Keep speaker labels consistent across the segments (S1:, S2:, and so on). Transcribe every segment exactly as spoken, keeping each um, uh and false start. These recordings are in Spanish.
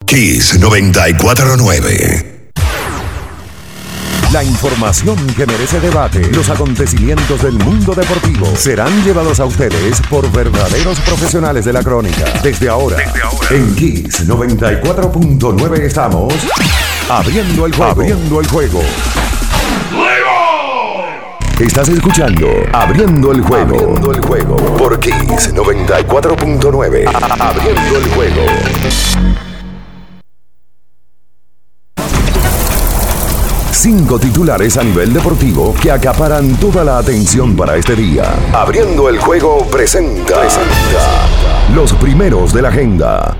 S1: Kiss noventa y cuatro nueve.
S2: La información que merece debate, los acontecimientos del mundo deportivo serán llevados a ustedes por verdaderos profesionales de la crónica. Desde ahora, Desde ahora. en Kiss noventa y cuatro punto nueve estamos abriendo el juego. Abriendo el juego. Estás escuchando Abriendo el juego. Abriendo el juego por Kiss noventa y cuatro punto nueve. Abriendo el juego. Cinco titulares a nivel deportivo que acaparan toda la atención para este día. Abriendo el juego presenta, presenta los primeros de la agenda.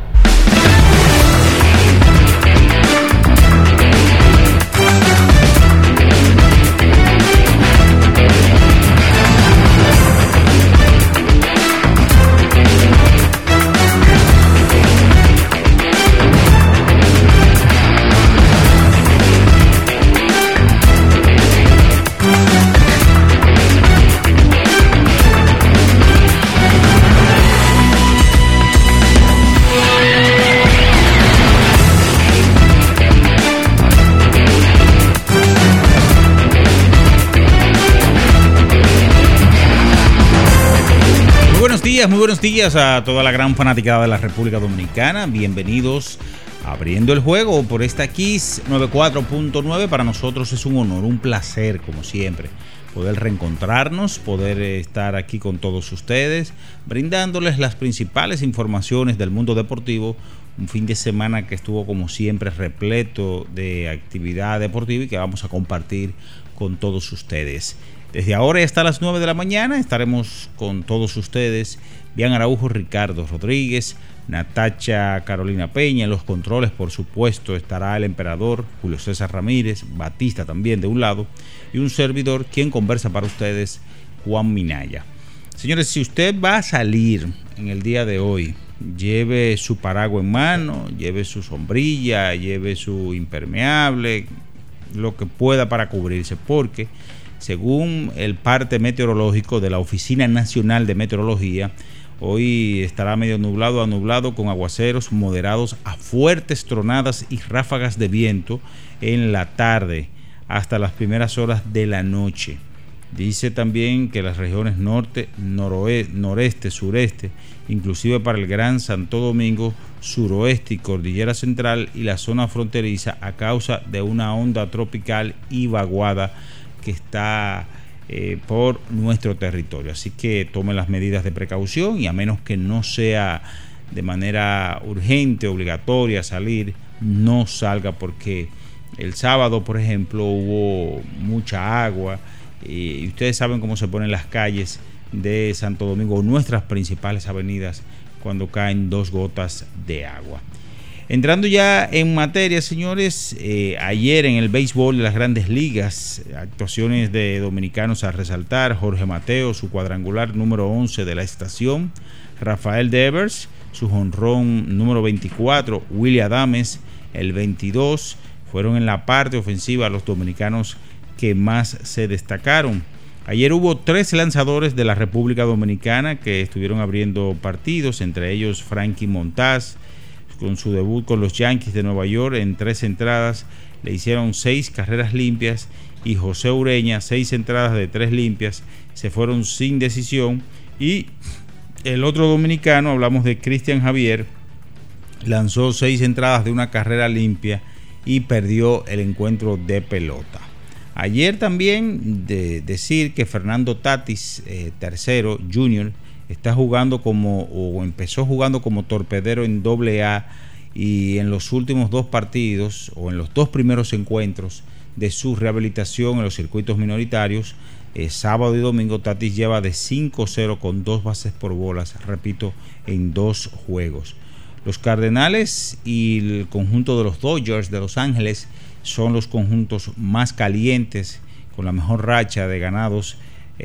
S3: Muy buenos días a toda la gran fanaticada de la República Dominicana. Bienvenidos a Abriendo el Juego por esta Kiss noventa y cuatro punto nueve. Para nosotros es un honor, un placer, como siempre, poder reencontrarnos, poder estar aquí con todos ustedes, brindándoles las principales informaciones del mundo deportivo. Un fin de semana que estuvo, como siempre, repleto de actividad deportiva y que vamos a compartir con todos ustedes. Desde ahora hasta las nueve de la mañana estaremos con todos ustedes. Bian Araujo, Ricardo Rodríguez, Natacha Carolina Peña. En los controles, por supuesto, estará el emperador Julio César Ramírez, Batista también de un lado, y un servidor, quien conversa para ustedes, Juan Minaya. Señores, si usted va a salir en el día de hoy, lleve su paraguas en mano, lleve su sombrilla, lleve su impermeable, lo que pueda para cubrirse, porque según el parte meteorológico de la Oficina Nacional de Meteorología, hoy estará medio nublado a nublado con aguaceros moderados a fuertes tronadas y ráfagas de viento en la tarde hasta las primeras horas de la noche. Dice también que las regiones norte, noroeste, noreste, sureste, inclusive para el Gran Santo Domingo, suroeste y Cordillera Central y la zona fronteriza, a causa de una onda tropical y vaguada que está eh, por nuestro territorio. Así que tome las medidas de precaución y, a menos que no sea de manera urgente, obligatoria salir, no salga, porque el sábado, por ejemplo, hubo mucha agua eh, y ustedes saben cómo se ponen las calles de Santo Domingo, nuestras principales avenidas, cuando caen dos gotas de agua. Entrando ya en materia, señores, eh, ayer en el béisbol de las Grandes Ligas, actuaciones de dominicanos a resaltar: Jorge Mateo, su cuadrangular número once de la estación; Rafael Devers, su jonrón número veinticuatro; Willy Adames, el veintidós. Fueron en la parte ofensiva los dominicanos que más se destacaron. Ayer hubo tres lanzadores de la República Dominicana que estuvieron abriendo partidos, entre ellos Frankie Montaz, con su debut con los Yankees de Nueva York. En tres entradas le hicieron seis carreras limpias, y José Ureña, seis entradas de tres limpias, se fueron sin decisión. Y el otro dominicano, hablamos de Cristian Javier, lanzó seis entradas de una carrera limpia y perdió el encuentro de pelota. Ayer también de decir que Fernando Tatis, eh, tercero, junior, está jugando como, o empezó jugando como torpedero en doble A, y en los últimos dos partidos, o en los dos primeros encuentros de su rehabilitación en los circuitos minoritarios, eh, sábado y domingo, Tatis lleva de cinco cero con dos bases por bolas, repito, en dos juegos. Los Cardenales y el conjunto de los Dodgers de Los Ángeles son los conjuntos más calientes, con la mejor racha de ganados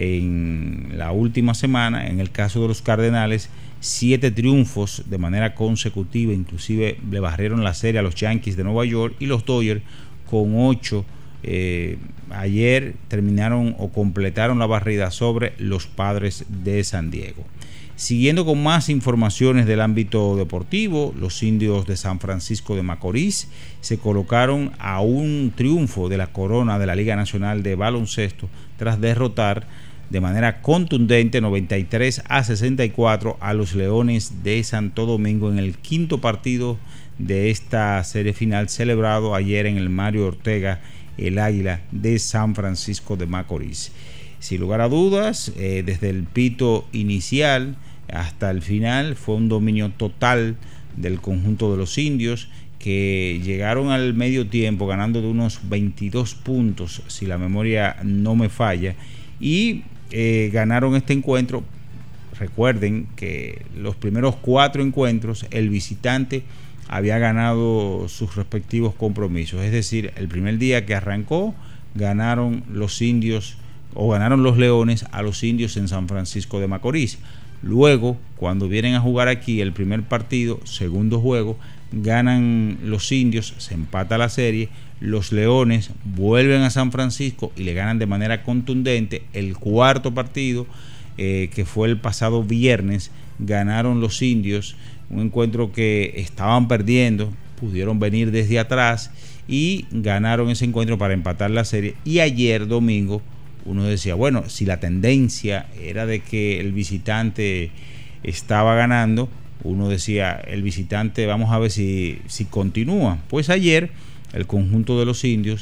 S3: en la última semana. En el caso de los Cardenales, siete triunfos de manera consecutiva, inclusive le barrieron la serie a los Yankees de Nueva York, y los Dodgers con ocho eh, ayer terminaron o completaron la barrida sobre los Padres de San Diego. Siguiendo con más informaciones del ámbito deportivo, los Indios de San Francisco de Macorís se colocaron a un triunfo de la corona de la Liga Nacional de Baloncesto tras derrotar de manera contundente noventa y tres a sesenta y cuatro a los Leones de Santo Domingo en el quinto partido de esta serie final celebrado ayer en el Mario Ortega, el Águila de San Francisco de Macorís. Sin lugar a dudas, eh, desde el pito inicial hasta el final fue un dominio total del conjunto de los indios, que llegaron al medio tiempo ganando de unos veintidós puntos, si la memoria no me falla, y eh, ganaron este encuentro. Recuerden que los primeros cuatro encuentros el visitante había ganado sus respectivos compromisos, es decir, el primer día que arrancó ganaron los indios o ganaron los Leones a los indios en San Francisco de Macorís. Luego, cuando vienen a jugar aquí el primer partido, segundo juego, ganan los indios, se empata la serie, los Leones vuelven a San Francisco y le ganan de manera contundente. El cuarto partido, eh, que fue el pasado viernes, ganaron los indios, un encuentro que estaban perdiendo, pudieron venir desde atrás y ganaron ese encuentro para empatar la serie. Y ayer domingo uno decía, bueno, si la tendencia era de que el visitante estaba ganando, uno decía, el visitante, vamos a ver si, si continúa. Pues ayer el conjunto de los indios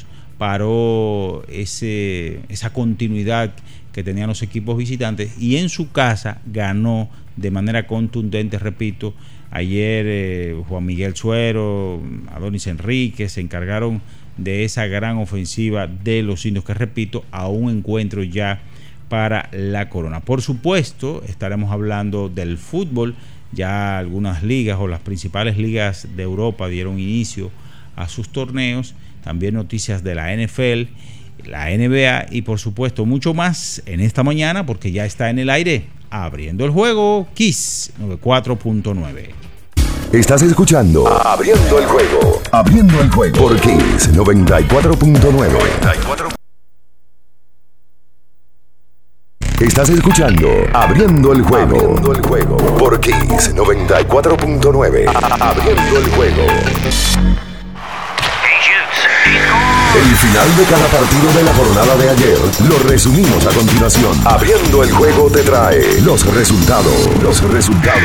S3: paró ese, esa continuidad que tenían los equipos visitantes y en su casa ganó de manera contundente. Repito, ayer eh, Juan Miguel Suero, Adonis Enríquez se encargaron de esa gran ofensiva de los indios, que repito, a un encuentro ya para la corona. Por supuesto, estaremos hablando del fútbol. Ya algunas ligas o las principales ligas de Europa dieron inicio a sus torneos. También noticias de la N F L, la N B A y por supuesto mucho más en esta mañana, porque ya está en el aire Abriendo el Juego, Kiss noventa y cuatro punto nueve.
S2: Estás escuchando Abriendo el Juego. Abriendo el Juego por Kiss noventa y cuatro punto nueve. Estás escuchando Abriendo el Juego. Abriendo el Juego por Kiss noventa y cuatro punto nueve. Abriendo el Juego. El final de cada partido de la jornada de ayer lo resumimos a continuación. Abriendo el Juego te trae los resultados. Los resultados.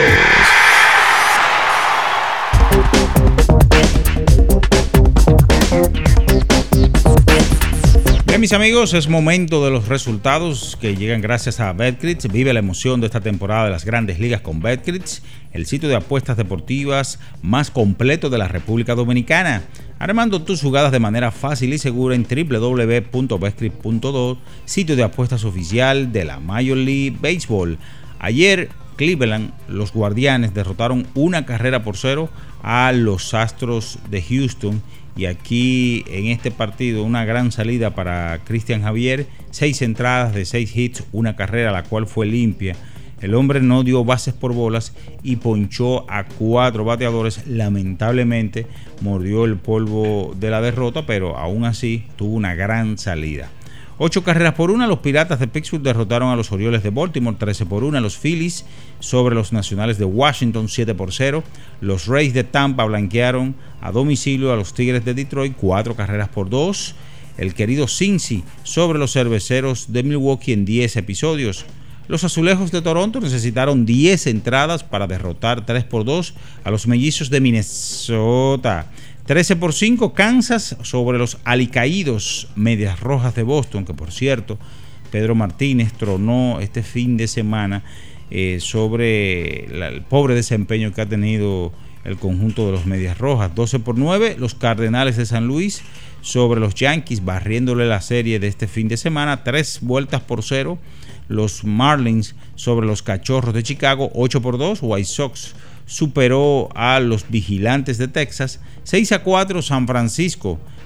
S3: Bien, mis amigos, es momento de los resultados que llegan gracias a Betcris. Vive la emoción de esta temporada de las Grandes Ligas con Betcris, el sitio de apuestas deportivas más completo de la República Dominicana. Armando tus jugadas de manera fácil y segura en doble u doble u doble u punto betcris punto do, sitio de apuestas oficial de la Major League Baseball. Ayer, Cleveland, los Guardianes derrotaron una carrera por cero a los Astros de Houston. Y aquí en este partido una gran salida para Cristian Javier, seis entradas de seis hits, una carrera la cual fue limpia. El hombre no dio bases por bolas y ponchó a cuatro bateadores. Lamentablemente mordió el polvo de la derrota, pero aún así tuvo una gran salida. Ocho carreras por una, los Piratas de Pittsburgh derrotaron a los Orioles de Baltimore, trece por una, los Phillies sobre los Nacionales de Washington, siete por cero, los Rays de Tampa blanquearon a domicilio a los Tigres de Detroit, cuatro carreras por dos, el querido Cincy sobre los Cerveceros de Milwaukee en diez episodios. Los Azulejos de Toronto necesitaron diez entradas para derrotar tres por dos a los Mellizos de Minnesota. trece por cinco Kansas sobre los alicaídos Medias Rojas de Boston, que por cierto Pedro Martínez tronó este fin de semana eh, sobre la, el pobre desempeño que ha tenido el conjunto de los Medias Rojas. doce por nueve los Cardenales de San Luis sobre los Yankees, barriéndole la serie de este fin de semana. Tres vueltas por cero los Marlins sobre los Cachorros de Chicago. Ocho por dos White Sox superó a los Vigilantes de Texas. seis a cuatro San Francisco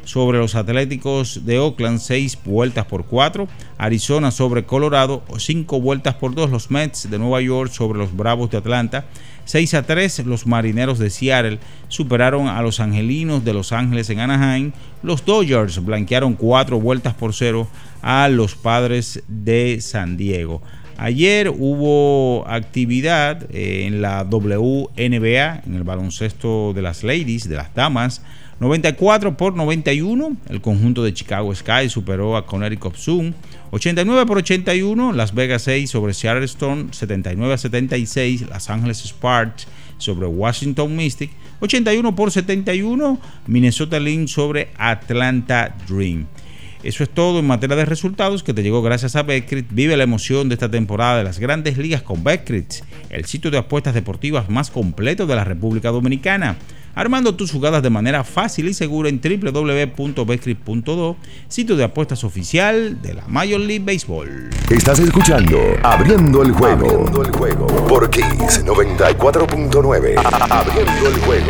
S3: sobre los Atléticos de Oakland, seis vueltas por cuatro. Arizona sobre Colorado, cinco vueltas por dos. Los Mets de Nueva York sobre los Bravos de Atlanta, seis a tres. Los Marineros de Seattle superaron a los Angelinos de Los Ángeles en Anaheim. Los Dodgers blanquearon cuatro vueltas por cero a los Padres de San Diego. Ayer hubo actividad en la W N B A, en el baloncesto de las ladies, de las damas. noventa y cuatro por noventa y uno, el conjunto de Chicago Sky superó a Connecticut Sun. ochenta y nueve por ochenta y uno, Las Vegas seis sobre Seattle Storm. setenta y nueve a setenta y seis, Los Angeles Sparks sobre Washington Mystic. ochenta y uno por setenta y uno, Minnesota Lynx sobre Atlanta Dream. Eso es todo en materia de resultados, que te llegó gracias a Betcris. Vive la emoción de esta temporada de las Grandes Ligas con Betcris, el sitio de apuestas deportivas más completo de la República Dominicana. Armando tus jugadas de manera fácil y segura en doble u doble u doble u punto betcris punto do, sitio de apuestas oficial de la Major League Baseball.
S2: Estás escuchando Abriendo el Juego, Abriendo el Juego por Kiss noventa y cuatro punto nueve. Abriendo el Juego.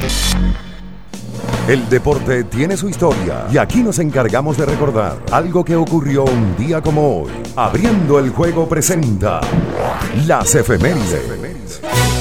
S2: El deporte tiene su historia y aquí nos encargamos de recordar algo que ocurrió un día como hoy. Abriendo el Juego presenta las efemérides.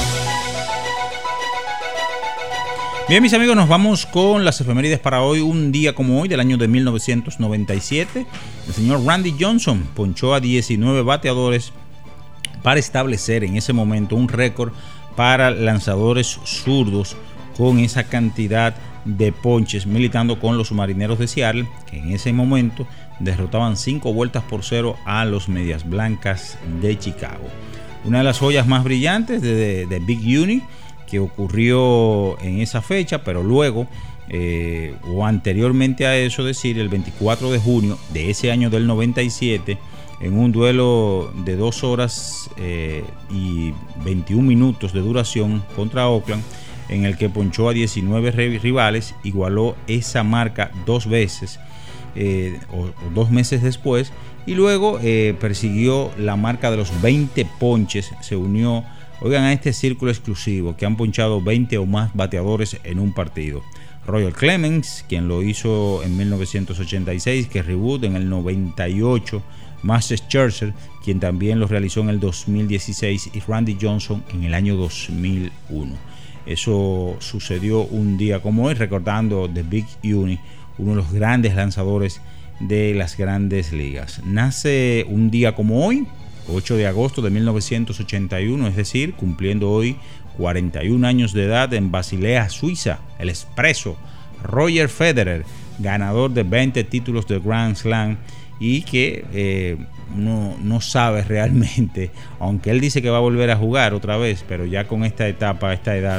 S3: Bien, mis amigos, nos vamos con las efemérides para hoy. Un día como hoy, del año de mil novecientos noventa y siete, el señor Randy Johnson ponchó a diecinueve bateadores para establecer en ese momento un récord para lanzadores zurdos con esa cantidad de ponches, militando con los Marineros de Seattle, que en ese momento derrotaban cinco vueltas por cero a los Medias Blancas de Chicago. Una de las joyas más brillantes de, de, de Big Uni que ocurrió en esa fecha, pero luego eh, o anteriormente a eso, decir, el veinticuatro de junio de ese año del noventa y siete, en un duelo de dos horas eh, y veintiún minutos de duración contra Oakland, en el que ponchó a diecinueve rivales, igualó esa marca dos veces, eh, o, o dos meses después, y luego eh, persiguió la marca de los veinte ponches, se unió, oigan, a este círculo exclusivo, que han ponchado veinte o más bateadores en un partido. Roger Clemens, quien lo hizo en mil novecientos ochenta y seis, Kerry Wood en el noventa y ocho, Max Scherzer, quien también lo realizó en el dos mil dieciséis, y Randy Johnson en el año dos mil uno. Eso sucedió un día como hoy, recordando The Big Uni, uno de los grandes lanzadores de las Grandes Ligas. Nace un día como hoy, ocho de agosto de mil novecientos ochenta y uno, es decir, cumpliendo hoy cuarenta y un años de edad, en Basilea, Suiza, el expreso Roger Federer, ganador de veinte títulos de Grand Slam, y que eh, no, no sabe realmente, aunque él dice que va a volver a jugar otra vez, pero ya con esta etapa, esta edad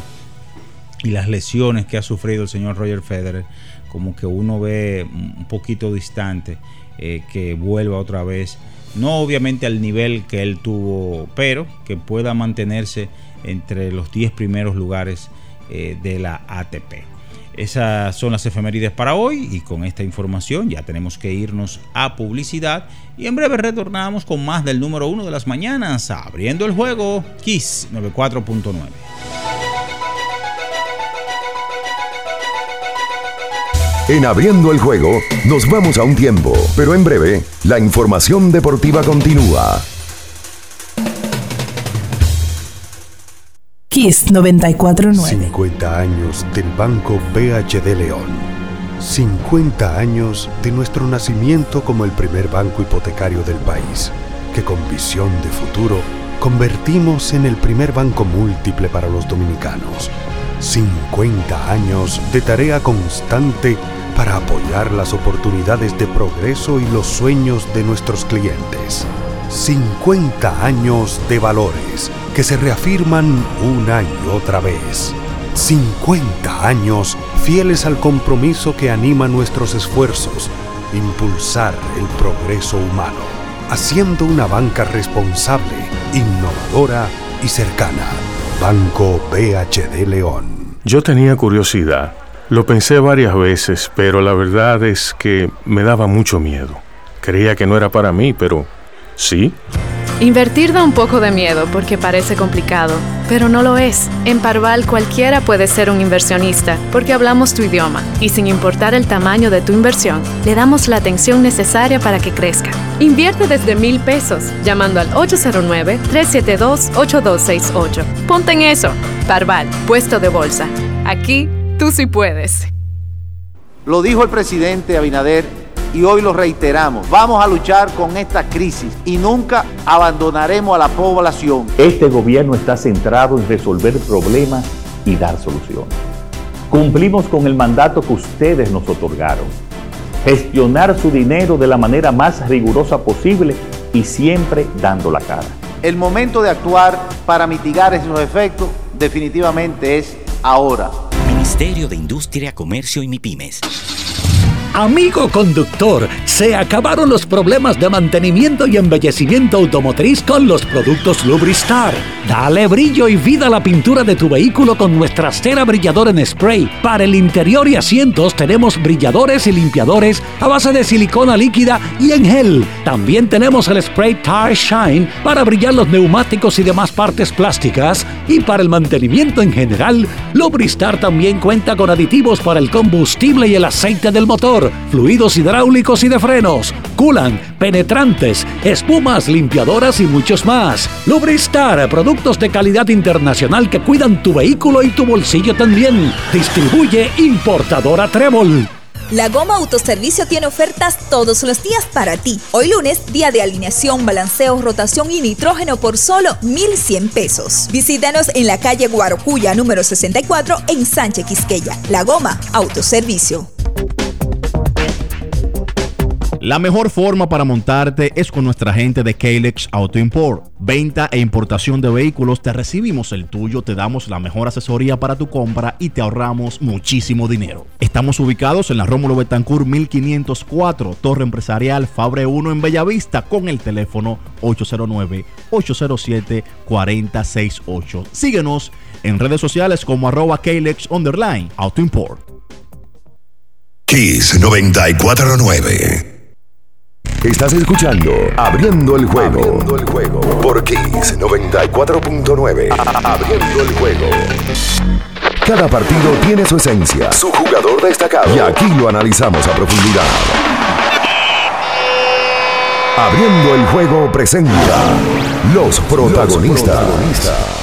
S3: y las lesiones que ha sufrido el señor Roger Federer, como que uno ve un poquito distante eh, que vuelva otra vez, no obviamente al nivel que él tuvo, pero que pueda mantenerse entre los diez primeros lugares eh, de la A T P. Esas son las efemérides para hoy, y con esta información ya tenemos que irnos a publicidad, y en breve retornamos con más del número uno de las mañanas, Abriendo el Juego, Kiss noventa y cuatro punto nueve.
S2: En Abriendo el Juego nos vamos a un tiempo, pero en breve la información deportiva continúa.
S4: Kiss noventa y cuatro punto nueve.
S5: cincuenta años del Banco B H D León. cincuenta años de nuestro nacimiento como el primer banco hipotecario del país, que con visión de futuro convertimos en el primer banco múltiple para los dominicanos. cincuenta años de tarea constante para apoyar las oportunidades de progreso y los sueños de nuestros clientes. cincuenta años de valores que se reafirman una y otra vez. cincuenta años fieles al compromiso que anima nuestros esfuerzos, impulsar el progreso humano, haciendo una banca responsable, innovadora y cercana. Banco B H D León.
S6: Yo tenía curiosidad, lo pensé varias veces, pero la verdad es que me daba mucho miedo. Creía que no era para mí, pero sí.
S7: Invertir da un poco de miedo porque parece complicado, pero no lo es. En Parval cualquiera puede ser un inversionista porque hablamos tu idioma y sin importar el tamaño de tu inversión, le damos la atención necesaria para que crezca. Invierte desde mil pesos llamando al ocho cero nueve, tres siete dos, ocho dos seis ocho. Ponte en eso. Parval, puesto de bolsa. Aquí tú sí puedes.
S8: Lo dijo el presidente Abinader y hoy lo reiteramos. Vamos a luchar con esta crisis y nunca abandonaremos a la población.
S9: Este gobierno está centrado en resolver problemas y dar soluciones. Cumplimos con el mandato que ustedes nos otorgaron. Gestionar su dinero de la manera más rigurosa posible y siempre dando la cara.
S8: El momento de actuar para mitigar esos efectos definitivamente es ahora.
S10: Ministerio de Industria, Comercio y MIPYMES.
S11: Amigo conductor, se acabaron los problemas de mantenimiento y embellecimiento automotriz con los productos Lubristar. Dale brillo y vida a la pintura de tu vehículo con nuestra cera brilladora en spray. Para el interior y asientos tenemos brilladores y limpiadores a base de silicona líquida y en gel. También tenemos el spray Tire Shine para brillar los neumáticos y demás partes plásticas. Y para el mantenimiento en general, Lubristar también cuenta con aditivos para el combustible y el aceite del motor, fluidos hidráulicos y de frenos, culan, penetrantes, espumas, limpiadoras y muchos más. Lubristar, productos de calidad internacional que cuidan tu vehículo y tu bolsillo también. Distribuye importadora Trébol.
S12: La Goma Autoservicio tiene ofertas todos los días para ti. Hoy lunes, día de alineación, balanceo, rotación y nitrógeno por solo mil cien pesos. Visítanos en la calle Guarocuya, número sesenta y cuatro, en Sánchez Quisqueya. La Goma Autoservicio.
S13: La mejor forma para montarte es con nuestra gente de Kalex Auto Import. Venta e importación de vehículos, te recibimos el tuyo, te damos la mejor asesoría para tu compra y te ahorramos muchísimo dinero. Estamos ubicados en la Rómulo Betancourt mil quinientos cuatro, Torre Empresarial Fabre uno en Bellavista, con el teléfono ocho cero nueve, ocho cero siete, cuatro cero seis ocho. Síguenos en redes sociales como arroba Kalex underline Auto Import.
S1: Kiss noventa y cuatro punto nueve.
S2: Estás escuchando Abriendo el Juego. Abriendo el Juego. Por Kiss noventa y cuatro punto nueve. Abriendo el Juego. Cada partido tiene su esencia, su jugador destacado. Y aquí lo analizamos a profundidad. Abriendo el Juego presenta Los protagonistas. Los protagonistas.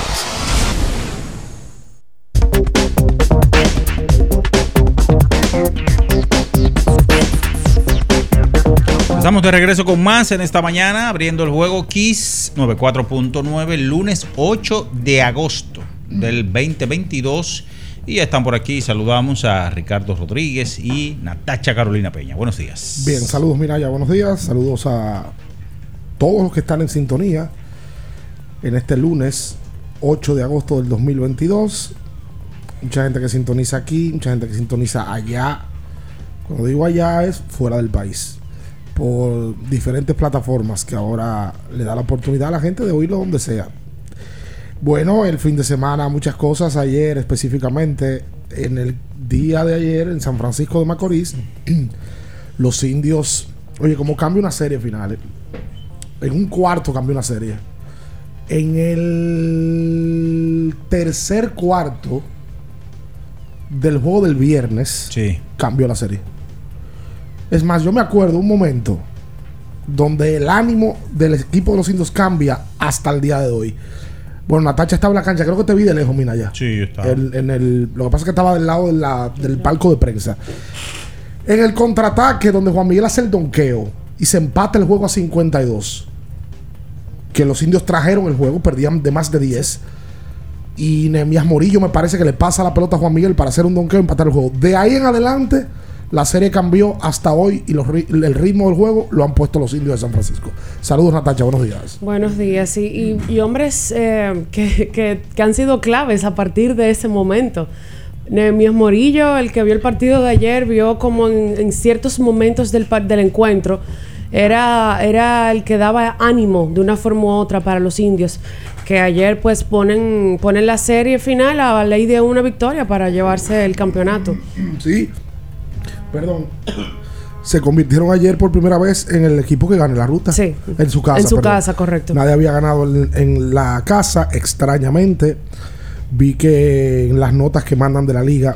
S3: Estamos de regreso con más en esta mañana, abriendo el juego Kiss noventa y cuatro punto nueve, lunes ocho de agosto del veinte veintidós. Y ya están por aquí, saludamos a Ricardo Rodríguez y Natacha Carolina Peña. Buenos días.
S14: Bien, saludos Miraya, buenos días. Saludos a todos los que están en sintonía en este lunes ocho de agosto del dos mil veintidós. Mucha gente que sintoniza aquí, mucha gente que sintoniza allá. Cuando digo allá es fuera del país, por diferentes plataformas que ahora le da la oportunidad a la gente de oírlo donde sea. Bueno, el fin de semana muchas cosas. Ayer específicamente, en el día de ayer en San Francisco de Macorís, los indios, oye, como cambia una serie final, en un cuarto cambia una serie, en el tercer cuarto del juego del viernes, sí, cambió la serie. Es más, yo me acuerdo un momento donde el ánimo del equipo de los indios cambia hasta el día de hoy. Bueno, Natacha estaba en la cancha, creo que te vi de lejos, Mina, ya.
S3: Sí, yo estaba.
S14: El, en el, lo que pasa es que estaba del lado de la, del palco de prensa. En el contraataque, donde Juan Miguel hace el donqueo y se empata el juego a cincuenta y dos, que los indios trajeron el juego, perdían de más de diez. Y Nehemías Morillo me parece que le pasa la pelota a Juan Miguel para hacer un donqueo y empatar el juego. De ahí en adelante la serie cambió hasta hoy y los, el ritmo del juego lo han puesto los indios de San Francisco. Saludos, Natacha, buenos días.
S15: Buenos días. Y, y, y hombres eh, que, que, que han sido claves a partir de ese momento. Nehemías Morillo, el que vio el partido de ayer, vio como en, en ciertos momentos del, del encuentro era, era el que daba ánimo de una forma u otra para los indios, que ayer pues ponen, ponen la serie final a ley de una victoria para llevarse el campeonato.
S14: Sí. Perdón. se convirtieron ayer por primera vez en el equipo que gane la ruta.
S15: Sí.
S14: En su casa.
S15: En su
S14: perdón.
S15: casa, correcto.
S14: Nadie había ganado en, en la casa, extrañamente. Vi que en las notas que mandan de la liga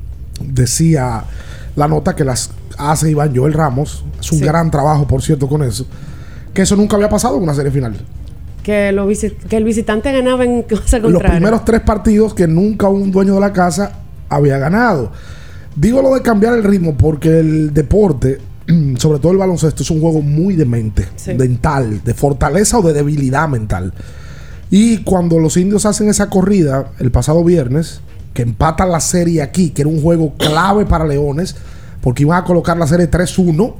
S14: decía la nota que las hace Iván Joel Ramos. Es un
S15: Sí.
S14: gran trabajo, por cierto, con eso. Que eso nunca había pasado en una serie final.
S15: Que, lo visit- que el visitante ganaba en cosa
S14: Los
S15: contraria.
S14: primeros tres partidos que nunca un dueño de la casa había ganado. Digo lo de cambiar el ritmo porque el deporte, sobre todo el baloncesto, es un juego muy de mente,
S15: Sí.
S14: mental, de fortaleza o de debilidad mental. Y cuando los indios hacen esa corrida el pasado viernes, que empatan la serie aquí, que era un juego clave para Leones, porque iban a colocar la serie tres uno.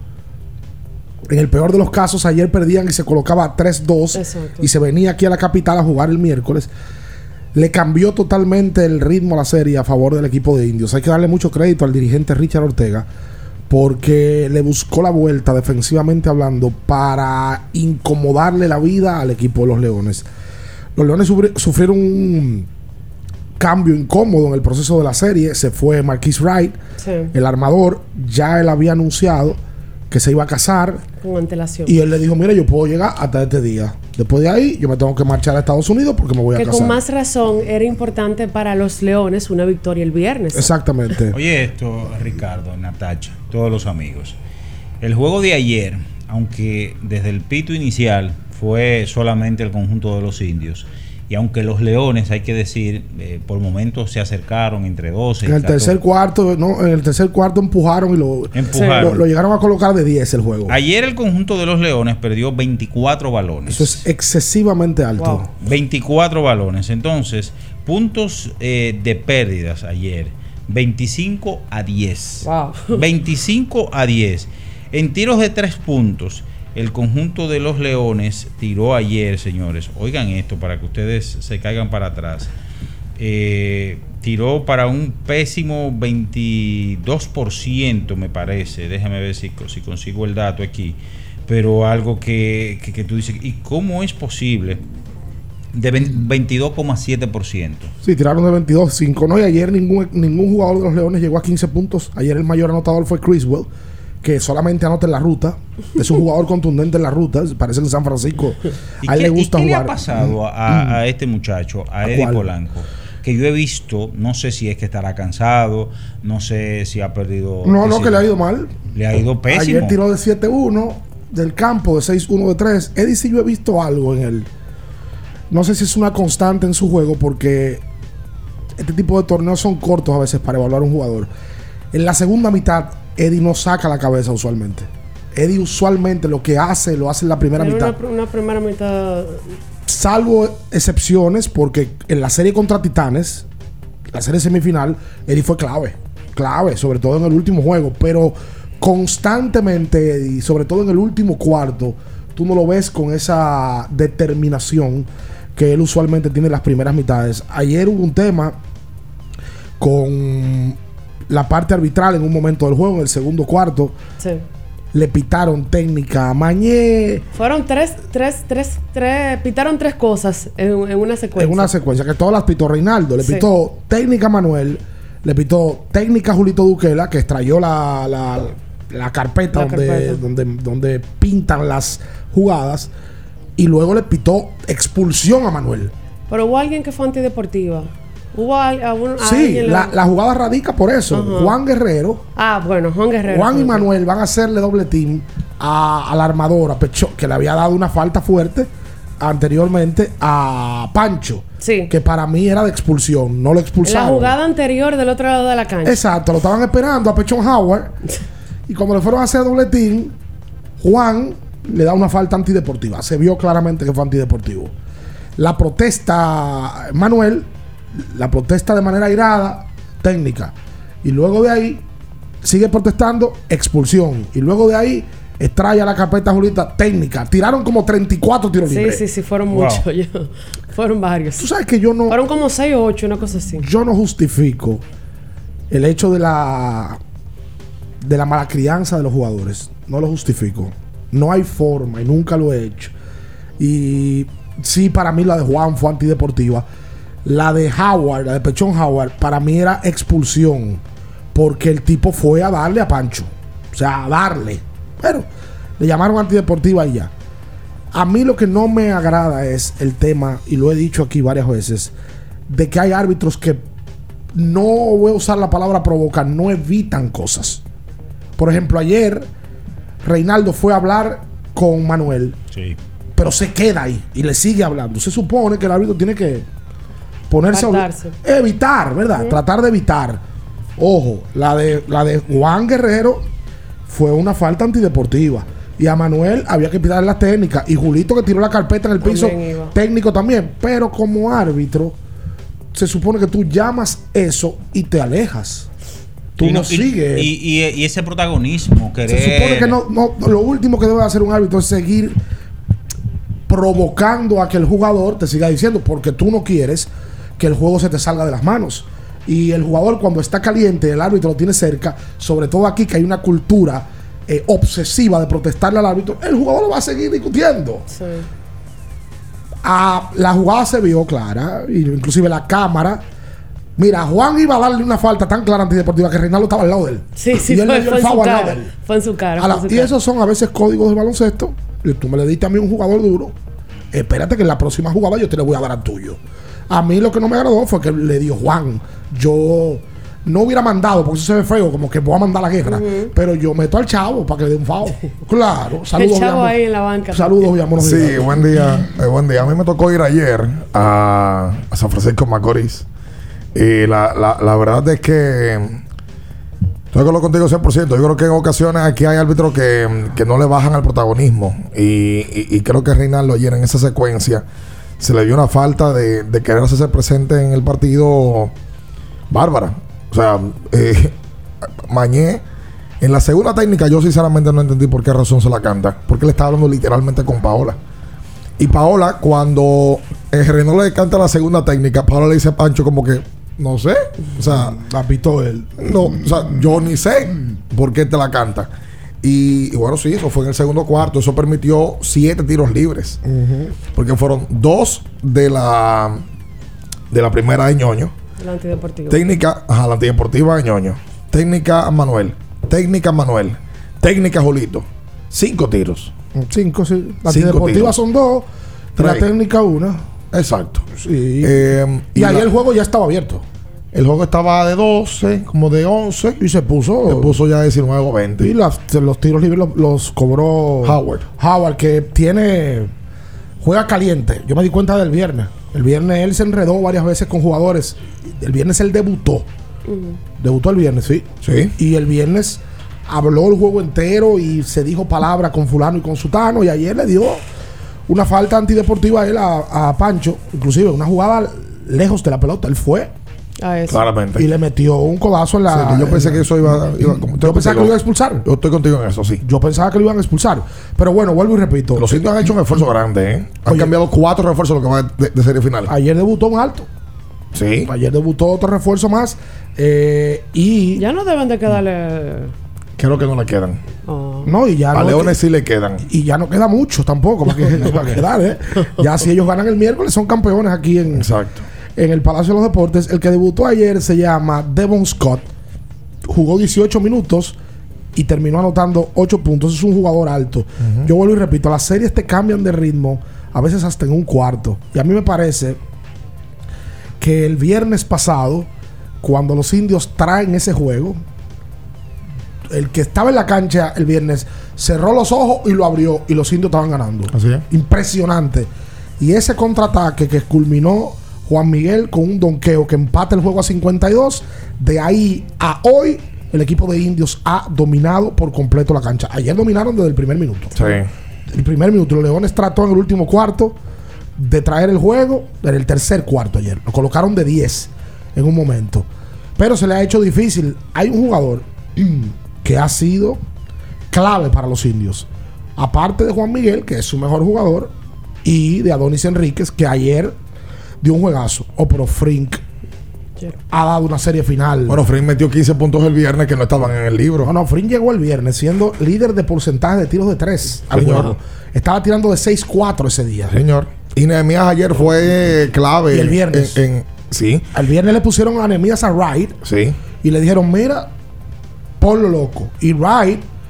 S14: En el peor de los casos, ayer perdían y se colocaba tres dos.
S15: Exacto.
S14: Y se venía aquí a la capital a jugar el miércoles. Le cambió totalmente el ritmo a la serie a favor del equipo de indios. Hay que darle mucho crédito al dirigente Richard Ortega, porque le buscó la vuelta, defensivamente hablando, para incomodarle la vida al equipo de los Leones. Los Leones sufri- sufrieron un cambio incómodo en el proceso de la serie. Se fue Marquise Wright,
S15: Sí.
S14: el armador. Ya él había anunciado que se iba a casar
S15: Con antelación.
S14: y él le dijo: mira, yo puedo llegar hasta este día. Después de ahí yo me tengo que marchar a Estados Unidos porque me voy a
S15: que
S14: casar.
S15: con más razón era importante para los Leones una victoria el viernes.
S14: Exactamente.
S3: Oye esto, Ricardo, Natacha, todos los amigos. El juego de ayer, aunque desde el pito inicial fue solamente el conjunto de los indios, y aunque los Leones, hay que decir, eh, por momentos se acercaron entre doce y
S14: En el
S3: catorce.
S14: tercer cuarto, no, en el tercer cuarto empujaron y lo,
S3: Empujaron.
S14: lo, lo llegaron a colocar de diez el juego.
S3: Ayer el conjunto de los Leones perdió veinticuatro balones.
S14: Eso es excesivamente alto.
S3: Wow. veinticuatro balones. Entonces, puntos eh, de pérdidas ayer. veinticinco a diez.
S15: Wow.
S3: veinticinco a diez. En tiros de tres puntos, el conjunto de los Leones tiró ayer, señores. Oigan esto para que ustedes se caigan para atrás. Eh, tiró para un pésimo veintidós por ciento, me parece. Déjame ver si, si consigo el dato aquí. Pero algo que, que, que tú dices, ¿y cómo es posible? De veintidós coma siete por ciento.
S14: Sí, tiraron de veintidós cinco. No, y ayer ningún, ningún jugador de los Leones llegó a quince puntos. Ayer el mayor anotador fue Criswell, que solamente anota en la ruta. Es un jugador contundente en la ruta. Parece que en San Francisco
S3: ¿Y
S14: a él
S3: qué,
S14: le gusta
S3: ¿y qué
S14: jugar.
S3: le ha pasado a, a este muchacho, a,
S14: ¿A
S3: Eddie
S14: cuál?
S3: Polanco? Que yo he visto, no sé si es que estará cansado, no sé si ha perdido...
S14: No, no,
S3: si
S14: que le ha ido mal.
S3: Le ha ido pésimo.
S14: Ayer tiró de siete uno del campo, de seis uno de tres. Eddie sí yo he visto algo en él. No sé si es una constante en su juego, porque este tipo de torneos son cortos a veces para evaluar un jugador. En la segunda mitad, Eddie no saca la cabeza usualmente. Eddie usualmente lo que hace, lo hace en la primera
S15: Era
S14: mitad.
S15: Una, una primera mitad.
S14: Salvo excepciones, porque en la serie contra Titanes, la serie semifinal, Eddie fue clave. Clave, sobre todo en el último juego. Pero constantemente, Eddie, sobre todo en el último cuarto, tú no lo ves con esa determinación que él usualmente tiene en las primeras mitades. Ayer hubo un tema con la parte arbitral en un momento del juego, en el segundo cuarto.
S15: Sí.
S14: Le pitaron técnica a Mañé.
S15: Fueron tres, tres, tres, tres, pitaron tres cosas en, en una secuencia.
S14: En una secuencia, que todas las pitó Reinaldo. Le
S15: Sí.
S14: pitó técnica a Manuel, le pitó técnica a Julito Duquela, que extrayó la, la, la carpeta,
S15: La
S14: donde,
S15: carpeta.
S14: Donde, donde pintan las jugadas, y luego le pitó expulsión a Manuel.
S15: Pero hubo alguien que fue antideportiva. Hubo al- a un- a
S14: Sí,
S15: alguien
S14: la, la jugada radica por eso.
S15: Ajá.
S14: Juan Guerrero,
S15: Ah, bueno, Juan Guerrero.
S14: Juan y
S15: fue.
S14: Manuel van a hacerle doble team a, al armador, a Pecho, que le había dado una falta fuerte anteriormente a Pancho,
S15: Sí.
S14: que para mí era de expulsión, no lo
S15: En la
S14: expulsaron.
S15: jugada anterior del otro lado de la cancha.
S14: Exacto, lo estaban esperando a Pechon Howard, y cuando le fueron a hacer doble team, Juan le da una falta antideportiva. Se vio claramente que fue antideportivo. La protesta, Manuel, la protesta de manera airada, técnica. Y luego de ahí, sigue protestando, expulsión. Y luego de ahí, extrae a la carpeta Julita, técnica. Tiraron como treinta y cuatro tiros
S15: Sí,
S14: libres.
S15: sí, sí, fueron
S14: Wow.
S15: muchos. yo- fueron varios.
S14: Tú sabes que yo no...
S15: Fueron como seis o ocho, una cosa así.
S14: Yo no justifico el hecho de la de la mala crianza de los jugadores. No lo justifico. No hay forma y nunca lo he hecho. Y sí, para mí la de Juan fue antideportiva. La de Howard, la de Pechón Howard, para mí era expulsión, porque el tipo fue a darle a Pancho. O sea, a darle. Pero le llamaron antideportiva y ya. A mí lo que no me agrada es el tema, y lo he dicho aquí varias veces, de que hay árbitros que, no voy a usar la palabra provocar, no evitan cosas. Por ejemplo, ayer Reinaldo fue a hablar con Manuel, sí, pero se queda ahí y le sigue hablando. Se supone que el árbitro tiene que ponerse a evitar, ¿verdad? Sí. Tratar de evitar. Ojo, la de, la de Juan Guerrero fue una falta antideportiva. Y a Manuel había que pitarle las técnicas. Y Julito, que tiró la carpeta en el piso, técnico también. Pero como árbitro, se supone que tú llamas eso y te alejas. Tú
S3: y
S14: no,
S3: no
S14: sigues.
S3: Y, y, y ese protagonismo, querer.
S14: Se supone que no, no, lo último que debe hacer un árbitro es seguir provocando a que el jugador te siga diciendo, porque tú no quieres que el juego se te salga de las manos. Y el jugador, cuando está caliente, el árbitro lo tiene cerca, sobre todo aquí que hay una cultura Eh, obsesiva de protestarle al árbitro, el jugador lo va a seguir discutiendo. Sí. Ah, la jugada se vio clara, inclusive la cámara. Mira, Juan iba a darle una falta tan clara antideportiva que Reinaldo estaba al lado de él.
S15: Sí, sí,
S14: y él
S15: fue,
S14: le dio
S15: fue,
S14: el
S15: en su
S14: favor
S15: cara,
S14: al lado
S15: fue en su cara.
S14: A la,
S15: fue en su
S14: y
S15: cara.
S14: esos son a veces códigos del baloncesto. Y tú me le diste a mí un jugador duro. Espérate que en la próxima jugada yo te le voy a dar al tuyo. A mí lo que no me agradó fue que le dio Juan. Yo no hubiera mandado, porque eso se ve feo, como que voy a mandar la guerra. Uh-huh. Pero yo meto al chavo para que le dé un foul. Claro. Saludos.
S15: El chavo ahí en la banca.
S14: Saludos, Villamonos.
S16: Sí, días. buen día. Eh, buen día. A mí me tocó ir ayer a, a San Francisco Macorís. Y la, la, la verdad es que estoy de acuerdo contigo cien por ciento. Yo creo que en ocasiones aquí hay árbitros que, que no le bajan al protagonismo. Y, y, y creo que Reinaldo ayer en esa secuencia se le dio una falta de, de querer hacerse presente en el partido bárbara. O sea, eh, Mañé, en la segunda técnica, yo sinceramente no entendí por qué razón se la canta. Porque él estaba hablando literalmente con Paola. Y Paola, cuando el Renault le canta la segunda técnica, Paola le dice a Pancho como que, no sé. O sea,
S14: la pitó él.
S16: No, o sea, yo ni sé por qué te la canta. Y, y bueno, sí, eso fue en el segundo cuarto. Eso permitió siete tiros libres. Uh-huh. Porque fueron dos de la, de la primera de Ñoño.
S15: La antideportiva.
S16: Técnica, ajá, la antideportiva de Ñoño. Técnica Manuel. Técnica Manuel. Técnica Jolito. Cinco tiros.
S14: Cinco, sí. La antideportiva son dos. Y la técnica una.
S16: Exacto.
S14: Sí.
S16: Eh,
S14: y, y ahí la, el juego ya estaba abierto.
S16: El juego estaba de doce, como de once.
S14: Y se puso.
S16: Se puso ya diecinueve o veinte.
S14: Y las, los tiros libres los, los cobró
S16: Howard.
S14: Howard, que tiene. Juega caliente. Yo me di cuenta del viernes. El viernes él se enredó varias veces con jugadores. El viernes él debutó. Uh-huh. Debutó el viernes, sí.
S16: Sí.
S14: Y el viernes habló el juego entero y se dijo palabras con fulano y con sutano. Y ayer le dio una falta antideportiva a él, a, a Pancho. Inclusive una jugada lejos de la pelota. Él fue.
S15: A eso.
S16: Claramente.
S14: Y le metió un codazo en la.
S16: Sí, yo pensé
S14: en,
S16: que eso iba. iba como
S14: yo pensaba que lo iban a expulsar.
S16: Yo estoy contigo en eso, sí.
S14: Yo pensaba que lo iban a expulsar. Pero bueno, vuelvo y repito.
S16: Los indios han hecho un esfuerzo grande, ¿eh? Han Oye, cambiado cuatro refuerzos lo que va de, de serie final.
S14: Ayer debutó un alto.
S16: Sí.
S14: Ayer debutó otro refuerzo más. Eh, y.
S15: Ya no deben de quedarle.
S16: Creo que no le quedan.
S15: Oh.
S14: No, y ya.
S16: A
S14: no
S16: Leones sí le quedan.
S14: Y ya no queda mucho tampoco para, que, para quedar, ¿eh? Ya si ellos ganan el miércoles, son campeones aquí en.
S16: Exacto.
S14: En el Palacio de los Deportes. El que debutó ayer se llama Devon Scott. Jugó dieciocho minutos y terminó anotando ocho puntos. Es un jugador alto. Uh-huh. Yo vuelvo y repito, las series te cambian de ritmo, a veces hasta en un cuarto. Y a mí me parece que el viernes pasado, cuando los indios traen ese juego, el que estaba en la cancha el viernes cerró los ojos y lo abrió y los indios estaban ganando.
S16: Así es.
S14: Impresionante. Y ese contraataque que culminó Juan Miguel con un donqueo que empata el juego a cincuenta y dos. De ahí a hoy, el equipo de indios ha dominado por completo la cancha. Ayer dominaron desde el primer minuto.
S16: Sí.
S14: El primer minuto. Los Leones trató en el último cuarto de traer el juego. En el tercer cuarto ayer. Lo colocaron de diez en un momento. Pero se le ha hecho difícil. Hay un jugador que ha sido clave para los indios. Aparte de Juan Miguel, que es su mejor jugador, y de Adonis Enríquez, que ayer dio un juegazo. Oh, pero Frink ha dado una serie final.
S16: Bueno, Frink metió quince puntos el viernes que no estaban en el libro.
S14: No, no, Frink llegó el viernes siendo líder de porcentaje de tiros de tres al juego. Estaba tirando de seis cuatro ese día.
S16: Señor. Y Nehemías ayer fue clave.
S14: Y el viernes.
S16: En, en, sí.
S14: El viernes le pusieron a Nehemías a Wright.
S16: Sí.
S14: Y le dijeron, mira, ponlo loco. Y Wright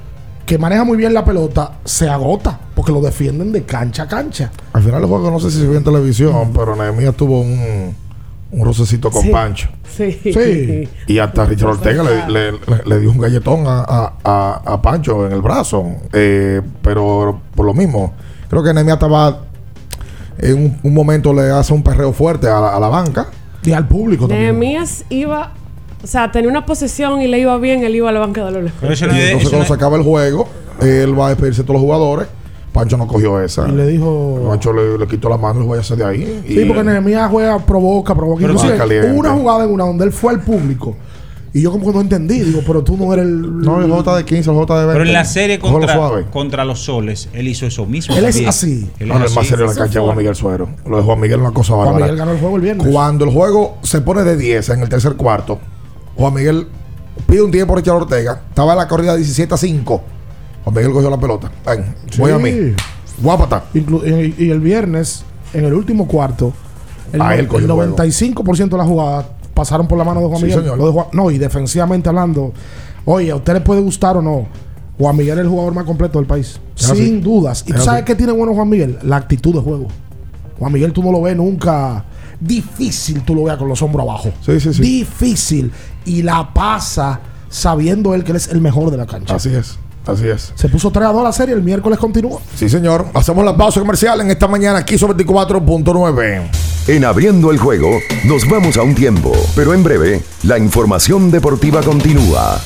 S14: que maneja muy bien la pelota, se agota porque lo defienden de cancha a cancha.
S16: Al final del juego, no sé si se vio en televisión, mm. pero Nehemías tuvo un, un rocecito con
S15: sí.
S16: Pancho.
S15: Sí.
S16: sí. Y hasta Richard Ortega le, le, le, le dio un galletón a, a, a, a Pancho en el brazo. Eh, pero por lo mismo, creo que Nehemías estaba en un, un momento, le hace un perreo fuerte a la, a la banca
S14: y al público también.
S15: Nehemías iba, o sea, tenía una posesión y le iba bien, él iba a la banca de los Lakers.
S16: Y entonces cuando se acaba el juego, él va a despedirse de todos los jugadores. Pancho no cogió esa.
S14: Y le dijo...
S16: Pancho le, le quitó la mano y le voy a hacer de ahí.
S14: Sí, porque Nehemías juega, provoca, provoca.
S16: Pero
S14: inclusive,
S16: caliente.
S14: hubo una jugada en una donde él fue al público. Y yo como que no entendí. Digo, pero tú no eres el...
S16: No, el J de quince, el J de veinte.
S3: Pero en la serie contra, contra los Soles, él hizo eso mismo.
S14: Él
S3: también.
S14: es así.
S16: Él no, es más serio en la cancha de Juan Miguel Suero. Lo de Juan Miguel es una cosa bárbara.
S14: Juan Miguel ganó el juego el viernes.
S16: Cuando el juego se pone de diez en el tercer cuarto, Juan Miguel pide un tiempo por Richard Ortega. Estaba en la corrida diecisiete a cinco. Juan Miguel cogió la pelota. Ven, sí. voy a mí. Guapata.
S14: Inclu y, y el viernes, en el último cuarto, el, ah, no, el noventa y cinco por ciento de las jugadas pasaron por la mano de Juan sí, Miguel. Lo de Juan, no, y defensivamente hablando, oye, a usted le puede gustar o no, Juan Miguel es el jugador más completo del país. Es sin así. dudas. ¿Y es tú sabes qué tiene bueno Juan Miguel? La actitud de juego. Juan Miguel tú no lo ves nunca difícil, tú lo veas con los hombros abajo.
S16: Sí, sí, sí.
S14: Difícil. Y la pasa sabiendo él que él es el mejor de la cancha.
S16: Así es. Así es.
S14: Se puso tres a dos la serie, el miércoles continúa.
S16: Sí, señor. Hacemos la pausa comercial en esta mañana aquí sobre veinticuatro punto nueve.
S2: En Abriendo el Juego, nos vamos a un tiempo, pero en breve, la información deportiva continúa.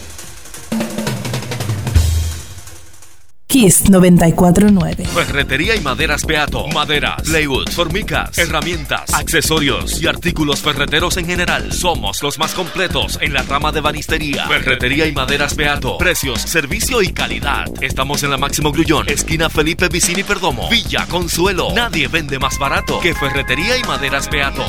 S4: Kiss noventa y cuatro punto nueve.
S17: Ferretería y maderas Beato. Maderas, plywood, formicas, herramientas, accesorios y artículos ferreteros en general. Somos los más completos en la rama de banistería. Ferretería y maderas Beato. Precios, servicio y calidad. Estamos en la Máximo Grullón, esquina Felipe Vicini Perdomo, Villa Consuelo. Nadie vende más barato que Ferretería y maderas Beato.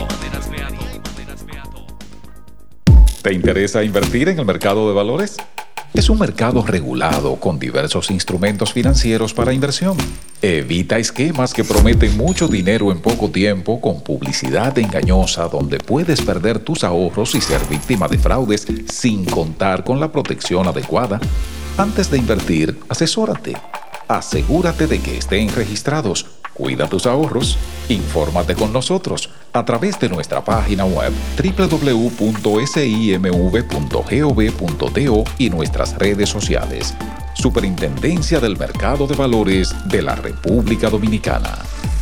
S18: ¿Te interesa invertir en el mercado de valores? Es un mercado regulado con diversos instrumentos financieros para inversión. Evita esquemas que prometen mucho dinero en poco tiempo con publicidad engañosa donde puedes perder tus ahorros y ser víctima de fraudes sin contar con la protección adecuada. Antes de invertir, asesórate. Asegúrate de que estén registrados. Cuida tus ahorros. Infórmate con nosotros a través de nuestra página web doble u doble u doble u punto simv punto gov punto do y nuestras redes sociales. Superintendencia del Mercado de Valores de la República Dominicana.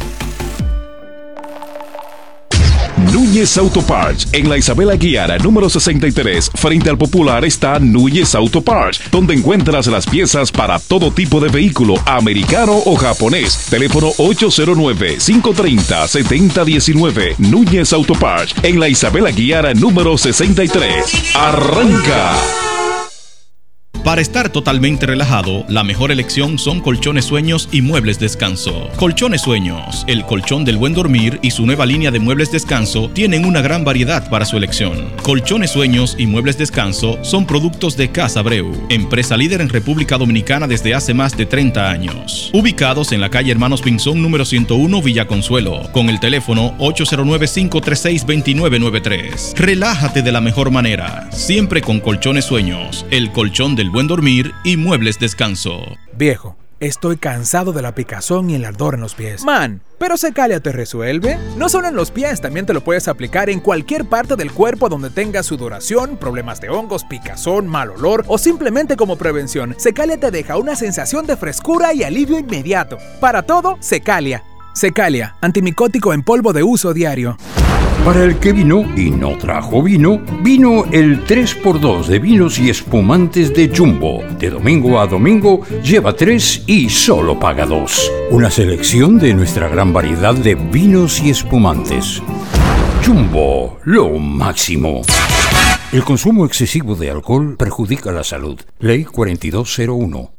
S19: Núñez Auto Parts. En la Isabel Aguiara, número sesenta y tres, frente al Popular, está Núñez Auto Parts, donde encuentras las piezas para todo tipo de vehículo, americano o japonés. Teléfono ocho cero nueve, cinco tres cero, siete cero uno nueve. Núñez Auto Parts. En la Isabel Aguiara, número sesenta y tres. ¡Arranca!
S20: Para estar totalmente relajado, la mejor elección son Colchones Sueños y Muebles Descanso. Colchones Sueños, el colchón del buen dormir y su nueva línea de muebles descanso tienen una gran variedad para su elección. Colchones Sueños y Muebles Descanso son productos de Casa Abreu, empresa líder en República Dominicana desde hace más de treinta años. Ubicados en la calle Hermanos Pinzón número ciento uno, Villa Consuelo, con el teléfono ocho cero nueve, cinco tres seis, dos nueve nueve tres. Relájate de la mejor manera, siempre con Colchones Sueños, el colchón del buen dormir y Muebles Descanso.
S21: Viejo, estoy cansado de la picazón y el ardor en los pies. Man, ¿pero Secalia te resuelve? No solo en los pies, también te lo puedes aplicar en cualquier parte del cuerpo donde tengas sudoración, problemas de hongos, picazón, mal olor o simplemente como prevención. Secalia te deja una sensación de frescura y alivio inmediato. Para todo, Secalia. Secalia, antimicótico en polvo de uso diario.
S22: Para el que vino y no trajo vino, vino el tres por dos de vinos y espumantes de Jumbo. De domingo a domingo, lleva tres y solo paga dos. Una selección de nuestra gran variedad de vinos y espumantes. Jumbo, lo máximo. El consumo excesivo de alcohol perjudica la salud. Ley cuarenta y dos cero uno.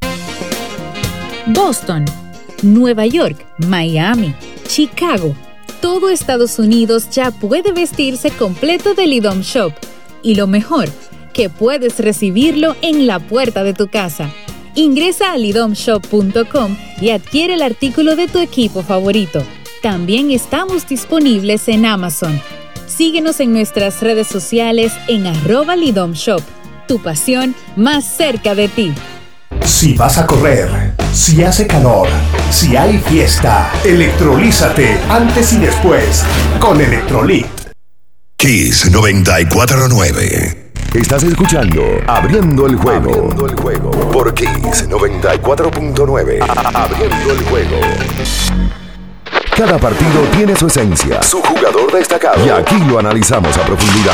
S23: Boston, Nueva York, Miami, Chicago. Todo Estados Unidos ya puede vestirse completo del IDOM Shop. Y lo mejor, que puedes recibirlo en la puerta de tu casa. Ingresa a lidom shop punto com y adquiere el artículo de tu equipo favorito. También estamos disponibles en Amazon. Síguenos en nuestras redes sociales en arroba Lidom Shop. Tu pasión más cerca de ti.
S1: Si vas a correr, si hace calor, si hay fiesta, electrolízate antes y después con Electrolit.
S2: Kiss noventa y cuatro nueve. Estás escuchando Abriendo el Juego. Abriendo el Juego. Por Kiss noventa y cuatro punto nueve. Abriendo el Juego. Cada partido tiene su esencia, su jugador destacado. Y aquí lo analizamos a profundidad.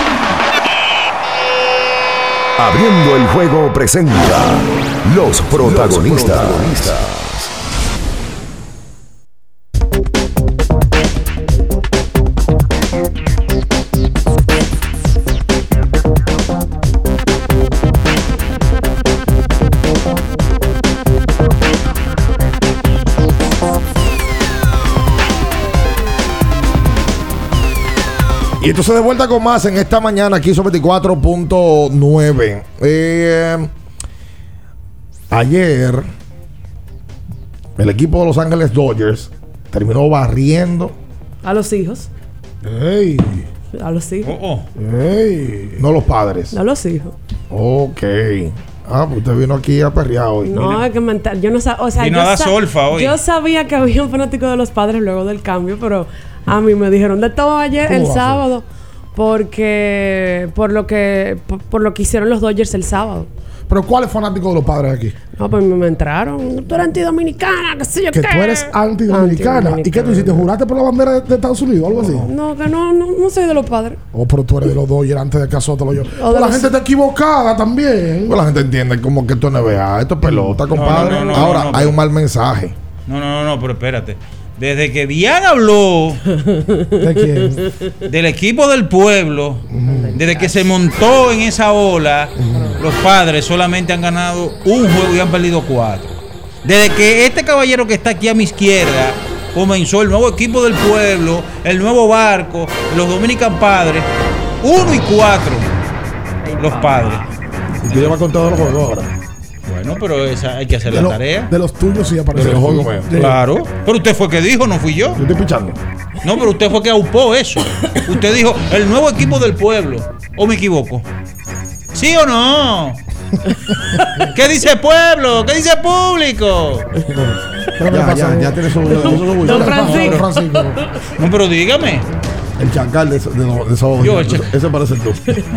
S2: Abriendo el Juego presenta Los protagonistas. Los protagonistas.
S16: Y entonces de vuelta con más en esta mañana aquí sobre veinticuatro punto nueve. Eh, ayer el equipo de Los Ángeles Dodgers terminó barriendo
S15: a los hijos.
S16: Ey.
S15: A los hijos.
S3: Oh, oh.
S16: Ey. No los padres.
S15: A los hijos.
S16: Ok. Ah, pues usted vino aquí a perrear hoy.
S15: No,
S16: Mira.
S15: es que mental. Yo no sabía. O sea,
S3: vino
S15: yo,
S3: a dar
S15: sa
S3: solfa hoy.
S15: Yo sabía que había un fanático de los padres luego del cambio, pero a mí me dijeron de todo ayer, el sábado, porque por lo que por, por lo que hicieron los Dodgers el sábado.
S14: ¿Pero cuál es fanático de los padres aquí?
S15: No, pues me entraron. Tú eres antidominicana, qué sé yo
S14: que
S15: qué.
S14: Que tú eres antidominicana. ¿Y qué tú hiciste? ¿Juraste por la bandera de, de Estados Unidos o algo así?
S15: No, que no, no, no soy de los padres.
S14: Oh, pero tú eres de los Dodgers antes de que azótalo yo.
S15: O
S14: la
S15: los...
S14: gente está equivocada también.
S16: Pues la gente entiende como que esto es N B A, esto es pelota, compadre.
S3: No, no, no, no,
S16: Ahora,
S3: no, no,
S16: hay
S3: pero...
S16: un mal mensaje.
S3: No, no, no, no, pero espérate. Desde que Diana habló
S14: ¿de quién?
S3: Del equipo del pueblo, mm. desde que se montó en esa ola, mm. los padres solamente han ganado un juego y han perdido cuatro. Desde que este caballero que está aquí a mi izquierda comenzó el nuevo equipo del pueblo, el nuevo barco, los Dominican Padres, uno y cuatro los padres.
S16: ¿Y tú llevas con todos los juegos ahora?
S3: Bueno, pero esa hay que hacer
S14: de
S3: la
S14: lo,
S3: tarea.
S14: De los tuyos sí aparece.
S16: De los juegos míos.
S3: Claro. Pero usted fue que dijo, no fui yo.
S16: Yo estoy pichando.
S3: No, pero usted fue que aupó eso. Usted dijo, el nuevo equipo del pueblo. ¿O me equivoco? ¿Sí o no? ¿Qué dice pueblo? ¿Qué dice público?
S16: Ya, ya, ya tiene su...
S15: Don Francisco.
S3: No, pero dígame.
S16: El chacal de, de, de, de Sábado Gigante. Ese parece tú.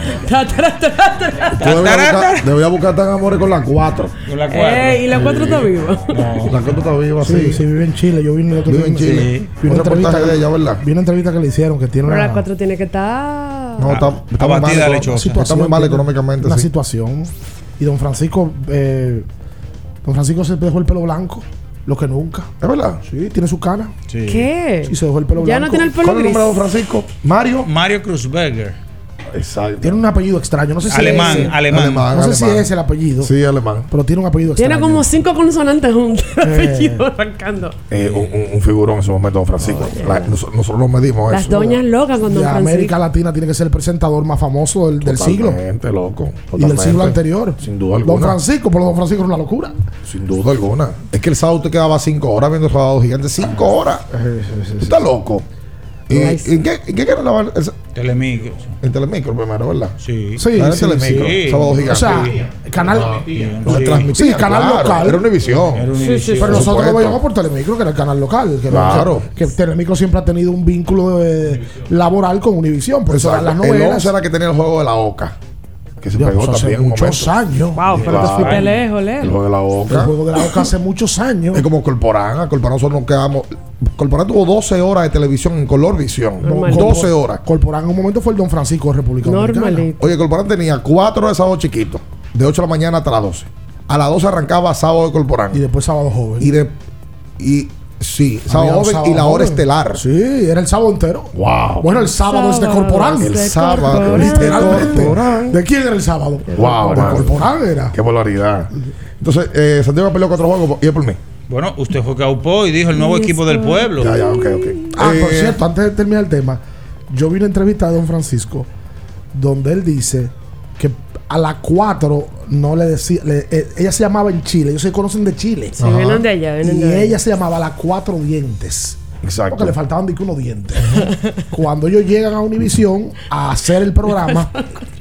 S16: Debería buscar tan amores con la cuatro.
S3: Con la cuatro.
S15: Eh, ¿y la cuatro está viva?
S16: No. La cuatro está viva, sí.
S14: Sí, sí, vive en Chile. Yo vine el otro
S16: día en Chile. Sí.
S14: Vi una entrevista
S16: de ella, ¿verdad?
S14: Vi una entrevista que le hicieron que tiene
S15: Pero
S14: una...
S15: la cuatro tiene que estar...
S16: No, está, está, muy mal, está muy mal económicamente.
S14: Una
S16: sí.
S14: situación. Y don Francisco... Eh, don Francisco se dejó el pelo blanco. Lo que nunca.
S16: ¿Es verdad?
S14: Sí, tiene su cana.
S3: Sí.
S15: ¿Qué?
S14: Y se dejó el pelo
S15: ya
S14: blanco.
S15: No tiene el pelo
S16: ¿Cuál es el
S15: gris?
S16: nombre de don Francisco? Mario.
S3: Mario Kruzberger.
S16: Exacto.
S14: Tiene un apellido extraño. No sé si
S3: alemán,
S14: es ese.
S3: alemán.
S16: alemán.
S14: No sé
S16: alemán.
S14: si es el apellido.
S16: Sí, alemán.
S14: Pero tiene un apellido extraño.
S15: Tiene como cinco consonantes juntas. El
S14: Eh.
S15: apellido arrancando.
S16: Eh, un, un, un figurón en su momento, don Francisco. Oh, La, nosotros, nosotros nos medimos
S15: Las
S16: eso.
S15: doñas locas con don
S14: De
S15: Francisco.
S14: América Latina tiene que ser el presentador más famoso del, del siglo.
S16: Totalmente, loco.
S14: Y
S16: Totalmente.
S14: del siglo anterior.
S16: Sin duda alguna.
S14: Don Francisco, por don Francisco es una locura.
S16: Sin duda alguna. Es que el sábado te quedaba cinco horas viendo Sábado Gigante. Cinco horas.
S14: Eh, sí, sí, sí,
S16: Estás loco. ¿Y en qué, en qué canal?
S3: Telemicro.
S16: En Telemicro primero, ¿verdad?
S3: Sí.
S14: Sí,
S16: en
S14: sí,
S16: Telemicro.
S3: sí.
S16: Sábado Gigante.
S14: O sea, canal.
S16: Lo
S3: Sí.
S16: transmitía,
S14: Sí, canal
S16: claro,
S14: local.
S16: Era Univisión.
S3: Era
S15: Sí, sí,
S14: Pero
S16: por
S14: nosotros lo
S16: supuesto.
S14: veíamos por Telemicro, que era el canal local. Que
S16: Claro.
S14: Que, que Telemicro siempre ha tenido un vínculo de, laboral con Univisión. Por eso
S16: Exacto.
S14: las
S16: El
S14: novelas.
S16: once era que tenía el juego de la Oca. Que se
S14: Ya,
S16: pegó
S14: pues, hace
S16: también en un
S14: muchos
S16: momento.
S14: años.
S15: Wow, pero
S16: Claro.
S15: te fuiste lejos,
S16: El
S15: lejos.
S16: juego de la
S14: El
S16: Oca.
S14: juego de la Oca hace muchos años.
S16: Es como Corporán. A Corporán nosotros nos quedamos. Corporán tuvo doce horas de televisión en color visión.
S15: Normalito.
S16: doce horas.
S14: Corporán en un momento fue el Don Francisco de República Dominicana.
S15: Normalito.
S16: Oye, Corporán tenía cuatro de sábado chiquitos. De ocho de la mañana hasta las doce. A las doce arrancaba sábado de Corporán.
S14: Y después sábado joven.
S16: Y de. Y. Sí,
S14: Había
S16: sábado
S14: un
S16: joven
S14: sábado
S16: y la hora
S14: joven.
S16: estelar.
S14: Sí, era el sábado entero.
S16: Wow.
S14: Bueno, el sábado, es de Corporán.
S16: El
S15: de
S16: sábado.
S15: Corporán.
S14: Literalmente.
S16: Corporán.
S14: ¿De quién era el sábado?
S16: Wow,
S14: De
S16: man.
S14: Corporán era.
S16: Qué volaridad. Entonces, eh, Santiago peleó cuatro juegos y es por mí.
S3: Bueno, usted fue que aupó y dijo el nuevo
S15: Listo.
S3: equipo del pueblo.
S16: Ya, ya, ok, ok.
S14: Ah, por
S16: Eh,
S14: cierto, antes de terminar el tema, yo vi una entrevista de Don Francisco donde él dice que a las cuatro no le decía, le- eh, ella se llamaba en Chile, ellos se conocen de Chile.
S15: Sí, vienen de allá, vienen
S14: Y
S15: de allá.
S14: ella se llamaba las cuatro dientes.
S16: Exacto.
S14: Porque le faltaban de que unos dientes. Cuando ellos llegan a Univisión a hacer el programa,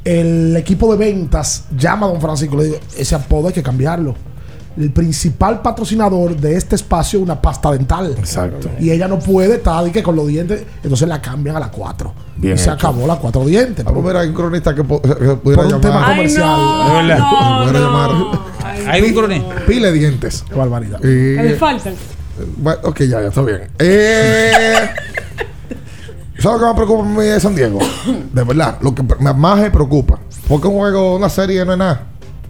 S14: el equipo de ventas llama a don Francisco y le digo, ese apodo hay que cambiarlo. El principal patrocinador de este espacio es una pasta dental.
S16: Exacto.
S14: Y ella no puede estar y que con los dientes, entonces la cambian a la cuatro.
S16: Bien
S14: y se
S16: hecho.
S14: acabó la cuatro dientes.
S16: Vamos a ver, hay un cronista que, po- que pudiera
S14: Por un
S16: llamar.
S14: tema comercial.
S15: Ay, no, no,
S16: Pudiera
S15: no.
S16: llamar.
S3: Hay un cronista.
S16: Pile de dientes.
S14: Qué barbaridad.
S16: Y-
S15: Que le faltan.
S16: Bueno, ok, ya, ya está bien. Eh, ¿Sabes lo que me preocupa a mí de San Diego? De verdad, lo que me- más me preocupa. Porque un juego, una serie no es nada.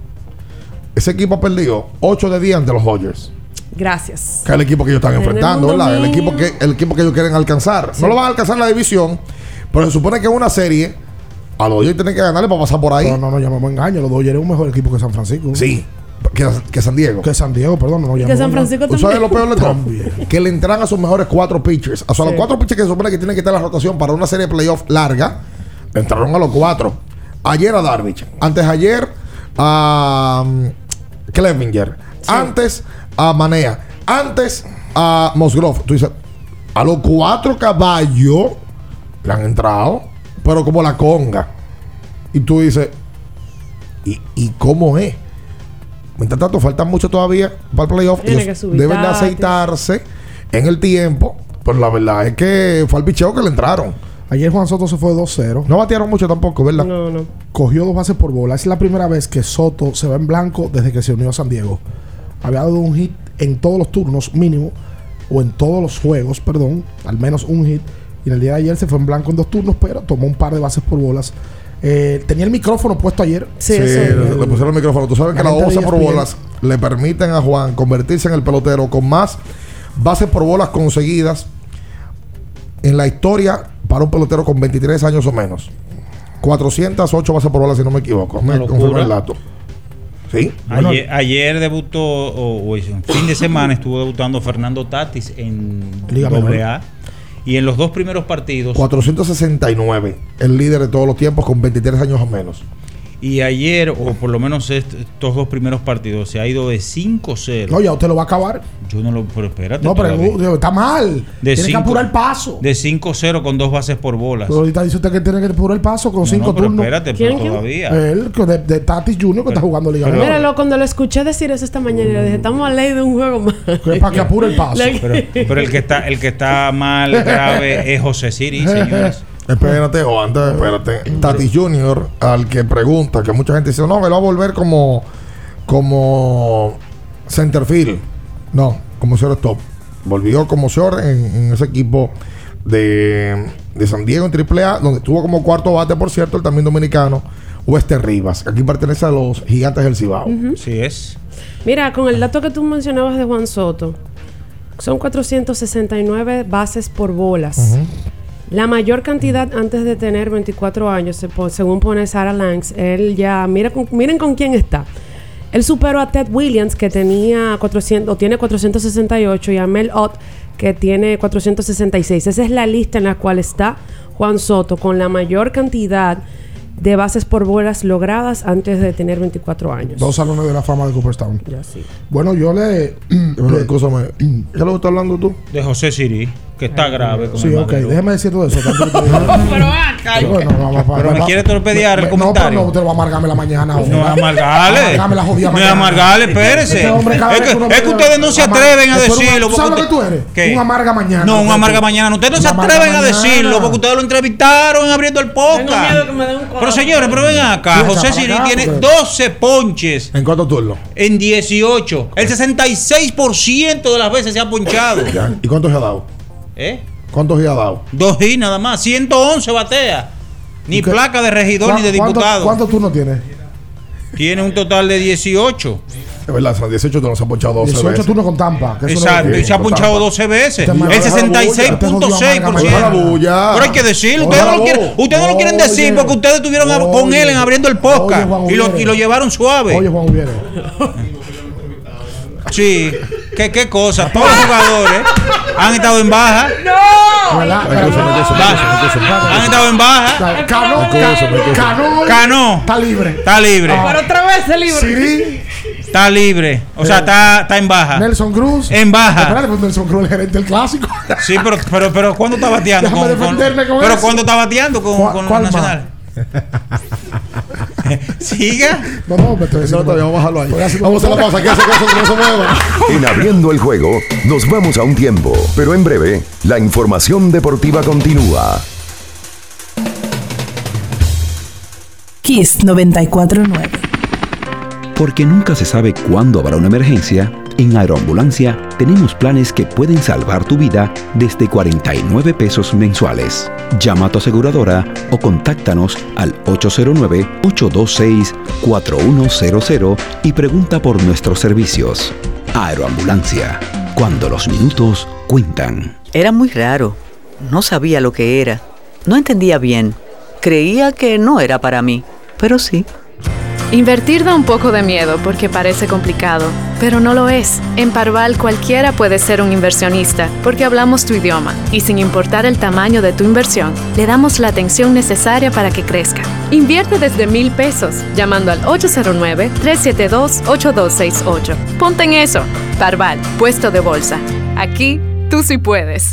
S16: Ese equipo ha perdido ocho de diez ante los Dodgers.
S15: Gracias.
S16: Que es el equipo que ellos están
S15: Tenemos
S16: enfrentando, ¿verdad? El
S15: dominio.
S16: equipo, que, el equipo que ellos quieren alcanzar.
S15: Sí.
S16: No lo van a alcanzar en la división, pero se supone que en una serie a los Dodgers tienen que ganarle para pasar por ahí.
S14: No, no, no llamamos engaño. Los Dodgers es un mejor equipo que San Francisco.
S16: Sí, que, que San Diego.
S14: Que San Diego, perdón. No,
S15: Y que San Francisco
S16: ¿Tú sabes lo peor de todo?
S14: También.
S16: Que le entran a sus mejores cuatro pitchers. O sea,
S15: Sí.
S16: los cuatro pitchers que se supone que tienen que estar en la rotación para una serie de playoff larga, le entraron a los cuatro. Ayer a Darvish. Antes ayer a um, Clevinger. Antes a Manea. Antes a Musgrove. Tú dices, a los cuatro caballos le han entrado, pero como la conga. Y tú dices, ¿y, y cómo es? Mientras tanto, faltan mucho todavía para el playoff.
S15: Tiene
S16: Ellos
S15: que subir
S16: deben de
S15: Tatis.
S16: aceitarse en el tiempo. Pero la verdad es que fue al picheo que le entraron.
S14: Ayer Juan Soto se fue dos cero.
S16: No batearon mucho tampoco, ¿verdad?
S15: No, no.
S14: Cogió dos bases por bola. Es la primera vez que Soto se va en blanco desde que se unió a San Diego. Había dado un hit en todos los turnos mínimo, o en todos los juegos, perdón, al menos un hit. Y en el día de ayer se fue en blanco en dos turnos, pero tomó un par de bases por bolas. Eh, tenía el micrófono puesto ayer.
S15: Sí,
S16: Sí,
S15: eso.
S16: le, le pusieron el micrófono. Tú sabes
S14: La
S16: que las
S14: gente de
S16: bases por
S14: E S P N.
S16: bolas le permiten a Juan convertirse en el pelotero con más bases por bolas conseguidas en la historia para un pelotero con veintitrés años o menos. cuatrocientas ocho bases por bolas, si no me equivoco. Me
S3: locura.
S16: confirma el dato. Sí. Bueno,
S3: Ayer, ayer debutó, o, o en fin de semana estuvo debutando Fernando Tatis en
S14: Liga
S3: doble A. Y en los dos primeros partidos.
S16: cuatrocientos sesenta y nueve, el líder de todos los tiempos con veintitrés años o menos.
S3: Y ayer, o por lo menos est- estos dos primeros partidos, se ha ido de cinco cero.
S14: No, ya usted lo va a acabar.
S3: Yo no lo. Pero espérate.
S14: No, pero
S3: todavía.
S14: uh, está mal.
S3: De
S14: Tiene que
S3: cinco-
S14: apurar el paso.
S3: De cinco cero con dos bases por bolas.
S14: Pero ahorita dice usted que tiene que apurar el paso con
S3: No,
S14: cinco
S3: no, pero
S14: turnos.
S3: espérate,
S15: ¿Quién,
S3: pero
S15: quién?
S3: todavía.
S14: Él, que de, de Tatis Junior que está jugando Liga
S3: pero-
S14: Menor.
S15: Míralo, cuando lo escuché decir eso esta mañana, le dije, estamos a ley de un juego más.
S14: Que es para que apure el paso.
S15: Le-
S3: Pero, pero el que está, el que está mal grave es José Siri, señores.
S16: Espérate, o antes, espérate. Tatis Junior, al que pregunta, que mucha gente dice, no, él va a volver como como centerfield. No, como shortstop. Volvió como short en, en ese equipo de, de San Diego en triple A, donde estuvo como cuarto bate, por cierto, el también dominicano, Wester Rivas. Aquí pertenece a los Gigantes del Cibao.
S3: Sí es.
S15: Mira, con el dato que tú mencionabas de Juan Soto, son cuatrocientos sesenta y nueve bases por bolas.
S16: Ujú.
S15: La mayor cantidad antes de tener veinticuatro años, se po- según pone Sarah Langs, él ya, mira con- miren con quién está. Él superó a Ted Williams, que tenía cuatrocientos, o tiene cuatrocientos sesenta y ocho, y a Mel Ott, que tiene cuatrocientos sesenta y seis. Esa es la lista en la cual está Juan Soto, con la mayor cantidad de bases por bolas logradas antes de tener veinticuatro años.
S14: Dos salones de la fama de Cooperstown.
S15: Ya sí.
S14: Bueno, yo le.
S16: Pero, escúchame, ¿qué es lo que estás hablando tú?
S3: De José Siri, que está grave. Con
S14: Sí,
S3: el
S14: ok,
S3: madero.
S14: déjeme decir todo eso. tanto que te digo.
S3: Pero acá.
S14: Bueno, vamos,
S3: Pero me
S14: vamos,
S3: quiere torpedear el
S14: no, pero
S3: comentario.
S14: no, usted lo va a amargarme la mañana.
S3: No es amargarle.
S14: Amargarme la jodida
S3: No es
S14: mañana.
S3: amargarle, espérese.
S14: Este hombre cada
S3: Es
S14: vez
S3: que,
S14: uno
S3: es que
S14: ve-
S3: ustedes no se
S14: amar-
S3: atreven a
S14: tú eres un-
S3: decirlo.
S14: ¿tú sabes
S3: porque
S14: lo que tú eres?
S3: ¿Qué?
S14: Un amarga mañana.
S3: No, un
S14: Usted-
S3: amarga mañana. Ustedes no
S14: Un
S3: se
S14: amarga
S3: atreven a
S14: mañana.
S3: decirlo porque ustedes lo entrevistaron en abriendo el
S15: Tengo miedo
S3: podcast.
S15: que me dé un coraje.
S3: Pero señores, pero ven acá.
S14: Sí,
S3: José
S14: echa
S3: Siri
S14: para acá,
S3: tiene
S14: porque-
S3: doce ponches
S16: ¿En cuántos turnos?
S3: en dieciocho. El sesenta y seis por ciento de las veces se ha ponchado.
S16: Ya. ¿Y cuántos ha dado?
S3: ¿Eh?
S16: ¿Cuántos ha dado?
S3: Dos y nada más. ciento once batea. Ni
S14: ¿Y qué?
S3: placa de regidor ni de
S14: ¿Cuánto-
S3: diputado.
S14: ¿Cuántos turnos tiene?
S3: Tiene un total de dieciocho.
S16: Es verdad, son dieciocho turnos, se ha ponchado doce
S14: dieciocho
S16: veces.
S14: turnos con Tampa. que eso
S3: Exacto,
S14: no-
S3: y se ha
S16: con
S3: punchado
S16: Tampa.
S3: doce veces.
S14: Este man-
S3: El sesenta y seis punto seis por
S16: Deja la
S3: ciento.
S16: bulla.
S3: Pero hay que decirlo.
S16: Deja
S3: Ustedes no
S16: la
S3: lo quieren,
S16: voz.
S3: ustedes no lo quieren decir
S14: Oye.
S3: porque ustedes estuvieron a- con
S14: Oye.
S3: él en abriendo el podcast
S14: Oye, Juan
S3: y, lo,
S14: Ubiere.
S3: y lo llevaron suave.
S14: Oye, Juan Ubiere.
S3: Sí, qué, qué cosa. Todos los jugadores han estado en baja.
S14: ¿Verdad?
S16: Escúchame, escúchame, escúchame, escúchame.
S3: Han estado en baja.
S14: Cano,
S16: Escúchame, escúchame.
S14: Cano,
S3: Cano
S14: está libre.
S3: está libre.
S15: Pero otra vez el libro.
S14: Siri,
S3: Está libre. O sea, está, está en baja.
S14: Nelson Cruz.
S3: En baja.
S14: Espérate, pues Nelson Cruz, el gerente del clásico.
S3: Sí, pero, pero, pero ¿cuándo está bateando?
S14: Déjame defenderme con
S3: Pero
S14: eso.
S3: ¿cuándo está bateando con,
S14: ¿Cuál-
S3: con
S14: cuál
S3: Nacional?
S14: más?
S3: Siga.
S14: No, no, me estoy diciendo.
S16: No, todavía vamos a bajarlo ahí.
S14: Pues
S16: Vamos a la pausa. Que ese caso no se mueva.
S2: En Abriendo el Juego, nos vamos a un tiempo, pero en breve, la información deportiva continúa.
S4: Kiss noventa y cuatro punto nueve.
S5: Porque nunca se sabe cuándo habrá una emergencia, en Aeroambulancia tenemos planes que pueden salvar tu vida desde cuarenta y nueve pesos mensuales. Llama a tu aseguradora o contáctanos al ocho cero nueve, ocho dos seis, cuatro uno cero cero y pregunta por nuestros servicios. Aeroambulancia, cuando los minutos cuentan.
S6: Era muy raro. No sabía lo que era. No entendía bien. Creía que no era para mí, pero sí.
S7: Invertir da un poco de miedo porque parece complicado, pero no lo es. En Parval cualquiera puede ser un inversionista porque hablamos tu idioma y sin importar el tamaño de tu inversión, le damos la atención necesaria para que crezca. Invierte desde mil pesos llamando al ocho cero nueve, tres siete dos, ocho dos seis ocho. Ponte en eso. Parval, puesto de bolsa. Aquí tú sí puedes.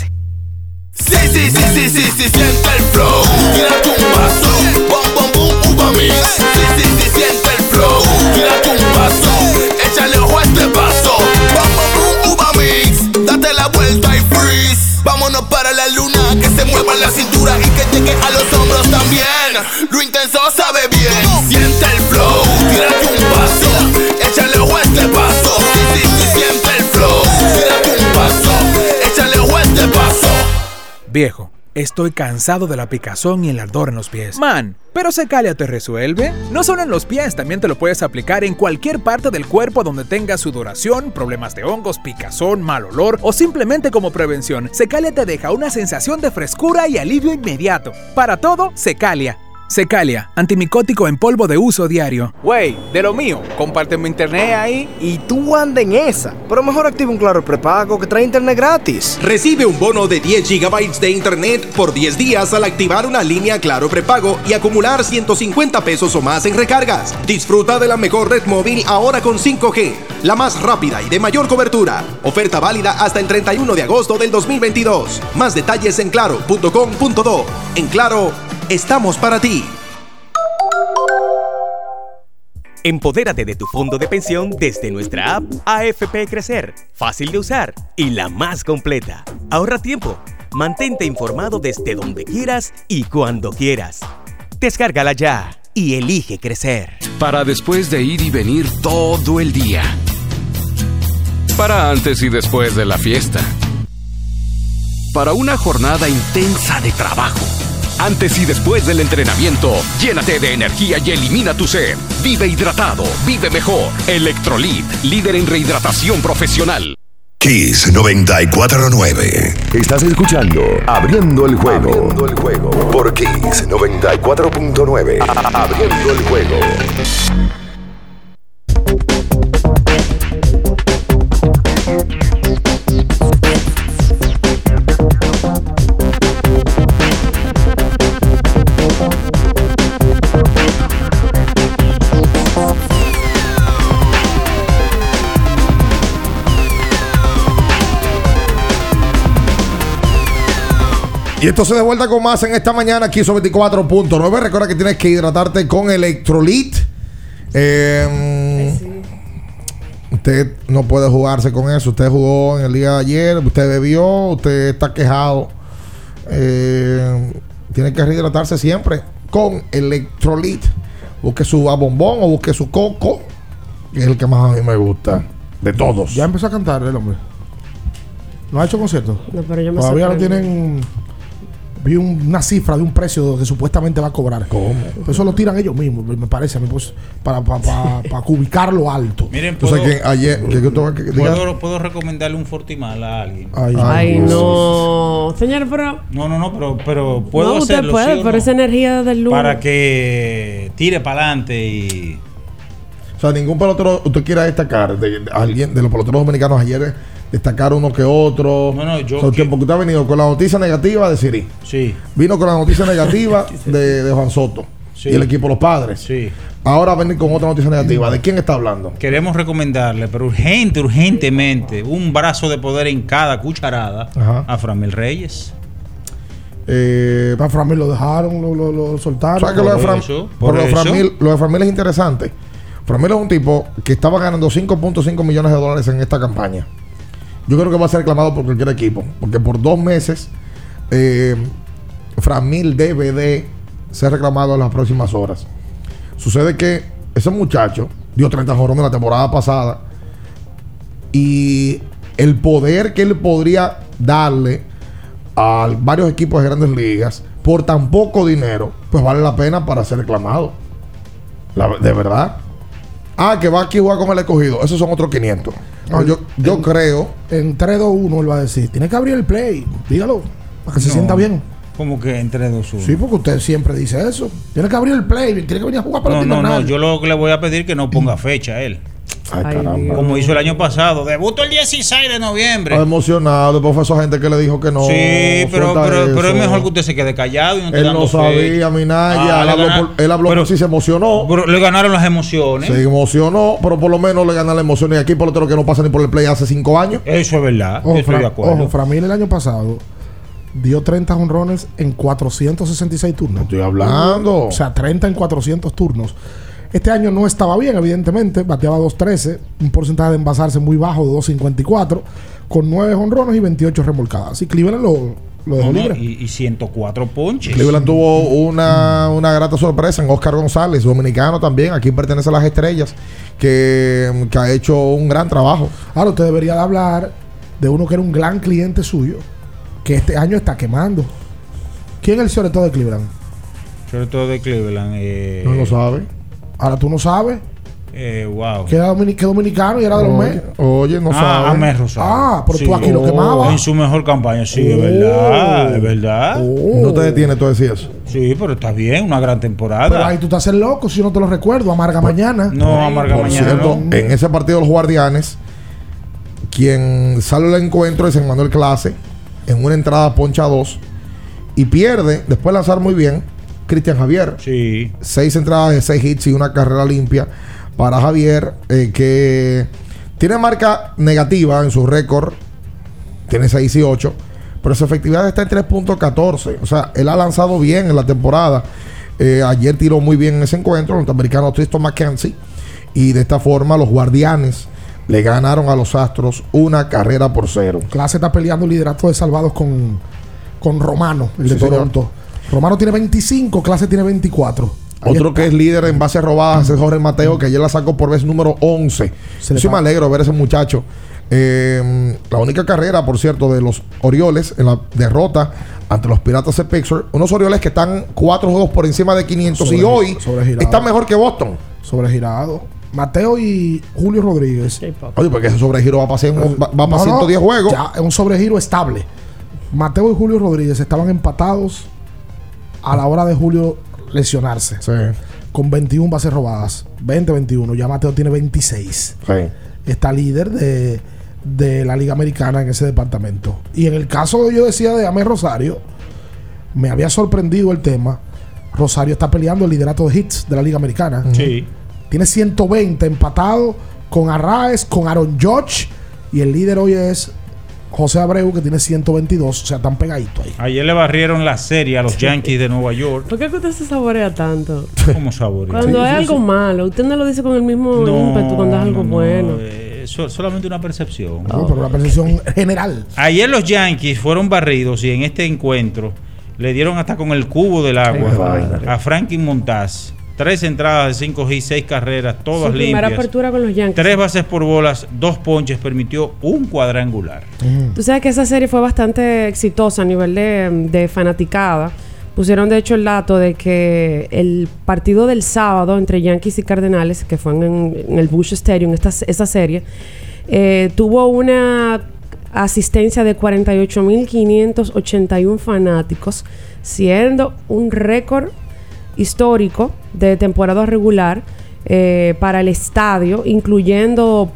S24: Sí, sí, sí, sí, sí, sí, siente el flow. Tírate un vaso, bom, bom, bom, uva mix. Sí, sí, sí, siente el flow. Tírate un vaso, échale ojo a este vaso. Bom, bom, bom, uva mix. Date la vuelta y freeze. Vámonos para la luna, que se mueva la cintura y que llegue a los hombros también. Lo intenso sabe bien. Siente el flow, tírate un vaso, échale ojo a este vaso. Sí, sí, sí, siente el flow. Tírate un vaso, échale ojo a este vaso.
S21: Viejo, estoy cansado de la picazón y el ardor en los pies. Man, ¿pero Secalia te resuelve? No solo en los pies, también te lo puedes aplicar en cualquier parte del cuerpo donde tengas sudoración, problemas de hongos, picazón, mal olor o simplemente como prevención. Secalia te deja una sensación de frescura y alivio inmediato. Para todo, Secalia. Secalia, antimicótico en polvo de uso diario.
S25: Wey, de lo mío, compárteme internet ahí. Y tú andas en esa. Pero mejor activa un Claro prepago que trae internet gratis.
S26: Recibe un bono de diez gigabytes de internet por diez días al activar una línea Claro prepago y acumular ciento cincuenta pesos o más en recargas. Disfruta de la mejor red móvil ahora con cinco G, la más rápida y de mayor cobertura. Oferta válida hasta el treinta y uno de agosto del dos mil veintidós. Más detalles en claro punto com punto do. En Claro, estamos para ti.
S27: Empodérate de tu fondo de pensión desde nuestra app A F P Crecer. Fácil de usar y la más completa. Ahorra tiempo. Mantente informado desde donde quieras y cuando quieras. Descárgala ya y elige crecer.
S19: Para después de ir y venir todo el día. Para antes y después de la fiesta. Para una jornada intensa de trabajo. Antes y después del entrenamiento, llénate de energía y elimina tu sed. Vive hidratado, vive mejor. Electrolit, líder en rehidratación profesional.
S2: Kiss noventa y cuatro punto nueve. Estás escuchando Abriendo el Juego. Abriendo el Juego. Por Kiss noventa y cuatro punto nueve. Abriendo el Juego.
S16: Y esto se devuelta con más en esta mañana aquí sobre veinticuatro punto nueve. Recuerda que tienes que hidratarte con Electrolit. Eh, sí. Usted no puede jugarse con eso. Usted jugó en el día de ayer, usted bebió, usted está quejado. Eh, tiene que rehidratarse siempre con Electrolit. Busque su bombón o busque su coco, que es el que más a mí me gusta de todos.
S14: Ya empezó a cantar el hombre. ¿No ha hecho concierto?
S15: No, pero yo me
S14: Todavía no tienen. Vi una cifra de un precio que supuestamente va a cobrar.
S16: ¿Cómo?
S14: Eso lo tiran ellos mismos, me parece a mí, pues, para, para, para, para ubicarlo alto.
S3: Miren,
S16: ¿puedo, que ayer, que yo tengo que,
S3: ¿puedo, ¿puedo recomendarle un Fortimal a alguien?
S15: Ay, Ay no. Señor, pero...
S3: No, no, no, pero, pero puedo
S15: no,
S3: hacerlo.
S15: Usted puede,
S3: ¿sí
S15: pero no? Esa energía del lunes.
S3: Para que tire para adelante y...
S16: O sea, ningún pelotero usted quiera destacar de, de alguien de los peloteros dominicanos ayer... Destacar uno que otro.
S3: No, no, yo.
S16: O sea, que... Porque usted ha venido con la noticia negativa de Siri.
S3: Sí.
S16: Vino con la noticia negativa de, de Juan Soto. Sí. Y el equipo Los Padres.
S3: Sí.
S16: Ahora va a venir con otra noticia negativa. ¿De quién está hablando?
S3: Queremos recomendarle, pero urgente, urgentemente, un brazo de poder en cada cucharada. Ajá. A Framil Reyes.
S16: Eh,
S14: a Framil lo dejaron, lo, lo, lo soltaron.
S16: ¿Sabes que lo de, Fram, eso, por lo de Framil, lo de Framil es interesante? Framil es un tipo que estaba ganando cinco punto cinco millones de dólares en esta campaña. Yo creo que va a ser reclamado por cualquier equipo, porque por dos meses eh, Framil debe de ser reclamado en las próximas horas. Sucede que ese muchacho dio treinta jonrones la temporada pasada y el poder que él podría darle a varios equipos de grandes ligas por tan poco dinero, pues vale la pena para ser reclamado. La, de verdad. Ah, que va aquí a jugar con el escogido. Esos son otros quinientos. No, yo yo en, creo.
S14: En tres dos uno él va a decir: tiene que abrir el play. Dígalo. Para que no, se sienta bien.
S3: Como que en tres dos uno.
S14: Sí, porque usted siempre dice eso. Tiene que abrir el play. Tiene que venir a jugar para
S3: no,
S14: el
S3: No, no, yo lo que le voy a pedir es que no ponga fecha a él.
S16: Ay, caramba.
S3: Como hizo el año pasado. Debuto el dieciséis de noviembre.
S16: Está emocionado. Después fue esa gente que le dijo que no.
S3: Sí, pero, pero, pero es mejor que usted se quede callado. Y no
S16: él no sabía, Minaya. Ah, él, habló por, él habló pero, por sí, se emocionó.
S3: Pero le ganaron las emociones.
S16: Se emocionó, pero por lo menos le ganaron las emociones. Y aquí por otro que no pasa ni por el play hace cinco años.
S3: Eso es verdad.
S14: Ojo,
S3: yo estoy de acuerdo.
S14: Ojo, Framil el año pasado dio treinta jonrones en cuatrocientos sesenta y seis turnos.
S16: Estoy hablando.
S14: O sea, treinta en cuatrocientos turnos. Este año no estaba bien, evidentemente. Bateaba dos trece, un porcentaje de envasarse muy bajo de dos cincuenta y cuatro, con nueve jonrones y veintiocho remolcadas. Y Cleveland lo, lo dejó
S3: no,
S14: libre.
S3: No, y, y ciento cuatro ponches.
S16: Cleveland tuvo una, una grata sorpresa en Oscar González, dominicano también. Aquí pertenece a las estrellas, que, que ha hecho un gran trabajo.
S14: Ahora, usted debería de hablar de uno que era un gran cliente suyo, que este año está quemando. ¿Quién es el sobre todo de Cleveland?
S3: Sobre todo de Cleveland. Eh,
S16: no lo sabe.
S14: Ahora tú no sabes.
S3: Eh, wow.
S14: Que era dominic que dominicano y era de los
S16: Oye, oye no
S3: ah,
S16: sabe.
S3: Amer Rosario.
S14: Ah, pero
S3: sí.
S14: tú aquí oh. lo quemabas.
S3: En su mejor campaña, sí, oh. es verdad. Es verdad.
S16: Oh. No te detienes tú a decir eso.
S3: Sí, pero está bien, una gran temporada.
S14: Pero ahí tú te haces loco si yo no te lo recuerdo. Amarga
S16: por,
S14: mañana.
S3: No, Ay, amarga
S16: por
S3: mañana.
S16: Cierto,
S3: No.
S16: En ese partido de los Guardianes, quien sale al encuentro es Emmanuel Clase en una entrada poncha dos y pierde, después de lanzar muy bien, Cristian Javier.
S3: Sí.
S16: Seis entradas de seis hits y una carrera limpia para Javier, eh, que tiene marca negativa en su récord. Tiene seis y ocho, pero su efectividad está en tres punto catorce. O sea, él ha lanzado bien en la temporada. Eh, ayer tiró muy bien en ese encuentro el norteamericano Tristan McKenzie. Y de esta forma los Guardianes le ganaron a los Astros una carrera por cero.
S14: Clase está peleando el liderato de salvados con, con Romano, el de sí, Toronto. Señor. Romano tiene veinticinco, Clase tiene veinticuatro. Ahí
S16: Otro
S14: está.
S16: que es líder en bases robadas es Jorge Mateo, que ayer la sacó por vez número once. Yo sí me alegro de ver a ese muchacho. Eh, la única carrera, por cierto, de los Orioles en la derrota ante los Piratas de Pittsburgh. Unos Orioles que están cuatro juegos por encima de quinientos sobre, y hoy están mejor que Boston.
S14: Sobregirado. Mateo y Julio Rodríguez.
S16: Oye, porque ese sobregiro va a pasar, un, va, va no, para ciento diez juegos.
S14: Ya, es un sobregiro estable. Mateo y Julio Rodríguez estaban empatados a la hora de Julio lesionarse.
S16: Sí.
S14: Con veintiuna bases robadas. veinte veintiuno. Ya Mateo tiene veintiséis.
S16: Sí.
S14: Está líder de, de la Liga Americana en ese departamento. Y en el caso, yo decía, de Amer Rosario, me había sorprendido el tema. Rosario está peleando el liderato de hits de la Liga Americana.
S3: Sí.
S14: Tiene ciento veinte empatado con Arraez, con Aaron Judge. Y el líder hoy es José Abreu, que tiene ciento veintidós. O sea, están pegaditos ahí.
S3: Ayer le barrieron la serie a los Yankees de Nueva York.
S15: ¿Por qué usted se saborea tanto?
S3: ¿Cómo saborea?
S15: Cuando
S3: sí,
S15: es
S3: sí,
S15: algo
S3: sí.
S15: malo, usted no lo dice con el mismo
S3: no,
S15: ímpetu cuando es algo
S3: no,
S15: bueno.
S3: No, eh, so, solamente una percepción.
S14: No, oh. pero una percepción general.
S3: Ayer los Yankees fueron barridos y en este encuentro le dieron hasta con el cubo del agua sí, a Franklin Montaz. Tres entradas de cinco hits, seis carreras, todas
S15: Su
S3: limpias.
S15: Primera apertura con los Yankees.
S3: Tres bases por bolas, dos ponches, permitió un cuadrangular.
S15: Uh-huh. Tú sabes que esa serie fue bastante exitosa a nivel de, de fanaticada. Pusieron de hecho el dato de que el partido del sábado entre Yankees y Cardenales, que fue en, en el Busch Stadium, esta, esa serie, eh, tuvo una asistencia de cuarenta y ocho mil quinientos ochenta y uno fanáticos, siendo un récord histórico de temporada regular eh, para el estadio, incluyendo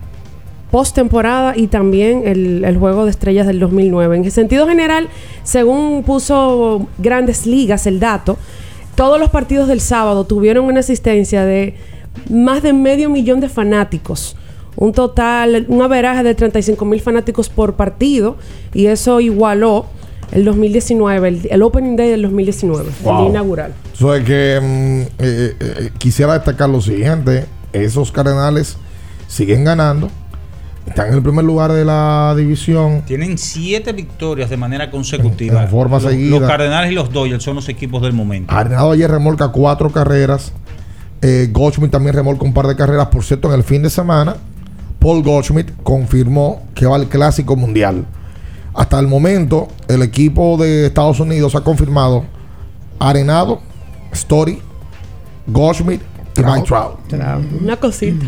S15: postemporada y también el, el Juego de Estrellas del dos mil nueve. En sentido general, según puso Grandes Ligas el dato, todos los partidos del sábado tuvieron una asistencia de más de medio millón de fanáticos. Un total, un averaje de treinta y cinco mil fanáticos por partido, y eso igualó el dos mil diecinueve, el, el Opening Day del dos mil diecinueve,
S16: Wow.
S15: el día inaugural.
S16: Eso es que mm, eh, eh, quisiera destacar lo siguiente: esos Cardenales siguen ganando, están en el primer lugar de la división.
S3: Tienen siete victorias de manera consecutiva.
S16: En forma
S3: los,
S16: seguida.
S3: los Cardenales y los Dodgers son los equipos del momento.
S16: Arenado ayer remolca cuatro carreras. Eh, Goldschmidt también remolca un par de carreras. Por cierto, en el fin de semana, Paul Goldschmidt confirmó que va al Clásico Mundial. Hasta el momento, el equipo de Estados Unidos ha confirmado Arenado, Story, Goldschmidt y Mike Trout.
S15: Una cosita.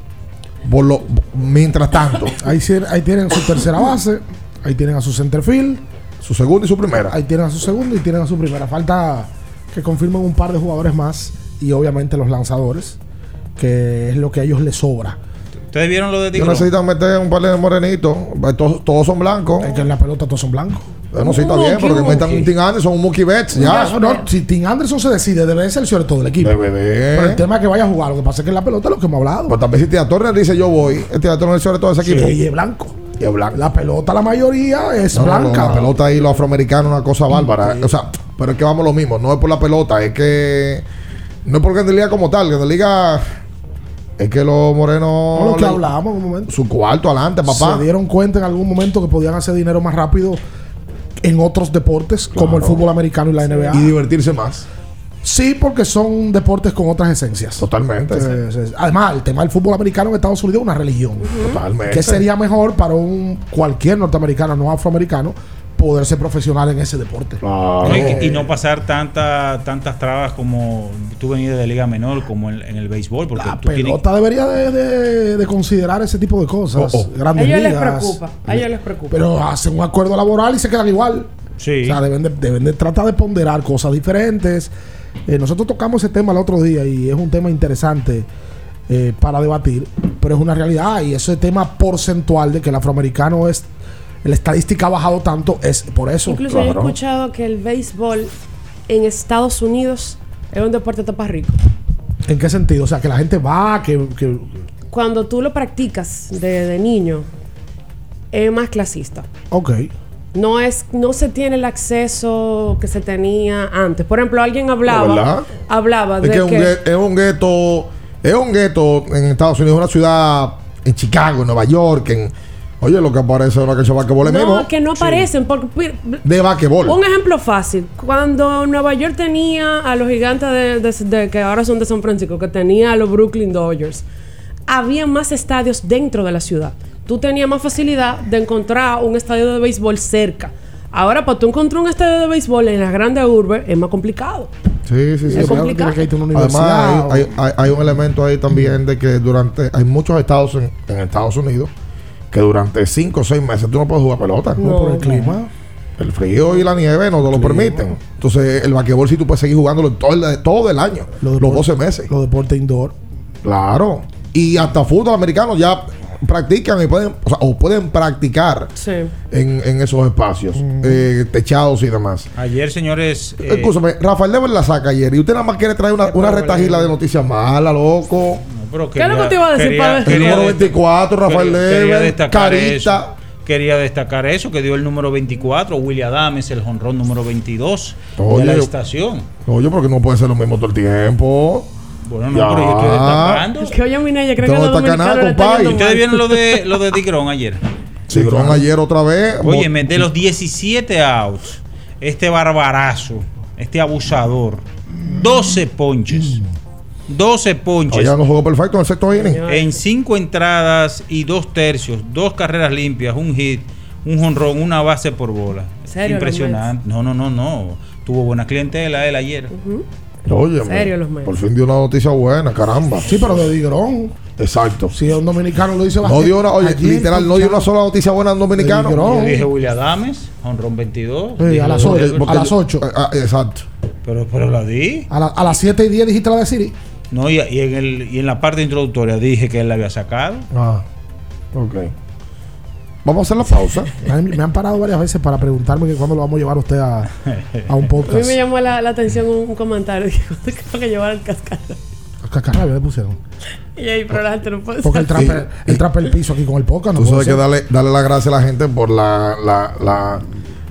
S16: Por lo, mientras tanto,
S14: Ahí, sí- ahí tienen su tercera base, ahí tienen a su centerfield,
S16: su segunda y su primera.
S14: ahí tienen a su segunda y tienen a su primera. Falta que confirmen un par de jugadores más y obviamente los lanzadores, que es lo que a ellos les sobra.
S3: ¿Ustedes vieron lo de
S16: Ellos
S3: Tigron?
S16: necesitan meter un par de morenitos. Todos, todos son blancos.
S14: Es que en la pelota todos son blancos.
S16: Bueno, sí, está bien, pero que metan un Tim Anderson, un Mookie Betts. Ya.
S14: No, no, si Tim Anderson se decide, debe ser el shortstop del equipo.
S16: Debe de.
S14: Pero el tema es que vaya a jugar. Lo que pasa es que en la pelota es lo que hemos hablado.
S16: Pues también si Tia Turner dice yo voy, el Tia Turner sobre todo ese equipo.
S14: Sí, y es blanco.
S16: Y es blanco.
S14: La pelota, la mayoría es
S16: No, no, no,
S14: blanca.
S16: la pelota ahí, los afroamericanos, una cosa bárbara. O sea, pero es que vamos lo mismo. No es por la pelota, es que. No es por Grandes Ligas como tal. Grandes Ligas. Es que los morenos.
S14: No, lo que
S16: le-
S14: hablábamos en un momento.
S16: Su cuarto adelante, papá.
S14: Se dieron cuenta en algún momento que podían hacer dinero más rápido en otros deportes, como el fútbol americano y la N B A.
S16: Y divertirse más.
S14: Sí, porque son deportes con otras esencias.
S16: Totalmente.
S14: Eh, eh, Además, el tema del fútbol americano en Estados Unidos es una religión.
S16: Totalmente.
S14: ¿Qué sería mejor para un cualquier norteamericano, no afroamericano, poder ser profesional en ese deporte?
S16: Claro.
S3: No, y, que- y no pasar tanta, tantas trabas como tú venías de liga menor, como en, en el béisbol. Porque
S14: La
S3: tú tienes-
S14: pelota debería de, de- de considerar ese tipo de cosas.
S16: Oh, oh.
S14: Grandes
S15: A ellos les
S14: ligas.
S15: preocupa. A ellos les preocupa.
S14: Pero hacen un acuerdo laboral y se quedan igual.
S3: Sí.
S14: O sea, deben de, deben de tratar de ponderar cosas diferentes. Eh, nosotros tocamos ese tema el otro día y es un tema interesante eh, para debatir, pero es una realidad. Y ese tema porcentual de que el afroamericano es, la estadística ha bajado tanto, es por eso.
S15: Incluso yo he escuchado que el béisbol en Estados Unidos es un deporte tapa rico.
S14: ¿En qué sentido? O sea, que la gente va, que... que
S15: Cuando tú lo practicas de, de niño, es más clasista.
S14: ok.
S15: No es, no se tiene el acceso que se tenía antes. Por ejemplo, alguien hablaba,
S16: ¿verdad?
S15: hablaba
S16: Es
S15: de
S16: que es un
S15: que,
S16: gue- es un gueto. Es un gueto en Estados Unidos, una ciudad en Chicago, en Nueva York, en. Oye, lo que aparece es una cancha de basquetbol es
S15: no,
S16: mismo.
S15: que no aparecen. Porque,
S16: De basquetbol.
S15: un ejemplo fácil. Cuando Nueva York tenía a los gigantes de, de- de- que ahora son de San Francisco, que tenía a los Brooklyn Dodgers, había más estadios dentro de la ciudad. Tú tenías más facilidad de encontrar un estadio de béisbol cerca. Ahora, para tú encontrar un estadio de béisbol en las grandes urbes, es más complicado.
S16: Sí, sí, sí.
S15: Es
S16: sí.
S15: complicado.
S14: Tiene que irte a una
S16: Además,
S14: universidad.
S16: hay, hay- hay- hay un elemento ahí también de que durante. Hay muchos estados en, en Estados Unidos que durante cinco o seis meses tú no puedes jugar pelota.
S14: No, por el clima.
S16: El frío y la nieve no te lo permiten. Entonces, el basquetbol sí tú puedes seguir jugándolo todo el, todo el año,
S14: Los
S16: los
S14: deport-
S16: doce meses.
S14: Los deportes indoor.
S16: Claro. Y hasta fútbol americano ya practican y pueden, o, sea, o pueden practicar
S15: Sí.
S16: en, en esos espacios, eh, techados y demás.
S3: Ayer, señores. eh,
S16: Escúchame, Rafael Devers la saca ayer y usted nada más quiere traer una, una retajila de noticias malas, loco.
S3: no, pero
S15: ¿Qué es lo que te iba a decir,
S3: quería-
S15: padre?
S16: El
S3: quería
S16: número
S3: dest-
S16: veinticuatro, Rafael
S3: quería- quería
S16: Devers,
S3: destacar
S16: Carita.
S3: eso. Quería destacar eso, que dio el número veinticuatro, William Adams, el jonrón número veintidós de
S16: Oye,
S3: la estación.
S16: Oye, porque no puede ser lo mismo todo el tiempo.
S3: Bueno, no,
S16: Ya.
S3: pero yo estoy destacando.
S15: Es que oye, Minaya, creo
S16: Usted
S15: que
S16: no
S15: los
S16: destaca nada,
S15: dominicanos le están
S16: compadre.
S15: yendo
S3: ¿Ustedes
S15: mal.
S3: vieron lo de lo de Tigrón ayer?
S16: Tigrón ayer otra vez.
S3: Óyeme, de los diecisiete outs, este barbarazo, este abusador, doce ponches. doce ponches.
S16: Oye, no jugó perfecto en el sexto inning.
S3: En cinco entradas y dos tercios, dos carreras limpias, un hit, un jonrón, una base por bola.
S15: ¿Serio,
S3: Impresionante. No, no, no, no. Tuvo buena clientela él ayer.
S16: Oye,
S15: Serio, los Mets.
S16: por fin dio una noticia buena, caramba.
S14: Sí, pero de Digrón.
S16: Exacto.
S14: Si un dominicano lo dice
S16: No dio una, oye,
S14: ayer,
S16: literal, no dio una sola noticia buena a un dominicano.
S14: De Digrón.
S3: Yo dije William Adams, jonrón veintidós.
S14: Sí,
S3: Dije
S14: a las
S3: Devers.
S14: ocho.
S16: Porque
S14: A las ocho.
S16: Ah, ah, exacto.
S3: Pero, pero la di.
S14: A, la- a las siete y diez dijiste la de Siri.
S3: No, y, y en el, y en la parte introductoria dije que él la había sacado.
S16: Ah, ok. Vamos a hacer la pausa.
S14: Me han- me han parado varias veces para preguntarme que cuándo lo vamos a llevar a usted a, a un
S15: A mí
S14: podcast.
S15: me llamó la, la atención un, un comentario que para que llevar el cascada.
S14: Cascarrabia le pusieron.
S15: Y ahí, pero la gente no puede
S14: Porque él
S15: saber.
S14: trape, él trape el piso aquí con el podcast. No
S16: Tú
S14: puede
S16: sabes que
S14: ser.
S16: darle, darle las gracias a la gente por la, la, la,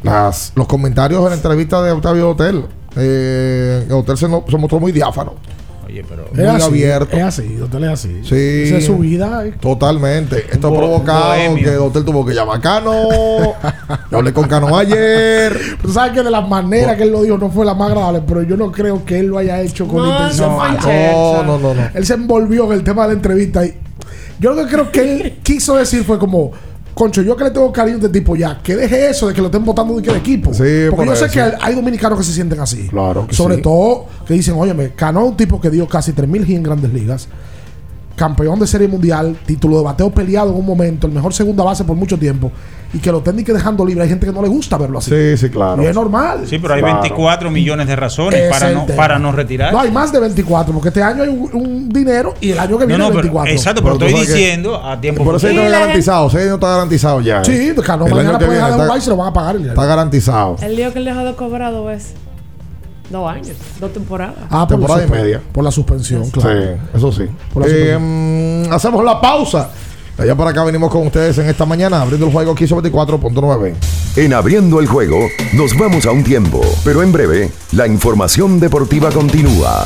S16: las, los comentarios en la entrevista de Octavio Hotel. Eh, el Hotel se, no, se mostró muy diáfano.
S3: Oye, pero
S16: muy
S14: es así,
S16: abierto.
S14: Es así, Hotel es así.
S16: Sí.
S14: Esa es su vida. Eh.
S16: Totalmente. Esto ha
S14: Bo-
S16: provocado
S14: bohemio.
S16: que el Hotel tuvo que llamar a Cano. Yo hablé con Cano ayer.
S14: Tú sabes que de la manera que él lo dijo no fue la más agradable, pero yo no creo que él lo haya hecho con
S15: No,
S14: intención
S15: eso fue
S14: mala.
S15: chercha.
S16: No, no, no, no.
S14: Él se envolvió en el tema de la entrevista y yo lo que creo que él quiso decir fue como, concho, yo que le tengo cariño de tipo ya, que deje eso de que lo estén votando de que el equipo.
S16: Sí,
S14: porque
S16: por
S14: yo sé
S16: eso.
S14: que hay dominicanos que se sienten así.
S16: Claro que
S14: Sobre
S16: sí.
S14: todo que dicen, óyeme, Cano es un tipo que dio casi tres mil hits en Grandes Ligas, campeón de Serie Mundial, título de bateo peleado en un momento, el mejor segunda base por mucho tiempo, y que lo estén que dejando libre. Hay gente que no le gusta verlo así.
S16: Sí, sí, claro.
S14: Y es normal.
S3: Sí, pero hay
S16: Claro.
S3: veinticuatro millones de razones
S14: Ese
S3: para
S14: es el
S3: no,
S14: tema.
S3: para no retirar.
S14: No, hay más de veinticuatro, porque este año hay un, un dinero y el año que
S3: No,
S14: viene
S3: no,
S14: hay
S3: pero-
S14: veinticuatro.
S3: exacto, pero
S16: Pero tú
S3: estoy
S16: sabes que-
S3: diciendo a tiempo
S16: Por eso
S3: futuro.
S16: no está garantizado. Sí, no está garantizado ya. eh.
S14: Sí, Cano
S16: El
S14: mañana
S16: año que
S14: puede dejar
S16: viene
S14: de
S16: está-
S14: jugar y se lo van a pagar el dinero.
S16: Está garantizado.
S15: El lío que él dejó de cobrar dos veces. Dos años, dos temporadas.
S14: Ah, por
S16: Temporada
S14: la
S16: y
S14: suspe-
S16: media.
S14: Por la suspensión, claro.
S16: Sí, eso sí.
S14: Por la
S16: Eh, mm, hacemos la pausa. De allá para acá venimos con ustedes en esta mañana abriendo el juego Kiss veinticuatro punto nueve.
S2: En Abriendo el Juego nos vamos a un tiempo, pero en breve la información deportiva continúa.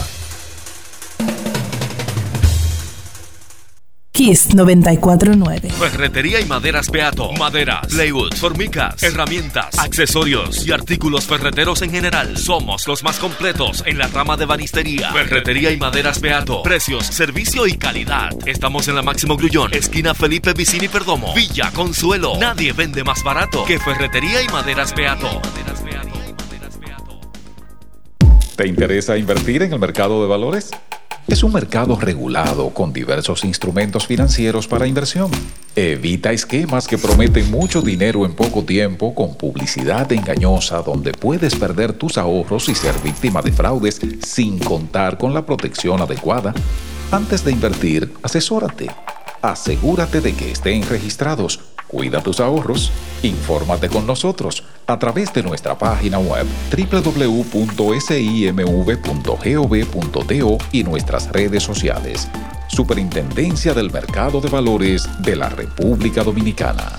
S4: Kiss noventa y cuatro nueve.
S8: Ferretería y maderas Beato. Maderas, plywood, formicas, herramientas, accesorios y artículos ferreteros en general. Somos los más completos en la rama de banistería. Ferretería y maderas Beato. Precios, servicio y calidad. Estamos en la Máximo Grullón, esquina Felipe Vicini Perdomo, Villa Consuelo. Nadie vende más barato que Ferretería y maderas Beato.
S18: ¿Te interesa invertir en el mercado de valores? Es un mercado regulado con diversos instrumentos financieros para inversión. Evita esquemas que prometen mucho dinero en poco tiempo con publicidad engañosa donde puedes perder tus ahorros y ser víctima de fraudes sin contar con la protección adecuada. Antes de invertir, asesórate. Asegúrate de que estén registrados. Cuida tus ahorros. Infórmate con nosotros a través de nuestra página web doble u doble u doble u punto simv punto gov punto do y nuestras redes sociales. Superintendencia del Mercado de Valores de la República Dominicana.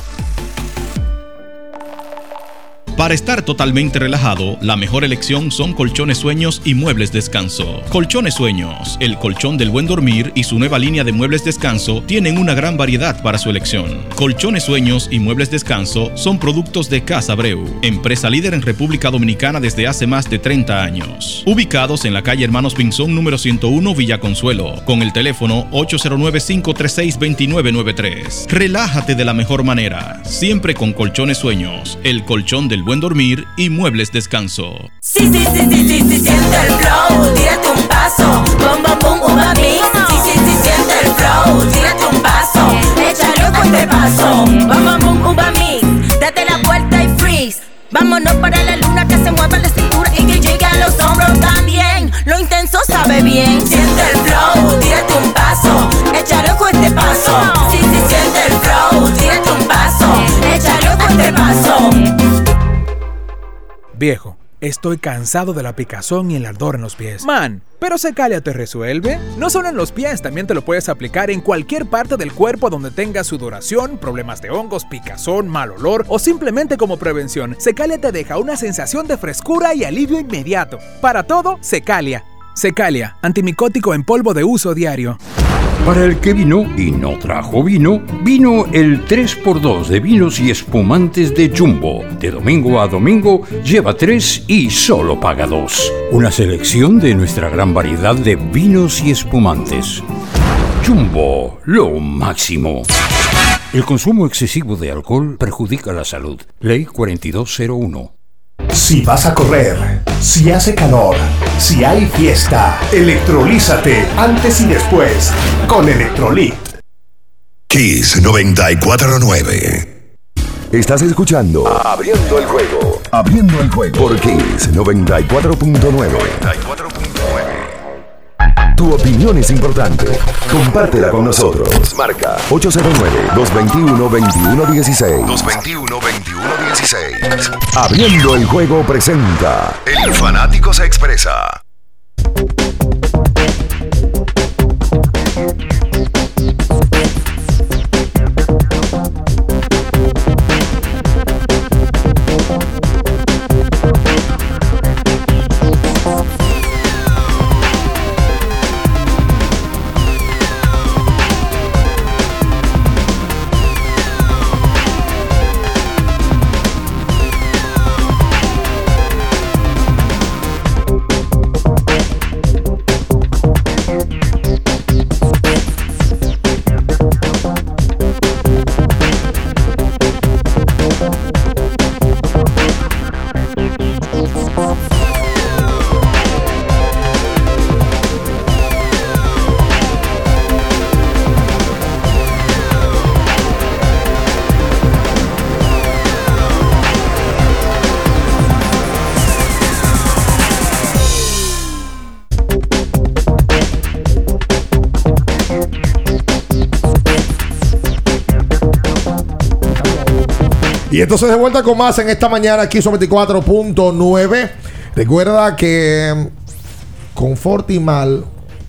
S20: Para estar totalmente relajado, la mejor elección son colchones sueños y muebles descanso. Colchones Sueños, el colchón del buen dormir y su nueva línea de muebles descanso tienen una gran variedad para su elección. Colchones Sueños y muebles descanso son productos de Casa Abreu, empresa líder en República Dominicana desde hace más de treinta años. Ubicados en la calle Hermanos Pinzón número ciento uno Villa Consuelo, con el teléfono ocho cero nueve, cinco tres seis, dos nueve nueve tres. Relájate de la mejor manera, siempre con Colchones Sueños, el colchón del buen dormir y muebles descanso.
S9: Sí, sí, sí, sí, sí, sí, siente el flow, tírate un paso, bom, bom, bom, uva mix. Sí, sí, sí, siente el flow, tírate un paso, échale con este paso, bom, bom, bom, uva mix. Date la vuelta y freeze, vámonos para la luna que se mueva la cintura y que llegue a los hombros también. Lo intenso sabe bien, siente el flow, tírate un paso, échale con este paso. Sí, sí, siente el flow, tírate un paso, échale con este paso.
S21: Viejo, estoy cansado de la picazón y el ardor en los pies. Man, ¿pero Secalia te resuelve? No solo en los pies, también te lo puedes aplicar en cualquier parte del cuerpo donde tengas sudoración, problemas de hongos, picazón, mal olor o simplemente como prevención. Secalia te deja una sensación de frescura y alivio inmediato. Para todo, Secalia. Secalia, antimicótico en polvo de uso diario.
S22: Para el que vino y no trajo vino, vino el tres por dos de vinos y espumantes de Jumbo. De domingo a domingo, lleva tres y solo paga dos. Una selección de nuestra gran variedad de vinos y espumantes. Jumbo, lo máximo. El consumo excesivo de alcohol perjudica la salud. Ley cuarenta y dos cero uno.
S1: Si vas a correr, si hace calor, si hay fiesta, electrolízate antes y después con Electrolit.
S2: Kiss noventa y cuatro nueve. Estás escuchando Abriendo el Juego. Abriendo el Juego por Kiss noventa y cuatro punto nueve. Tu opinión es importante. Compártela con nosotros. Marca ocho cero nueve, dos dos uno, dos uno uno seis. dos dos uno, dos uno uno seis. Abriendo el Juego presenta El Fanático se expresa.
S16: Y entonces de vuelta con más en esta mañana aquí sobre veinticuatro punto nueve. Recuerda que con Fortimal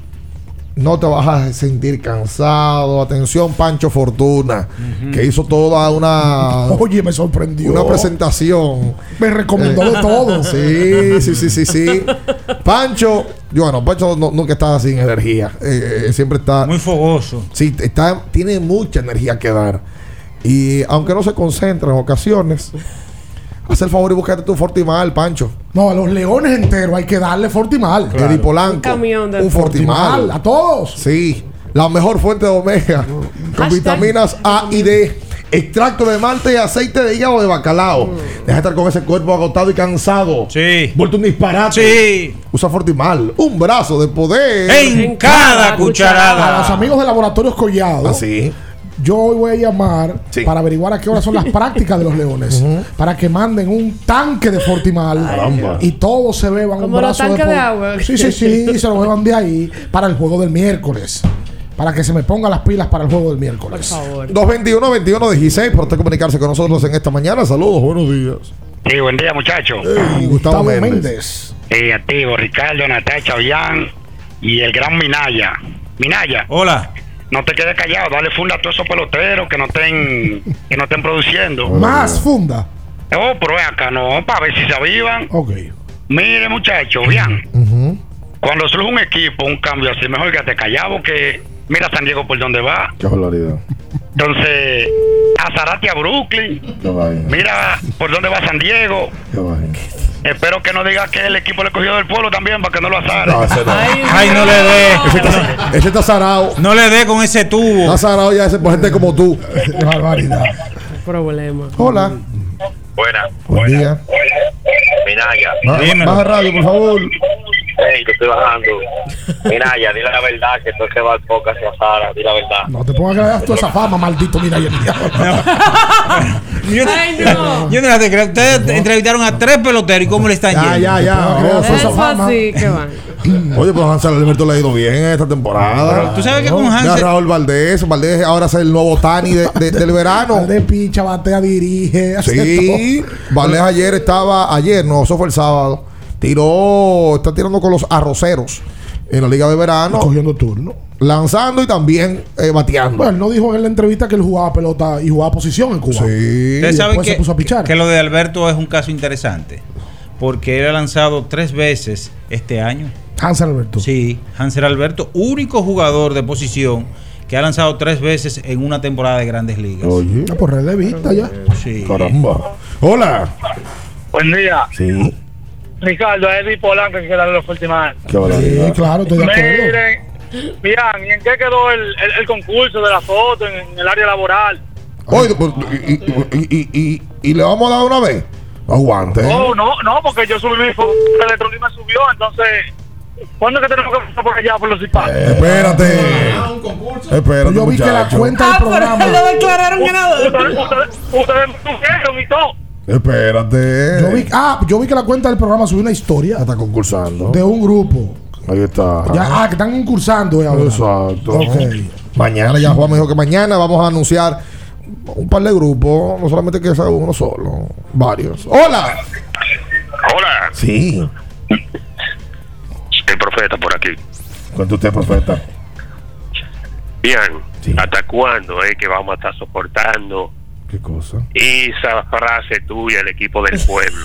S16: no te vas a sentir cansado. Atención, Pancho Fortuna, uh-huh. que hizo toda una...
S14: Oye, me sorprendió.
S16: Una presentación.
S14: Me recomendó
S16: eh,
S14: de todo.
S16: Sí, sí, sí, sí, sí. Pancho, bueno, Pancho no, nunca está sin energía. Eh, eh, siempre está...
S3: Muy fogoso.
S16: Sí, está, tiene mucha energía que dar. Y aunque no se concentra en ocasiones... Haz el favor y búscate tu Fortimal, Pancho.
S14: No, a los leones enteros hay que darle Fortimal.
S16: Claro. Eddie Polanco.
S15: Un camión de
S16: un Fortimal.
S14: Fortimal. A todos.
S16: Sí. La mejor fuente de omega. Mm. Con vitaminas A y D. Extracto de malta y aceite de hígado de bacalao. Mm. Deja de estar con ese cuerpo agotado y cansado.
S3: Sí.
S16: Vuelto un disparate.
S3: Sí.
S16: Usa Fortimal. Un brazo de poder.
S3: En, en cada cucharada.
S14: cucharada. A los amigos de Laboratorios Collado.
S16: Así.
S14: Yo hoy voy a llamar
S16: sí.
S14: para averiguar a qué hora son las prácticas de los Leones. Uh-huh. Para que manden un tanque de Fortimal. Ay, y todos se beban
S15: como
S14: un brazo
S15: los tanques
S14: de,
S15: de agua.
S14: Sí, sí, sí. Se lo beban de ahí para el juego del miércoles. Para que se me pongan las pilas para el juego del miércoles.
S15: Por favor.
S16: dos veintiuno, veintiuno dieciséis. Por usted comunicarse con nosotros en esta mañana. Saludos, buenos días.
S5: Sí, buen día, muchachos.
S16: Hey, Gustavo, Gustavo Méndez.
S14: Méndez.
S5: Sí, activo. Ricardo, Natacha, Ollán y el gran Minaya. Minaya.
S3: Hola.
S5: No te quedes callado, dale funda a todos esos peloteros que no estén que no estén produciendo.
S14: Más funda.
S5: Oh, pero ven acá, no, para ver si se avivan.
S14: Ok.
S5: Mire, muchachos, bien. Uh-huh. Cuando surge un equipo, un cambio así, mejor que te callado que mira San Diego por dónde va.
S16: Qué barbaridad.
S5: Entonces, a Zarate a Brooklyn.
S16: Qué vaina.
S5: Mira por dónde va San Diego.
S16: Qué vaina.
S5: Espero que no diga que el equipo le cogió del pueblo también para que no lo azare.
S16: No, ese no.
S3: Ay, Ay, no le dé.
S16: Ese está, ese está zarado.
S3: No le dé con ese tubo.
S16: Está zarado ya ese por gente como tú.
S14: Qué barbaridad.
S15: Problema.
S16: Hola.
S5: Buena.
S16: Buen día.
S5: Minaya.
S16: Baja radio, por favor.
S5: Hey, te estoy bajando. Minaya, dile la verdad que tú se va al podcast a Sara, di la verdad.
S14: No te pongas a crear toda esa fama, maldito Minaya.
S3: Yo,
S15: Ay, no.
S3: Yo no te creo. Ustedes no. entrevistaron a tres peloteros y cómo le están
S16: ya,
S3: yendo.
S16: Ya, ya, ya.
S15: Eso esa fama. Sí, que van.
S16: Oye, pero Hansel Alberto le ha ido bien esta temporada.
S3: Pero tú sabes que con Hansel.
S16: Ya Raúl Valdés. Valdés ahora es el nuevo Tani de, de, del verano.
S14: Valdés picha, batea, dirige.
S16: Sí. Valdés ayer estaba. Ayer, no, eso fue el sábado. Tiró. Está tirando con los arroceros en la Liga de Verano.
S14: Cogiendo turno.
S16: Lanzando y también eh, bateando.
S14: Bueno, él no dijo en la entrevista que él jugaba pelota y jugaba posición en Cuba.
S16: Sí.
S3: Ustedes saben que,
S14: se puso a pichar.
S3: que lo de Alberto es un caso interesante. Porque él ha lanzado tres veces este año.
S14: Hansel Alberto.
S3: Sí, Hansel Alberto, único jugador de posición que ha lanzado tres veces en una temporada de Grandes Ligas.
S16: Oye.
S14: Ah, por red de vista ya.
S3: Sí.
S16: Caramba. Hola.
S5: Buen día.
S16: Sí.
S5: Ricardo, es Eddie Polanco que quiere darle los Fortimal.
S14: Sí, claro, estoy de acuerdo.
S5: Miren, bien, ¿y en qué quedó el, el, el concurso de la foto en, en el área laboral?
S16: Oye, y, y, y, y, y le vamos a dar una vez. Aguante.
S5: Oh, no, no, porque yo subí mi foto, el Electrolí me subió, entonces, ¿cuándo es que tenemos que pasar por allá, por los hispánicos?
S16: Eh, espérate. Ah, un concurso. Espérate,
S14: yo vi
S16: muchacho.
S14: que la cuenta del
S15: ah,
S14: programa.
S15: Pero lo declararon ganador.
S5: Ustedes, ustedes, ustedes me tuvieron y todo.
S16: Espérate.
S14: Yo vi, ah, yo vi que la cuenta del programa subió una historia.
S16: Está concursando.
S14: De un grupo.
S16: Ahí está.
S14: Ya, ah, que están concursando. Eh, ahora.
S16: Exacto.
S14: Okay.
S16: Mañana ya Juan me dijo que mañana vamos a anunciar un par de grupos. No solamente que sea uno solo. Varios. Hola.
S5: Hola.
S16: Sí.
S5: El profeta por aquí.
S16: Cuenta usted, profeta.
S5: Bien.
S16: Sí.
S5: ¿Hasta cuándo es que vamos a estar soportando
S16: ¿Qué cosa?
S5: esa frase tuya, el equipo del pueblo?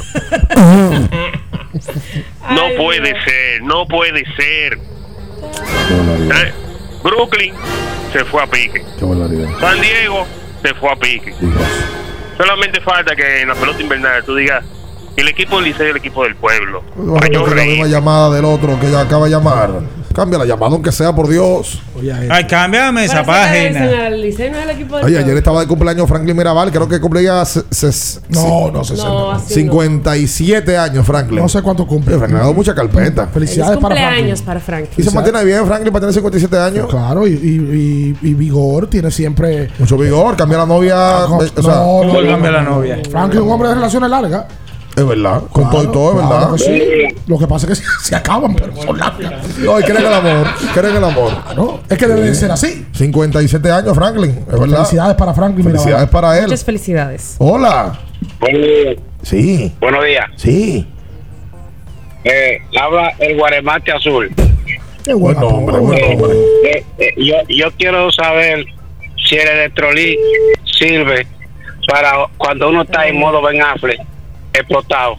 S5: No
S15: Ay,
S5: puede
S15: Dios.
S5: ser, no puede ser. ¿Eh? Brooklyn se fue a pique.
S16: Qué barbaridad.
S5: San Diego se fue a pique.
S16: Dios.
S5: Solamente falta que en la pelota invernal tú digas el equipo del Liceo y el equipo del pueblo.
S16: Para yo la misma llamada del otro que ya acaba de llamar. Cambia la llamada, aunque sea, por Dios.
S14: Oye,
S3: Ay, cámbiame esa página.
S15: El Liceo no es el equipo del
S16: Oye,
S15: pueblo.
S16: ayer estaba de cumpleaños Franklin Mirabal. Creo que cumplía se, se,
S14: no, no, sesenta.
S15: No, así
S16: cincuenta y siete años, Franklin.
S14: No sé cuánto cumple.
S16: Franklin ha dado mucha carpeta.
S14: Felicidades para Franklin.
S15: cumpleaños para Franklin.
S16: Y se mantiene bien, Franklin, para tener cincuenta y siete años.
S14: Claro, y, y, y, y vigor, tiene siempre.
S16: Mucho vigor, cambia la novia.
S14: No,
S16: o sea,
S14: no, no,
S3: cambia la novia.
S14: Franklin es un hombre de relaciones largas.
S16: Es verdad, con
S14: Claro,
S16: todo y todo, es
S14: claro
S16: verdad.
S14: que sí. Lo que pasa es que se, se acaban, pero son largas.
S16: No, y creen el amor, creen el amor.
S14: ¿No? Es que debe de ser así.
S16: cincuenta y siete años, Franklin, es verdad.
S14: Felicidades para Franklin. mira,
S16: Felicidades
S14: vale.
S16: para él.
S15: Muchas felicidades.
S16: Hola. Sí.
S6: Buenos días.
S16: Sí.
S6: Eh, habla el Guaremate Azul.
S16: Buen nombre, buen nombre.
S6: Eh, eh, yo, yo quiero saber si el Electrolit sirve para cuando uno está en modo Ben Affleck explotado.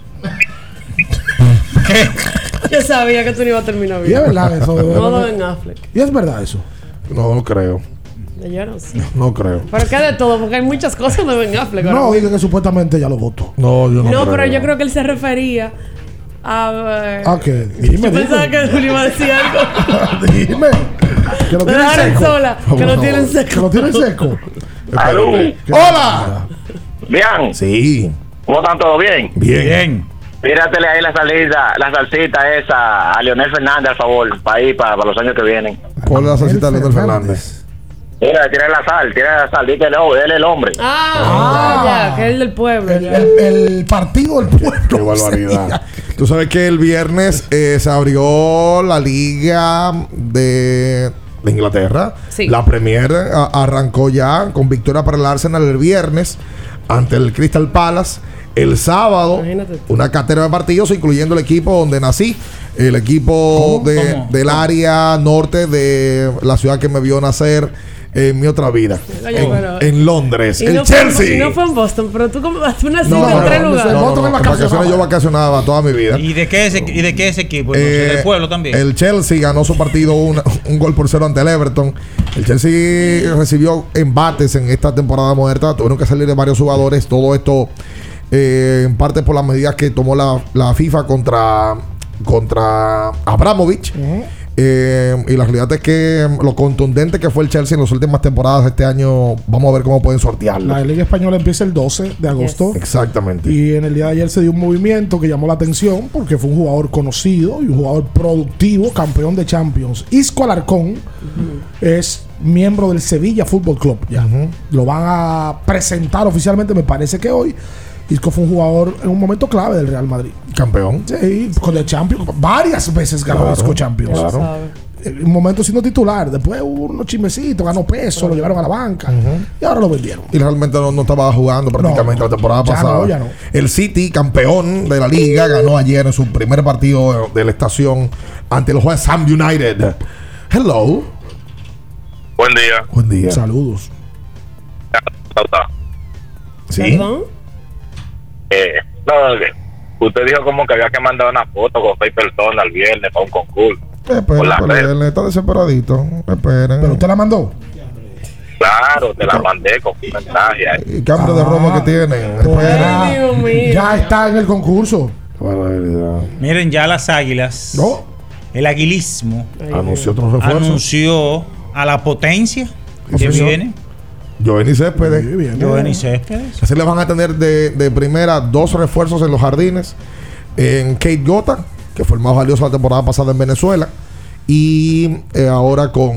S15: Yo sabía que tú no ibas a terminar bien.
S14: Y es verdad eso. de
S15: Modo
S14: verdad.
S15: Ben Affleck.
S14: Y es verdad eso.
S16: No, no creo.
S15: Yo no sé.
S16: No creo.
S15: Pero que de todo, porque hay muchas cosas de Ben Affleck.
S14: No,
S15: ahora.
S14: diga que supuestamente ya lo votó.
S16: No, yo no,
S15: No,
S16: creo.
S15: pero yo creo que él se refería a. eh,
S14: ¿A qué? Dime,
S15: yo pensaba
S14: dime.
S15: que Julio iba a decir algo.
S14: Dime. Que lo
S15: Me
S14: tienen
S15: dejaron
S14: seco.
S15: sola, que lo tienen seco.
S14: Que lo tienen seco.
S6: Aló.
S14: Hola.
S6: Bien.
S16: Sí.
S6: ¿Cómo están todos bien?
S16: Bien.
S6: Tíratele ahí la salida, la salsita esa a Leonel Fernández, al favor, para ir para, para los años que vienen.
S16: Ponle la salsita a Leonel Fernández.
S6: Mira, tira la sal, tira la sal, dile, no, él es el hombre.
S15: Ah, ya, que es el del pueblo.
S14: El,
S15: ya.
S14: el- el partido del pueblo.
S16: Qué barbaridad. Tú sabes que el viernes eh, se abrió la liga de, de Inglaterra.
S15: Sí.
S16: La Premier a- arrancó ya con victoria para el Arsenal el viernes ante el Crystal Palace. El sábado,
S15: Imagínate tú.
S16: una cartera de partidos, incluyendo el equipo donde nací, el equipo
S3: ¿Cómo?
S16: de,
S3: ¿Cómo?
S16: del área norte de la ciudad que me vio nacer en mi otra vida,
S15: Oye,
S16: en,
S15: pero-
S16: en Londres,
S15: Y
S16: el
S15: no fue-
S16: Chelsea.
S15: y no fue en Boston, pero tú como tú naciste
S16: No,
S15: en
S16: no,
S15: tres
S16: no,
S15: lugares.
S16: no, no, no, en vacaciones yo vacacionaba toda mi vida.
S3: ¿Y de qué ese, y de qué ese equipo? Entonces,
S16: Eh,
S3: ¿del pueblo también?
S16: El Chelsea ganó su partido una- un gol por cero ante el Everton. El Chelsea recibió embates en esta temporada muerta. Tuvieron que salir de varios jugadores. Todo esto eh, en parte por las medidas que tomó la, la FIFA contra, contra Abramovich. Eh, y la realidad es que lo contundente que fue el Chelsea en las últimas temporadas de este año, vamos a ver cómo pueden sortearlo.
S14: La Liga Española empieza el doce de agosto.
S16: Exactamente.
S14: Y en el día de ayer se dio un movimiento que llamó la atención porque fue un jugador conocido y un jugador productivo, campeón de Champions. Isco Alarcón es miembro del Sevilla Fútbol Club. Ya. Lo van a presentar oficialmente, me parece que hoy. Isco fue un jugador en un momento clave del Real Madrid.
S16: Campeón.
S14: Sí, con el Champions. Varias veces ganó
S16: Claro,
S14: Isco Champions.
S16: claro.
S14: En un momento siendo titular. Después hubo unos chismecitos, ganó peso, lo llevaron a la banca. Y ahora lo vendieron.
S16: Y realmente no, no estaba jugando prácticamente
S14: No,
S16: la temporada
S14: ya
S16: pasada.
S14: no, ya no.
S16: El City, campeón de la liga, ganó ayer en su primer partido de la estación ante el West Ham United. Hello.
S6: Buen día.
S16: Buen día.
S14: Saludos.
S16: Sí.
S6: Eh, no, que usted dijo como que había que mandar una foto con seis personas el viernes para un concurso. Por la
S16: Esperen,
S6: red.
S16: esperen, está desesperadito. Esperen.
S14: ¿Pero usted la mandó?
S6: Claro, te la mandé con un mensaje ahí.
S16: Y cambio de romo que tienen.
S14: Ah,
S16: Esperen.
S15: Dios mío.
S14: ya está en el concurso.
S3: Miren, ya las águilas.
S14: No.
S3: El aguilismo
S16: Anunció otros refuerzos.
S3: anunció a la potencia que
S16: Sí,
S3: viene.
S16: Jovenny Céspedes.
S14: Sí, bien,
S3: Giovanni
S14: bien.
S3: Céspedes.
S16: Así le van a tener de, de primera dos refuerzos en los jardines. En Kate Gota, que fue el más valioso la temporada pasada en Venezuela. Y eh, ahora con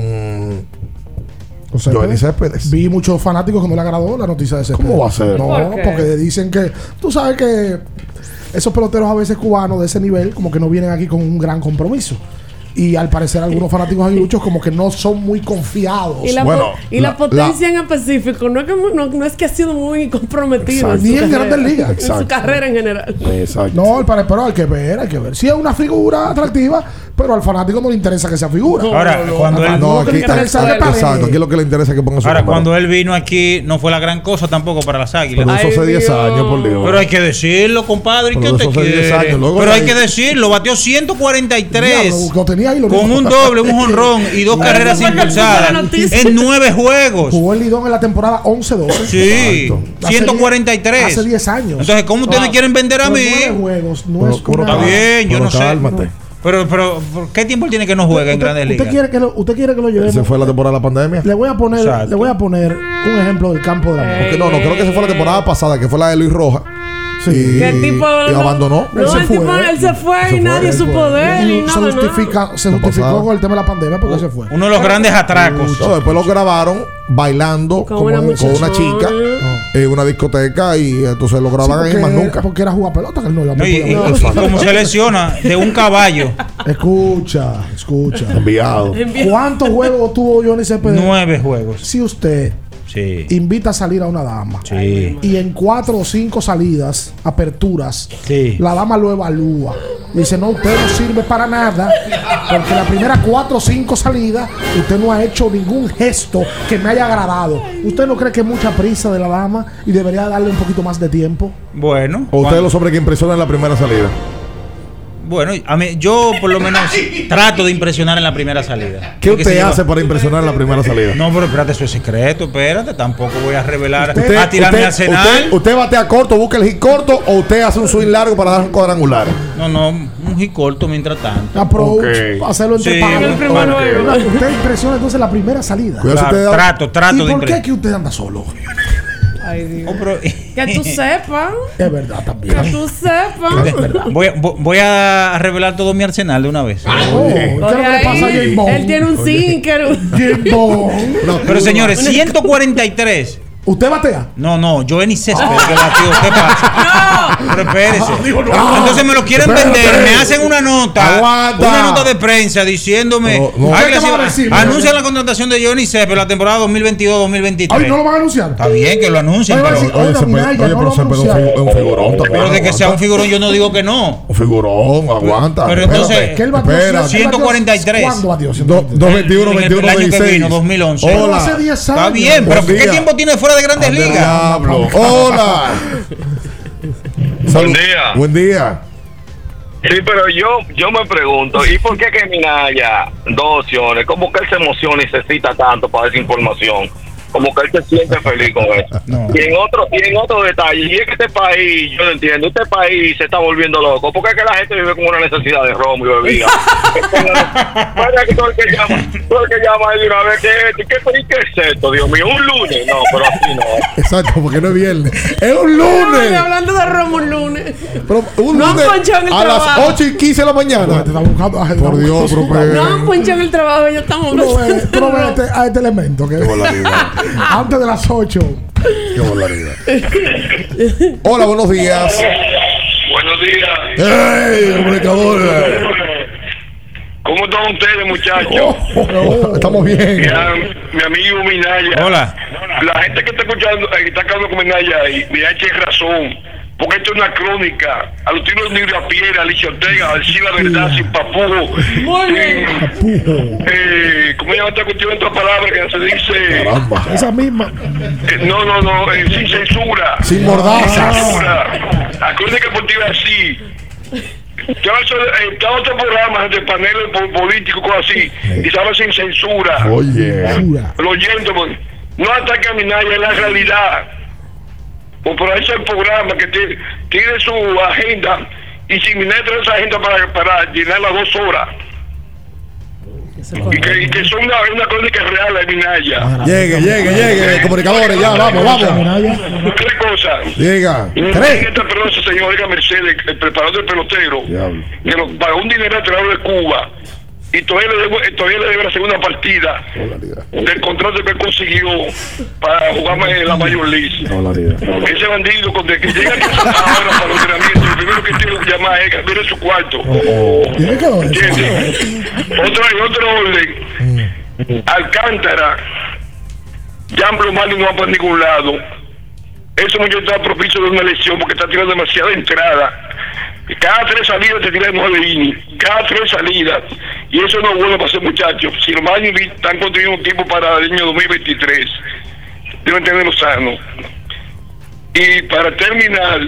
S14: O sea,
S16: Jovenny
S14: pues,
S16: Céspedes.
S14: vi muchos fanáticos que no le agradó la noticia de ese.
S16: ¿Cómo va a ser?
S14: No,
S15: ¿Por qué?
S14: porque dicen que tú sabes que esos peloteros a veces cubanos de ese nivel como que no vienen aquí con un gran compromiso. Y al parecer algunos fanáticos aguiluchos como que no son muy confiados.
S15: Y la,
S16: Bueno,
S15: po- y la,
S16: la-
S15: potencia en específico no es, que, no, no es que ha sido muy comprometido
S16: Exacto.
S15: en
S14: Ni
S15: su
S14: en
S15: carrera,
S14: Grandes Ligas.
S15: en su
S16: Exacto.
S15: carrera en general.
S16: Exacto.
S14: No, al parecer, pero hay que ver, hay que ver. Sí es una figura atractiva, pero al fanático no le interesa que sea figura.
S3: Ahora, cuando
S14: Al
S3: él,
S16: No,
S14: fanático
S16: aquí
S14: le interesa
S16: exacto,
S14: que pague.
S16: exacto. Aquí lo que le interesa es que ponga su
S3: ahora,
S16: número.
S3: cuando él vino aquí, no fue la gran cosa tampoco para las águilas.
S16: Pero eso
S15: Ay,
S16: hace diez
S15: Dios.
S16: años, por Dios.
S3: Pero hay que decirlo, compadre. ¿Y
S16: Pero
S3: qué
S16: eso
S3: usted
S16: hace diez
S3: quiere?
S16: años, luego
S3: Pero
S16: de
S3: hay
S16: ahí-
S3: que decirlo. Batió ciento cuarenta y tres.
S14: Diablo, lo tenía ahí, lo
S3: Con
S14: dijo.
S3: un doble, un jonrón y dos
S15: Pero
S3: carreras
S15: eso fue que
S3: impulsadas
S15: puso la noticia.
S3: en nueve juegos.
S14: Jugó el Lidón en la temporada once doce.
S3: Sí,
S14: Hace
S3: ciento cuarenta y tres.
S14: Hace diez años.
S3: Entonces, ¿cómo ustedes
S15: Wow.
S3: quieren vender a
S14: Pero
S3: mí?
S14: nueve juegos, no
S16: Pero-
S14: es
S16: pero
S14: una-
S3: Está bien, yo
S16: pero
S3: no sé.
S16: cálmate.
S3: Pero, pero, ¿por ¿qué tiempo él tiene que no juega en
S14: ¿Usted,
S3: Grandes
S14: usted
S3: Ligas?
S14: quiere que lo, usted quiere que lo llevemos.
S16: Se fue la temporada de la pandemia.
S14: Le voy a poner,
S3: Exacto.
S14: le voy a poner un ejemplo del campo de la
S16: Porque no, no creo que se fue la temporada pasada, que fue la de Luis Rojas.
S14: Sí.
S15: ¿Qué tipo?
S16: Y abandonó.
S15: No,
S14: Él se
S15: el
S14: fue,
S15: tipo,
S14: ¿eh?
S15: él se fue
S14: Se
S15: y
S14: fue,
S15: nadie
S14: él
S15: supo
S14: fue.
S15: de él.
S14: Y
S15: ni
S14: se
S15: nada,
S14: justifica,
S15: nada.
S14: se justificó con el tema de la pandemia porque se fue.
S3: Uno de los grandes atracos.
S16: No, después lo grabaron bailando
S15: Con
S16: con
S15: una
S16: una, con una
S15: muchachona.
S16: chica en una discoteca y entonces lo
S14: Sí,
S16: graban ahí
S14: porque,
S16: más nunca.
S14: porque era jugar pelota que él no iba a
S3: No, y, y-
S14: poder
S3: y
S14: hablar.
S3: como se lesiona de un caballo.
S14: Escucha, escucha.
S16: Enviado.
S14: ¿Cuántos juegos tuvo Johnny Cepeda?
S3: Nueve juegos.
S14: Si usted
S3: Sí.
S14: invita a salir a una dama
S3: Sí.
S14: y en cuatro o cinco salidas, aperturas,
S3: Sí.
S14: la dama lo evalúa. Dice, no, usted no sirve para nada porque las primeras cuatro o cinco salidas usted no ha hecho ningún gesto que me haya agradado. ¿Usted no cree que es mucha prisa de la dama y debería darle un poquito más de tiempo?
S3: Bueno.
S16: ¿O ustedes
S3: cuando-
S16: los hombres que impresionan en la primera salida?
S3: Bueno, a mí, yo por lo menos trato de impresionar en la primera salida.
S16: ¿Qué
S3: Porque
S16: usted
S3: si lleva-
S16: hace para impresionar en la primera salida?
S3: No, pero espérate, eso es secreto, espérate, tampoco voy a revelar,
S16: Usted,
S3: a tirarme
S16: usted,
S3: al Arsenal.
S16: usted, usted batea corto, busca el hit corto o usted hace un swing largo para dar un cuadrangular.
S3: No, no, un hit corto mientras tanto.
S14: Approach,
S16: Ok.
S14: hacerlo entre
S3: Sí,
S14: pares.
S3: el primer
S15: juego.
S14: Usted impresiona entonces la primera salida.
S16: Cuidado si
S3: Claro,
S16: usted da-
S3: trato, trato
S14: ¿Y
S3: de
S14: por qué
S3: impresionar.
S14: que usted anda solo?
S15: Ay, Dios.
S3: Oh, pero-
S15: Que tú sepas.
S14: Es verdad también.
S15: Que tú sepas.
S3: voy, a- voy a revelar todo mi arsenal de una vez.
S14: Oh, ¿qué es lo que
S15: Oye,
S14: le pasa a
S15: ahí,
S14: James Bond?
S15: él tiene un sinker.
S14: James Bond.
S3: Pero señores, ciento cuarenta y tres.
S14: ¿Usted batea?
S3: No, no, yo en Césped que batió. ¿Qué pasa? Pero espérese. Entonces me lo quieren
S16: Espérate.
S3: vender. Me hacen una nota.
S16: Aguanta.
S3: Una nota de prensa diciéndome.
S16: No, no.
S3: Ay,
S14: ¿Qué
S3: que
S14: te
S3: si-
S14: van a decir?
S3: anuncian la contratación de Johnny Césped la temporada dos mil veintidós dos mil veintitrés.
S14: Ay, ¿no lo van a anunciar?
S3: Está bien que lo anuncien,
S14: Ay, va a
S3: pero,
S14: decir,
S16: Oye,
S14: Oiga,
S16: se
S14: Minaya,
S16: pe- oye,
S14: no
S16: pero
S14: lo
S16: se pegó un
S14: anunciaron.
S16: fi- es un figurón también.
S3: pero de que sea un
S16: aguanta.
S3: figurón yo no digo que no.
S16: Un figurón, aguanta.
S3: Pero
S16: Espérate.
S3: entonces-
S14: ¿Qué él batió?
S16: Espera.
S14: ¿Él batió-
S3: ciento cuarenta y tres.
S14: ¿Cuándo batió?
S16: Do- dos veintiuno,
S3: En el-
S16: veintiuno,
S3: el año que
S16: dieciséis.
S3: vino, dos mil once.
S14: Pero
S16: Hola.
S14: hace diez años.
S3: Está bien, pero
S16: Buen
S3: ¿qué
S16: día.
S3: tiempo tiene fuera de Grandes
S16: Ande
S3: Ligas?
S16: diablo. Hola.
S5: Buen día.
S16: Buen día.
S5: Sí, pero yo yo me pregunto, ¿y por qué que Minaya dos opciones? ¿Cómo que él se emociona y se cita tanto para esa información? Como que él se siente feliz con eso.
S3: No.
S5: Y en otro y en otro detalle, y es que este país, yo lo entiendo, este país se está volviendo loco. ¿Por qué es que la gente vive con una necesidad de romo y bebida? Para que todo el que llama, todo el que llama de una vez, ¿qué, qué, qué, qué es esto, Dios mío? ¿Un lunes? No, pero así no.
S16: Exacto, porque no es viernes. Es un
S15: Ay,
S16: lunes.
S15: hablando de Romo un lunes.
S16: Pero un
S15: No han
S16: lunes
S15: ponchado en el
S16: a las
S15: trabajo.
S16: ocho y quince de la mañana.
S14: Te está buscando. Ay,
S16: Por
S14: no,
S16: Dios,
S14: no,
S16: pero
S15: No han ponchado en el trabajo, ya estamos.
S14: Tú no ves, tú no ves a este, a este elemento que
S16: Qué barbaridad.
S14: antes de las ocho.
S16: Qué barbaridad. Hola, buenos días.
S5: Buenos días.
S16: ¡Ey, comunicador!
S5: ¿Cómo están ustedes, muchachos?
S16: Oh, estamos bien.
S5: Mira, mi amigo Minaya.
S3: Hola.
S5: La gente que está escuchando, eh, que está hablando con Minaya, y Minaya tiene razón. Porque esto es una crónica. A los tiros de a Piedra, Alicia Ortega, a decir la verdad sin papujo.
S15: Muy bien.
S5: Eh, ¿Cómo llama esta cuestión? Otra palabra que se dice.
S16: Caramba.
S14: Esa misma.
S5: Eh, no, no, no, eh, sin censura.
S16: Sin mordazas.
S5: Sin censura. La crónica deportiva así. Yo he estado en otros programas de paneles po- políticos, cosas así, y se habla sin censura.
S16: Oye.
S5: Lo oyendo, pues, no ataca a Minaya, es la realidad. Pues por eso el programa que tiene, tiene su agenda, y si Minaya trae esa agenda para, para llenar las dos horas. Y que, y que son una, una crónica real de Minaya.
S16: Llegue, llegue, llegue. Comunicadores, ya, vamos, vamos.
S5: Tres cosas.
S16: Llega.
S5: Y
S16: Tres.
S5: esta persona, ese señor Edgar Mercedes, el preparador del pelotero,
S16: Diablo.
S5: que lo pagó un dinero al entrenador de Cuba, y todavía le debe, todavía le debe la segunda partida del contrato que él consiguió para jugar en la Major League. Ese bandido, cuando que llega aquí ahora para los entrenamientos, lo primero que tiene que llamar a Edgar, viene a su cuarto.
S14: ¿Y qué quedó eso?
S5: ¿Entiendes? Otro, otro orden, Alcántara, Jan Blumali no va para ningún lado. Ese muchacho está propicio de una lesión porque está tirando demasiada entrada. Cada tres salidas te tiran nueve innings. Cada tres salidas. Y eso no es bueno para ese muchacho. Si los Marlins están construyendo un tiempo para el año dos mil veintitrés, deben tenerlo sano. Y para terminar,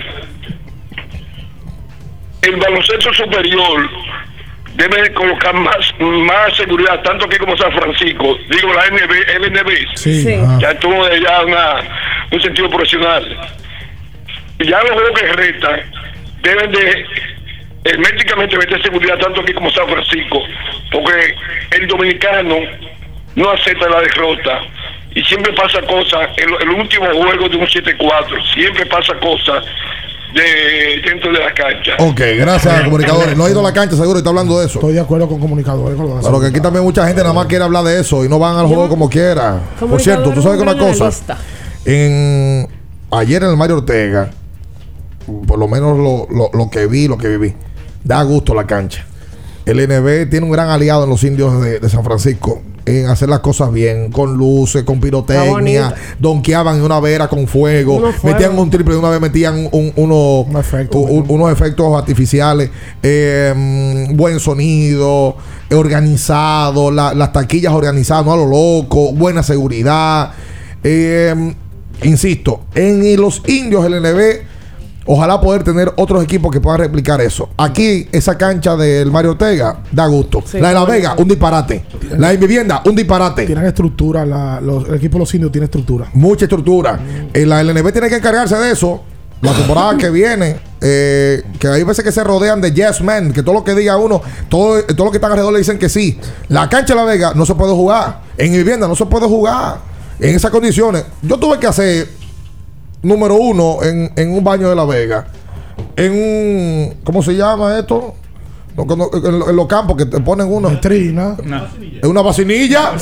S5: el baloncesto superior debe colocar más, más seguridad, tanto aquí como San Francisco. Digo, la N B, L N B.
S14: Sí. Sí.
S5: Ya tuvo ya una, un sentido profesional. Y ya los juegos que restan deben de herméticamente meter seguridad tanto aquí como San Francisco, porque el dominicano no acepta la derrota y siempre pasa cosas. El, el último juego de un siete cuatro siempre pasa cosas de dentro de la cancha.
S16: Ok, gracias, comunicadores. No ha ido a la cancha, seguro, y está hablando de eso.
S14: Estoy de acuerdo con comunicadores. Con
S16: Pero que aquí también mucha gente nada más quiere hablar de eso y no van al juego como quiera. Por cierto, tú sabes que una cosa, en ayer en el Mario Ortega, por lo menos lo, lo, lo que vi, lo que viví, da gusto la cancha. El N B tiene un gran aliado en los indios de, de San Francisco en hacer las cosas bien, con luces, con pirotecnia, donkeaban en una vera con fuego,
S14: Uno fuego.
S16: metían un triple, de una vez metían un, uno, un efecto, un, unos efectos artificiales, eh, buen sonido, organizado, la, las taquillas organizadas, no a lo loco, buena seguridad. Eh, insisto, en los indios el N B, ojalá poder tener otros equipos que puedan replicar eso. Aquí, esa cancha del Mario Ortega da gusto.
S14: Sí,
S16: la de La
S14: bueno,
S16: Vega,
S14: sí.
S16: un disparate. La de Vivienda, un disparate.
S14: Tienen estructura, la, los, el equipo de los indios tiene estructura.
S16: Mucha estructura. Eh, la L N B tiene que encargarse de eso. La temporada que viene, eh, que hay veces que se rodean de yes men, que todo lo que diga uno, todo, todo lo que están alrededor le dicen que sí. La cancha de La Vega no se puede jugar. En Vivienda no se puede jugar. En esas condiciones. Yo tuve que hacer número uno en, en un baño de La Vega, en un, ¿cómo se llama esto? No, cuando- en, en los campos que te ponen uno
S14: Trina.
S16: en una vacinilla.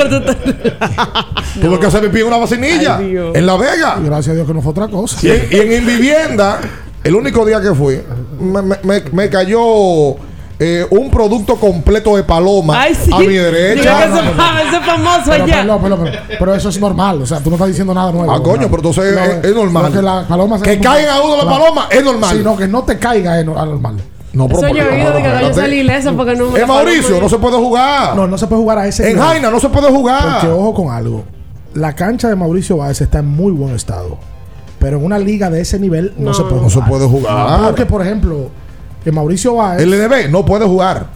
S16: Tuve que hacer pipí en una vacinilla en La Vega.
S14: Y gracias a Dios que no fue otra cosa.
S16: Y en, y en Invivienda, el único día que fui, me, me- me- me cayó eh, un producto completo de paloma
S15: Ay, sí.
S16: a mi derecha.
S15: Diga que ese fa- ese famoso
S14: Pero,
S15: allá.
S14: pero, pero, pero, pero eso es normal. O sea, tú no estás diciendo nada nuevo.
S16: Ah, coño, pero entonces
S14: No,
S16: es- es normal.
S14: no, que la paloma se-
S16: Que caiga a uno la paloma es normal.
S14: Sí, no, que no te caiga es no- normal.
S16: No, pero
S15: Eso yo he oído de que vaya a salir ilesa porque no me
S16: En Mauricio no se puede jugar.
S14: No, no se puede jugar a ese
S16: En
S14: nivel.
S16: Jaina no se puede jugar.
S14: Porque ojo con algo. La cancha de Mauricio Báez está en muy buen estado. Pero en una liga de ese nivel no,
S16: No.
S14: se puede
S16: No
S14: jugar.
S16: se puede jugar.
S14: Porque, por ejemplo, en Mauricio Báez,
S16: El N B no puede jugar.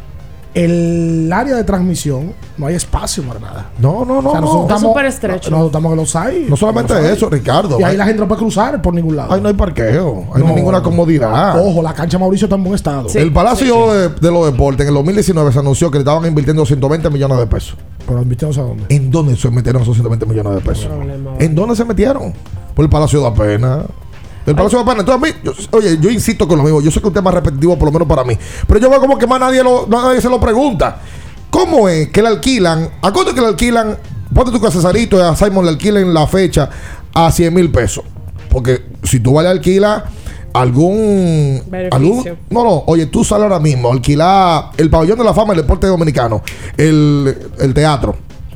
S14: el área de transmisión no hay espacio para nada.
S16: No, no, no.
S14: O sea,
S16: no.
S14: nosotros
S15: Es
S14: estamos,
S15: súper estrecho.
S14: Nosotros estamos que los hay.
S16: No solamente
S14: Los hay.
S16: eso, Ricardo.
S14: Y ahí
S16: Ay,
S14: la gente no puede cruzar por ningún lado.
S16: ahí no hay parqueo. Ahí no, hay ninguna comodidad.
S14: Ojo, la cancha de Mauricio está en buen estado.
S16: El Palacio De, de los Deportes en el dos mil diecinueve se anunció que le estaban invirtiendo ciento veinte millones de pesos.
S14: Pero invirtiendo a dónde.
S16: ¿En dónde se metieron esos ciento veinte millones de pesos? ¿En dónde se metieron? Por el Palacio de Apena. El Palacio de Apena. Entonces, a mí, yo- oye, yo insisto con lo mismo. Yo sé que un tema es repetitivo, por lo menos para mí. Pero yo veo como que más nadie, lo, más nadie se lo pregunta. ¿Cómo es que le alquilan? ¿A cuánto que le alquilan? Ponte tú que a Cesarito y a Simon le alquilen la fecha a cien mil pesos. Porque si tú vas a alquilar algún,
S15: Beneficio.
S16: algún. No, no. Oye, tú sales ahora mismo a alquilar el Pabellón de la Fama del Deporte Dominicano, el, el teatro.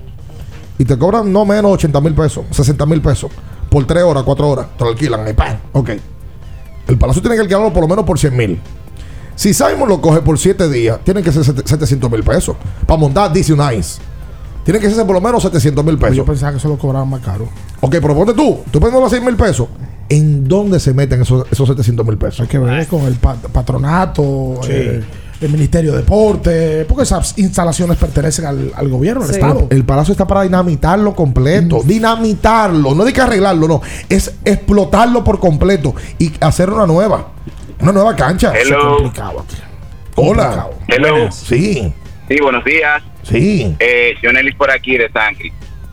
S16: Y te cobran no menos ochenta mil pesos, sesenta mil pesos. Por tres horas, cuatro horas. Te lo alquilan. Y ¡pam! Ok. El Palacio tiene que alquilarlo por lo menos por cien mil. Si Simon lo coge por siete días, tienen que ser setecientos mil pesos. Para montar D C Nice. Tienen que ser por lo menos setecientos mil pesos.
S14: Yo pensaba que eso lo cobraban más caro.
S16: Ok, pero ponte tú. Tú poniendo los seis mil pesos. ¿En dónde se meten esos, esos setecientos mil pesos?
S14: Hay que ver con el pat- patronato,
S16: Sí.
S14: eh, el Ministerio de Deporte, porque esas instalaciones pertenecen al, al gobierno, al
S16: Sí.
S14: Estado.
S16: El palacio está para dinamitarlo completo. Dinamitarlo. No hay que arreglarlo, no. Es explotarlo por completo y hacer una nueva. Una nueva cancha.
S7: Hello.
S16: Eso es complicado aquí. Hola.
S7: Hello.
S16: Sí.
S7: Sí, buenos días.
S16: Sí.
S7: Eh, Jonelis por aquí de Sancri.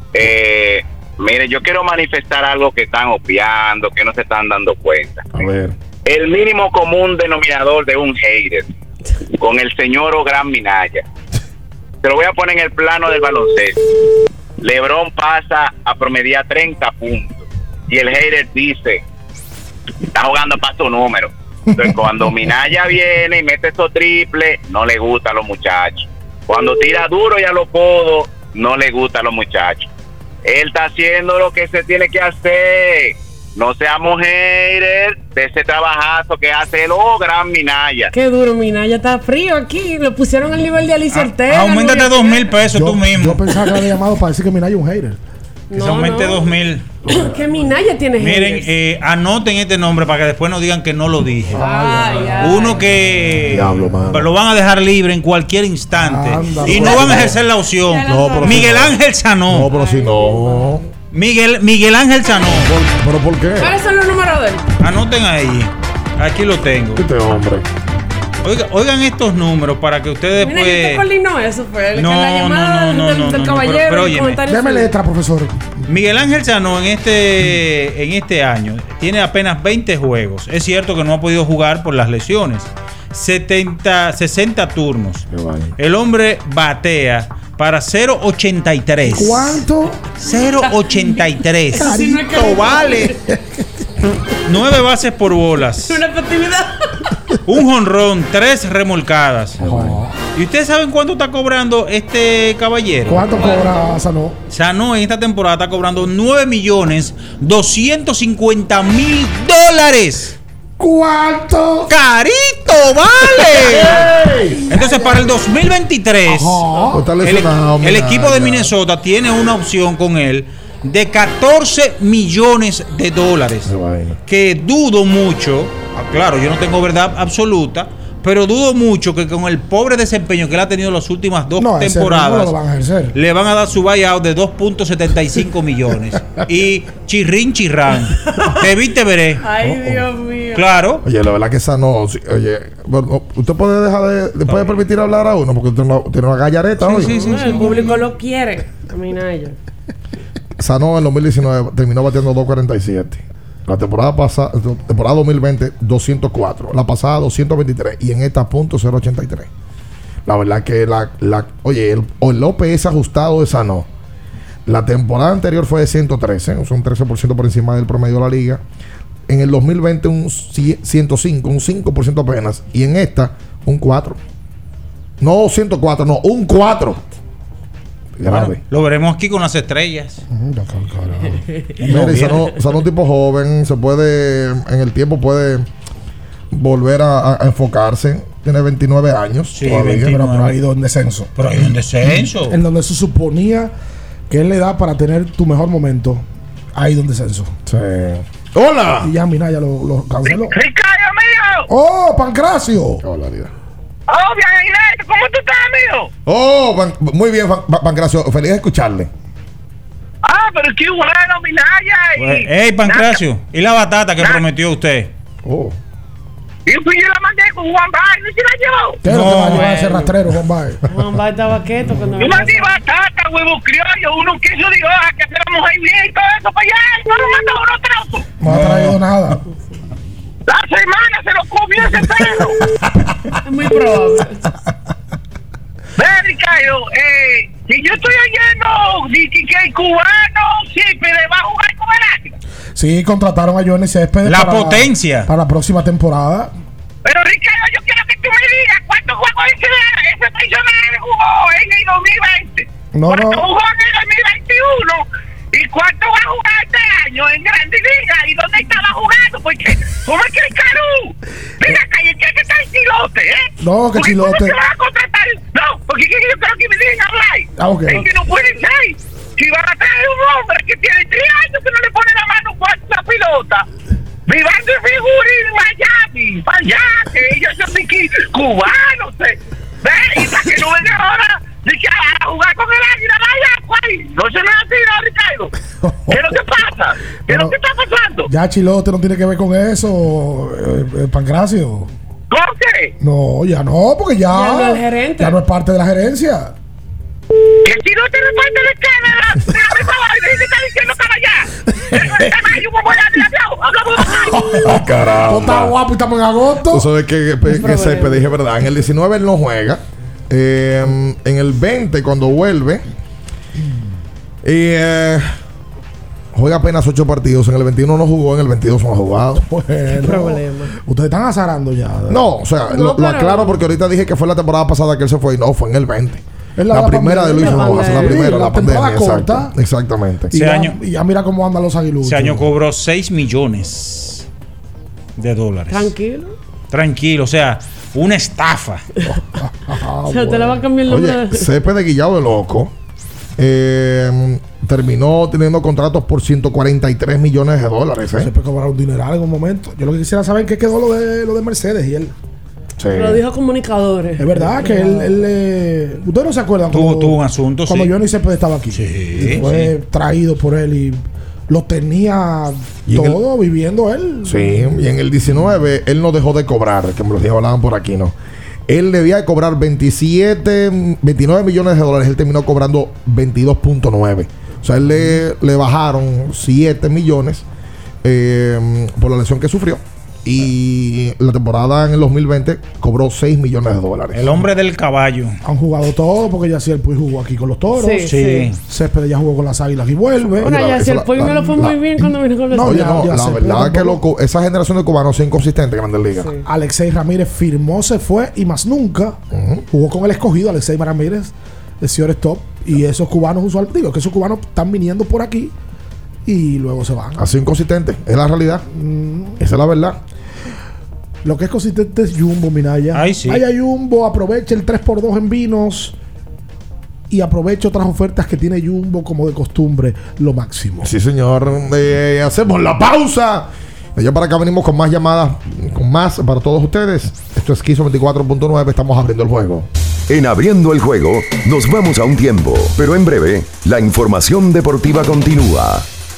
S7: Eh, mire, yo quiero manifestar algo que están obviando, que no se están dando cuenta.
S16: A ver.
S7: El mínimo común denominador de un hater con el señor o gran Minaya. Se lo voy a poner en el plano del baloncesto. LeBron pasa a promediar treinta puntos y el hater dice, está jugando para su número. Entonces cuando Minaya viene y mete esos triples, no le gusta a los muchachos. Cuando tira duro y a los codos, no le gusta a los muchachos. Él está haciendo lo que se tiene que hacer. No seamos haters de ese trabajazo que hace el oh, gran Minaya.
S15: Qué duro, Minaya. Está frío aquí. Lo pusieron al nivel de Alicia Ortega.
S3: Auméntate dos mil pesos
S14: Yo-
S3: tú mismo.
S14: Yo pensaba que había llamado para decir que Minaya es un hater.
S3: Que se aumente dos mil.
S15: Que Minaya tiene
S3: Miren,
S15: haters.
S3: eh, anoten este nombre para que después no digan que no lo dije.
S15: Ay, ay.
S3: Uno que
S16: Diablo, mano.
S3: lo van a dejar libre en cualquier instante.
S16: Anda,
S3: y
S16: pues.
S3: no van a ejercer la opción.
S16: No, pero
S3: Miguel
S16: si no.
S3: Ángel Sanó.
S16: No, pero si no.
S3: Miguel, Miguel Ángel Sanó.
S16: ¿Pero por qué?
S15: ¿Cuáles son los números de él?
S3: Anoten ahí. Aquí lo tengo.
S16: Este hombre.
S3: Oiga, oigan estos números para que ustedes
S15: Mira,
S3: después.
S15: usted coordinó eso, fue.
S3: No,
S15: que la llamada
S3: no, no,
S15: del,
S3: no,
S15: del
S3: no,
S15: caballero.
S3: pero- pero
S15: el
S3: óyeme.
S15: comentario
S14: Deme
S15: suyo.
S14: letra, profesor.
S3: Miguel Ángel Sanó en este, en este año tiene apenas veinte juegos. Es cierto que no ha podido jugar por las lesiones. setenta, sesenta turnos. El hombre batea para cero ochenta y tres.
S14: ¿Cuánto?
S3: cero ochenta y tres.
S15: Eso sí no es que-
S3: Esto vale. nueve bases por bolas.
S15: Una efectividad.
S3: Un jonrón, tres remolcadas. ¿Y ustedes saben cuánto está cobrando este caballero?
S14: ¿Cuánto cobra Sanó?
S3: Sanó en esta temporada está cobrando nueve millones doscientos cincuenta mil dólares.
S14: ¿Cuánto?
S3: ¡Carito, vale! Entonces, para el dos mil veintitrés,
S16: Está
S3: el,
S16: lesionado,
S3: el
S16: mira,
S3: equipo de
S16: ya.
S3: Minnesota tiene una opción con él de catorce millones de dólares. Que dudo mucho, ah, claro, yo no tengo verdad absoluta, pero dudo mucho que con el pobre desempeño que él ha tenido las últimas dos
S14: No, ese ritmo
S3: temporadas,
S14: no lo van a ejercer.
S3: le van a dar su buyout de dos punto setenta y cinco millones. Y chirrín chirrán. Te vi, te veré.
S15: Ay, Dios mío.
S3: Claro.
S16: Oye, la verdad que esa no. sí, Oye, bueno, usted puede dejar de. ¿Le puede permitir hablar a uno? Porque usted no, tiene una gallareta hoy.
S15: Bueno, el público lo quiere. A mí no ellos.
S16: Sanó en dos mil diecinueve terminó batiendo dos cuarenta y siete. La temporada pasada, temporada dos mil veinte, doscientos cuatro. La pasada, doscientos veintitrés. Y en esta, punto cero ochenta y tres. La verdad que la. la oye, el, el O P S ajustado de Sanó. La temporada anterior fue de ciento trece. O sea, un trece por ciento por encima del promedio de la liga. En el dos mil veinte, un ciento cinco, un cinco por ciento apenas. Y en esta, un cuatro. No ciento cuatro, no, un cuatro. Grave.
S3: Bueno, lo veremos aquí con las estrellas.
S16: Mira, y Sanó, Sanó un tipo joven, se puede, en el tiempo puede volver a, a enfocarse. Tiene veintinueve años.
S3: Sí,
S16: todavía.
S3: veintinueve.
S14: Pero ha ido en descenso.
S3: Pero ha ido en descenso.
S14: En donde se suponía que él le da para tener tu mejor momento. Ha ido en descenso.
S16: Sí. ¡Hola!
S14: Y ya Minaya lo, lo canceló.
S5: ¡Ricardo mío!
S14: ¡Oh, Pancracio!
S16: Hola, Lida.
S5: ¡Oh, bien, Inés! ¿Cómo tú estás, amigo?
S16: Oh, Pan- muy bien, Pan- Pan- Pancracio. Feliz de escucharle.
S5: Ah, pero qué bueno, Minaya. Y...
S3: Ey, Pancracio, ¿y la batata que
S5: Nada.
S3: prometió usted?
S16: Oh.
S5: Y pues yo la mandé con Juan Baez, ¿no se la llevó?
S14: ¿Qué es lo que va a llevar
S15: bueno.
S14: ese rastrero, Juan Baez?
S15: Juan Baez estaba quieto cuando
S5: Yo mandé batata, huevo criollo, uno queso de hoja, que hacemos ahí bien y todo eso para allá. Y no lo mandó uno trozo.
S14: No ha traído nada.
S5: La semana se lo comió ese perro.
S15: Es muy probable.
S5: Ve, Ricardo, eh, si yo estoy oyendo que, que, que el cubano siempre va a jugar con el Águila.
S14: Sí, contrataron a Johnny Céspedes.
S3: La
S14: para-
S3: potencia.
S14: Para la próxima temporada.
S5: Pero Ricardo, yo quiero que tú me digas cuántos juegos ese, ese personaje jugó en el dos mil veinte.
S14: No,
S5: ¿Cuánto
S14: no.
S5: jugó en el dos mil veintiuno? ¿Y cuánto va a jugar este año en Grande Liga? ¿Y dónde estaba jugando? Porque, ¿cómo es que el Carú? Mira, acá, ¿y qué es que está el Chilote, eh?
S14: No, que
S5: Porque
S14: Chilote-
S5: ¿cómo se va a contratar? No, porque yo creo que me dejen hablar.
S14: Ah, ok.
S5: Es que no pueden ser. Si van a traer un hombre que tiene tres años que no le pone la mano a la pelota, vivando en figura en Miami, para allá, que ellos son de aquí, cubanos, eh. Ve, y para que no venga ahora de que a jugar con el Águila, vaya, pues, no se me ha tirado, Ricardo. ¿Qué es lo que pasa? ¿Qué es lo que está pasando?
S14: Ya Chilote no tiene que ver con eso, eh, eh, Pancracio.
S5: ¿Por qué?
S14: No, ya no, porque ya.
S15: Ya no es el gerente.
S14: Ya no es parte de la gerencia.
S5: Que si no tiene parte de Canadá, déjame favor, y que está diciendo para allá. Yo me voy a ir hablamos.
S16: Ah, caramba.
S14: Tú estás guapo y estamos en agosto.
S16: Tú sabes que, que, que Céspedes, dije verdad. En el diecinueve él no juega. Eh, en el veinte, cuando vuelve, y, eh, juega apenas ocho partidos. En el veintiuno no jugó, en el veintidós no ha jugado.
S14: Bueno,
S15: problema.
S14: ustedes están azarando ya.
S16: No, o sea,
S15: No,
S16: lo, lo
S15: pero-
S16: aclaro porque ahorita dije que fue la temporada pasada que él se fue y no, fue en el veinte.
S14: Es
S16: La,
S14: la- la
S16: primera de Luis
S14: pandemia.
S16: Rojas, la
S15: Sí,
S16: primera,
S14: la
S16: la, pandemia.
S14: temporada
S16: Exacto,
S14: corta.
S16: exactamente.
S14: Y
S3: Ese
S14: ya,
S3: año-
S14: y ya mira cómo andan los aguiluchos.
S3: Ese año cobró seis millones de dólares.
S15: Tranquilo.
S3: Tranquilo, o sea, una estafa.
S14: Ah,
S15: O sea, te la va a cambiar el nombre.
S16: Oye, Céspedes Guillado de Loco eh, terminó teniendo contratos por ciento cuarenta y tres millones de dólares. ¿eh?
S14: Siempre cobraron un dineral en un momento. Yo lo que quisiera saber es qué quedó lo de, lo de Mercedes y él.
S16: Sí.
S15: Lo dijo comunicadores.
S14: Es verdad que él, él eh, ustedes no se acuerdan
S3: Tuvo,
S14: cuando,
S3: tuvo un asunto,
S14: cuando
S3: sí.
S14: Johnny Céspedes estaba aquí.
S3: Sí,
S14: Y fue traído por él y lo tenía
S16: Y en
S14: todo viviendo él.
S16: Sí, y en el diecinueve él no dejó de cobrar, que me lo dijo, hablaban por aquí, ¿no? Él debía de cobrar veintisiete, veintinueve millones de dólares, él terminó cobrando veintidós punto nueve. O sea, él le, le bajaron siete millones eh, por la lesión que sufrió. Y la temporada en el dos mil veinte cobró seis millones de dólares.
S3: El hombre del caballo.
S14: Han jugado todo porque Yasiel Puig jugó aquí con los Toros.
S15: Sí, sí.
S14: Céspedes ya jugó con las Águilas y vuelve.
S15: Bueno, Yasiel Puig no lo fue muy bien cuando vino con los
S14: no,
S16: Oye,
S14: ya,
S16: no,
S14: ya
S16: la
S14: sé,
S16: verdad
S14: pero
S16: que
S14: tampoco-
S16: loco, esa generación de cubanos es inconsistente en Grandes Ligas.
S14: Sí. Alexei Ramírez firmó, se fue y más nunca jugó con el escogido. Alexei Ramírez de shortstop. Y esos cubanos usualmente, digo que esos cubanos están viniendo por aquí y luego se van.
S16: Así inconsistente, es la realidad.
S14: Mm.
S16: Esa es la verdad.
S14: Lo que es consistente es Jumbo, Minaya.
S3: Ay, sí.
S14: Vaya Jumbo, aprovecha el tres por dos en vinos y aprovecha otras ofertas que tiene Jumbo como de costumbre, lo máximo.
S16: Sí, señor. Eh, hacemos la pausa. De allá para acá venimos con más llamadas, con más para todos ustedes. Esto es Kiss veinticuatro punto nueve, estamos abriendo el juego.
S2: En Abriendo el Juego nos vamos a un tiempo, pero en breve la información deportiva continúa.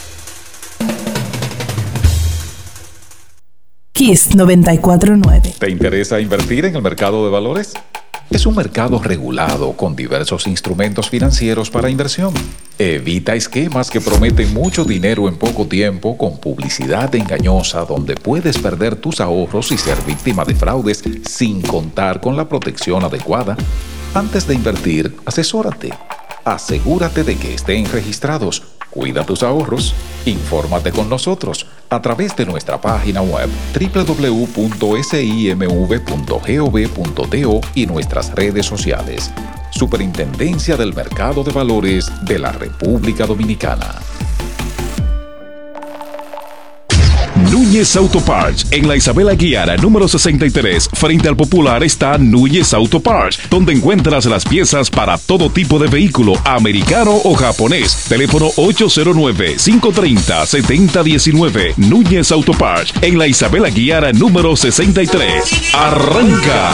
S4: Kiss noventa y cuatro punto nueve.
S18: ¿Te interesa invertir en el mercado de valores? Es un mercado regulado con diversos instrumentos financieros para inversión. Evita esquemas que prometen mucho dinero en poco tiempo con publicidad engañosa donde puedes perder tus ahorros y ser víctima de fraudes sin contar con la protección adecuada. Antes de invertir, asesórate. Asegúrate de que estén registrados. Cuida tus ahorros. Infórmate con nosotros a través de nuestra página web doble u doble u doble u punto simv punto gov punto do y nuestras redes sociales. Superintendencia del Mercado de Valores de la República Dominicana.
S19: Núñez Auto Parts. En la Isabel Aguiara, número sesenta y tres, frente al Popular, está Núñez Auto Parts, donde encuentras las piezas para todo tipo de vehículo, americano o japonés. Teléfono ocho cero nueve, cinco tres cero, siete cero uno nueve. Núñez Auto Parts. En la Isabel Aguiara, número sesenta y tres. ¡Arranca!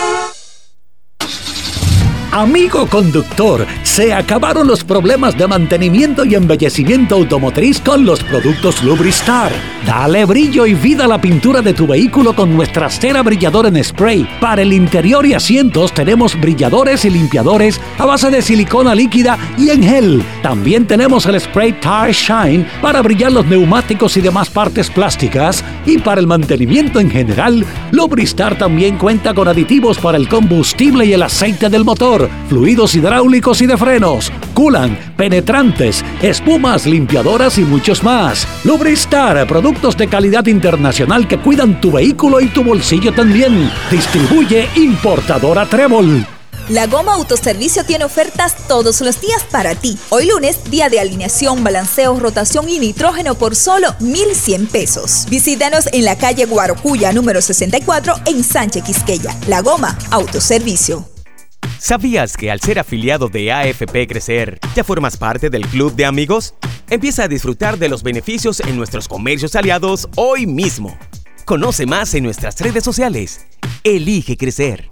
S10: Amigo conductor, se acabaron los problemas de mantenimiento y embellecimiento automotriz con los productos Lubristar. Dale brillo y vida a la pintura de tu vehículo con nuestra cera brilladora en spray. Para el interior y asientos tenemos brilladores y limpiadores a base de silicona líquida y en gel. También tenemos el spray Tire Shine para brillar los neumáticos y demás partes plásticas. Y para el mantenimiento en general, Lubristar también cuenta con aditivos para el combustible y el aceite del motor, fluidos hidráulicos y de frenos, culan, penetrantes, espumas, limpiadoras y muchos más. Lubristar, productos de calidad internacional que cuidan tu vehículo y tu bolsillo también. Distribuye importadora Trébol.
S11: La Goma Autoservicio tiene ofertas todos los días para ti. Hoy lunes, día de alineación, balanceo, rotación y nitrógeno por solo mil cien pesos. Visítanos en la calle Guarocuya, número sesenta y cuatro, en Sánchez Quisqueya. La Goma Autoservicio.
S27: ¿Sabías que al ser afiliado de A F P Crecer, ya formas parte del club de amigos? Empieza a disfrutar de los beneficios en nuestros comercios aliados hoy mismo. Conoce más en nuestras redes sociales. Elige crecer.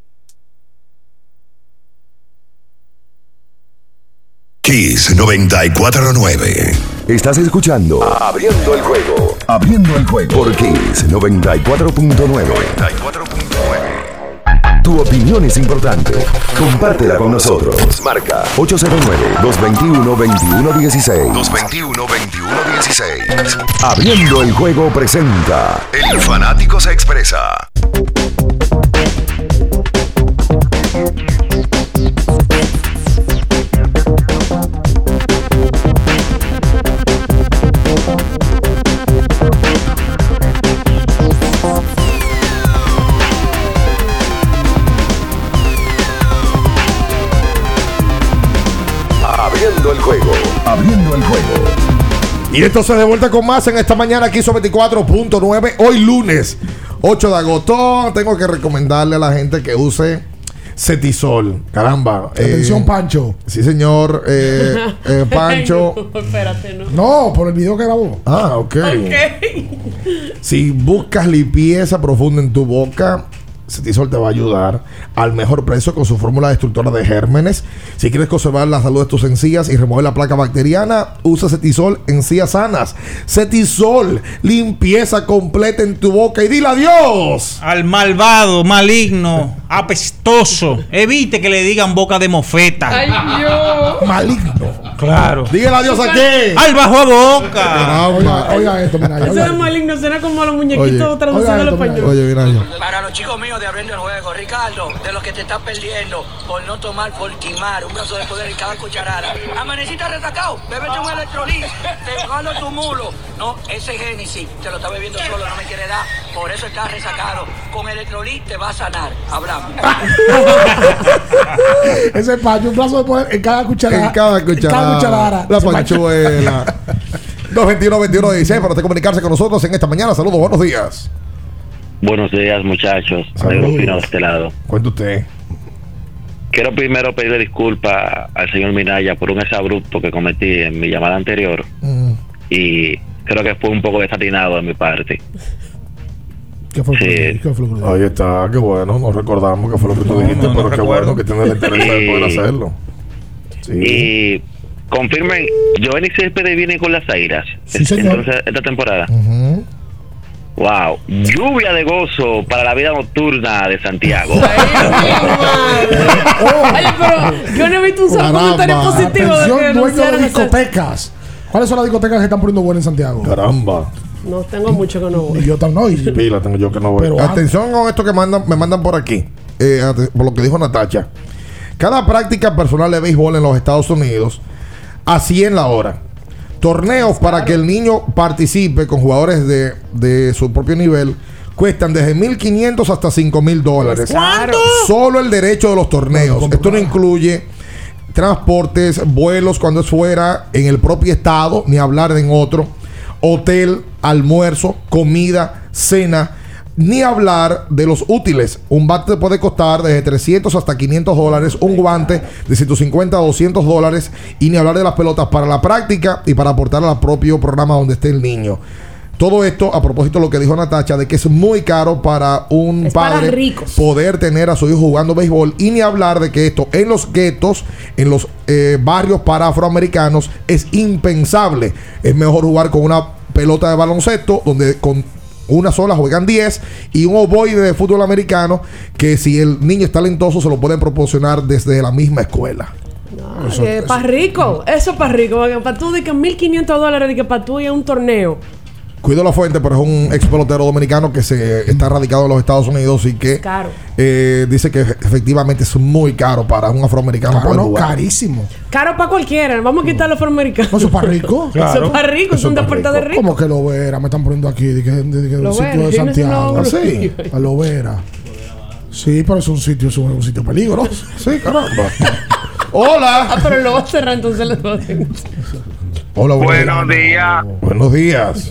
S2: Kiss noventa y cuatro punto nueve. Estás escuchando Abriendo el Juego. Abriendo el Juego por Kiss noventa y cuatro punto nueve. Tu opinión es importante. Compártela con nosotros. Marca ocho cero nueve, dos dos uno, dos uno uno seis. dos dos uno, dos uno uno seis. Abriendo el Juego presenta El Fanático se expresa. Abriendo el Juego. Abriendo el Juego.
S16: Y entonces de vuelta con más en esta mañana aquí sobre veinticuatro punto nueve. Hoy lunes ocho de agosto. Tengo que recomendarle a la gente que use Cetisol. Caramba.
S14: Atención,
S16: eh,
S14: Pancho.
S16: Sí, señor. Eh, eh, Pancho.
S15: No, espérate, no.
S14: No, por el video que grabó.
S16: Ah, ok.
S15: Ok.
S16: Si buscas limpieza profunda en tu boca, Cetisol te va a ayudar al mejor precio con su fórmula destructora de gérmenes. Si quieres conservar la salud de tus encías y remover la placa bacteriana, usa Cetisol Encías Sanas. Cetisol, limpieza completa en tu boca y dile adiós
S3: al malvado, maligno, apestoso. Evite que le digan boca de mofeta.
S15: Ay, Dios.
S14: Maligno.
S3: Claro.
S16: Dígale adiós a qué.
S3: Al bajo a boca.
S14: Oiga, oiga esto, mira.
S15: Eso es maligno, será como los muñequitos traducidos al español.
S16: Oye, mira yo.
S12: Para los chicos míos de Abriendo el Juego, Ricardo, de los que te estás perdiendo por no tomar Fortimar, un brazo de poder en cada cucharada. Amanecita retacado, bébete un electrolit, te gano tu mulo. No, ese Génesis, te lo está bebiendo solo, no me quiere dar, por eso estás resacado. Con electrolit te va a sanar. Hablamos.
S14: Ese paño, un brazo de poder en cada cucharada.
S16: En cada cucharada.
S14: En cada cucharada.
S16: La panchuela. dos veintiuno, veintiuno dieciséis para usted comunicarse con nosotros en esta mañana. Saludos, buenos días.
S13: Buenos días, muchachos. Negro Fino de este lado.
S16: Cuenta usted.
S13: Quiero primero pedirle disculpas al señor Minaya por un exabrupto que cometí en mi llamada anterior. Mm. Y creo que fue un poco desatinado de mi parte.
S14: ¿Qué fue,
S13: sí.
S14: ¿Qué fue lo que
S16: Ahí está, qué bueno. Nos recordamos que fue lo que tú
S13: no,
S16: dijiste,
S13: no,
S16: pero
S13: no
S16: qué
S13: recuerdo.
S16: bueno que tienes la interés de poder hacerlo. Sí.
S13: Y confirmen, Giovanni Céspedes viene con las Airas.
S14: Sí, señor.
S13: Entonces, esta temporada.
S14: Uh-huh.
S13: Wow, lluvia de gozo para la vida nocturna de Santiago.
S15: Oye, pero yo no he visto un solo comentario positivo.
S14: Atención,
S15: de que
S14: dueños de
S15: anunciaron
S14: discotecas. ¿Cuáles son las discotecas que están poniendo buenas en Santiago?
S16: Caramba.
S15: No, tengo mucho que no voy.
S14: Y yo también no. Y...
S16: Pila, tengo yo que no voy.
S14: Pero,
S16: atención con esto que mandan, me mandan por aquí. Eh, por lo que dijo Natacha. Cada práctica personal de béisbol en los Estados Unidos a cien la hora. Torneos para que el niño participe con jugadores de, de su propio nivel cuestan desde mil quinientos hasta cinco mil dólares.
S15: ¿Cuánto?
S16: Solo el derecho de los torneos. Esto no incluye transportes, vuelos cuando es fuera, en el propio estado, ni hablar en otro, hotel, almuerzo, comida, cena, ni hablar de los útiles. Un bate te puede costar desde trescientos hasta quinientos dólares, un guante de ciento cincuenta a doscientos dólares, y ni hablar de las pelotas para la práctica y para aportar al propio programa donde esté el niño. Todo esto a propósito de lo que dijo Natacha, de que es muy caro para un
S15: es
S16: padre
S15: para ricos.
S16: poder tener a su hijo jugando béisbol, y ni hablar de que esto en los guetos, en los eh, barrios para afroamericanos, es impensable. Es mejor jugar con una pelota de baloncesto donde con una sola juegan diez, y un ovoide de fútbol americano que si el niño es talentoso se lo pueden proporcionar desde la misma escuela.
S15: No, eso, eh, para rico, eso es para rico. Para tú de que mil quinientos dólares de que para tú ir a un torneo.
S16: Cuido la fuente, pero es un ex pelotero dominicano que se está radicado en los Estados Unidos y que
S15: caro.
S16: Eh, dice que efectivamente es muy caro para un afroamericano.
S14: Claro,
S16: poder
S14: no,
S16: jugar.
S14: Carísimo.
S15: Caro para cualquiera. Vamos a quitar a los afroamericanos.
S14: No, eso es para rico.
S15: Claro. Eso es para rico, es un deporte de rico.
S14: ¿Cómo que lo vera? Me están poniendo aquí de que, de, de, de, del sitio de Santiago.
S16: ¿Ah, sí?
S14: A lo vera. Sí, pero es un sitio, es un sitio peligroso.
S16: Sí, caramba. Hola.
S15: Ah, pero lo va a cerrar entonces les doy.
S16: Hola,
S5: buenos días.
S16: Buenos días.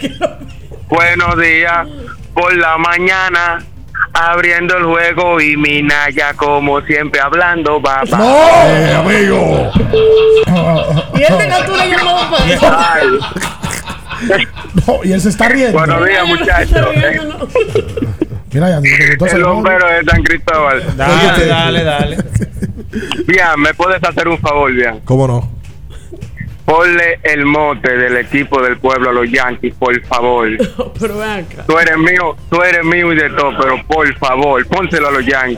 S5: Buenos días. Por la mañana, abriendo el juego y Minaya, como siempre, hablando, papá.
S16: ¡No! Eh, amigo.
S15: Y él tenga tú le llamado por eso.
S14: No, y él se está riendo.
S5: Buenos días, muchachos.
S14: Mira, ya,
S5: el bombero de San Cristóbal.
S3: Dale, dale, dale.
S5: Bien, ¿me puedes hacer un favor, bien?
S16: ¿Cómo no?
S5: Ponle el mote del equipo del pueblo a los Yankees, por favor.
S15: Pero ven acá.
S5: Tú eres mío, tú eres mío y de todo, pero por favor, pónselo a los Yankees.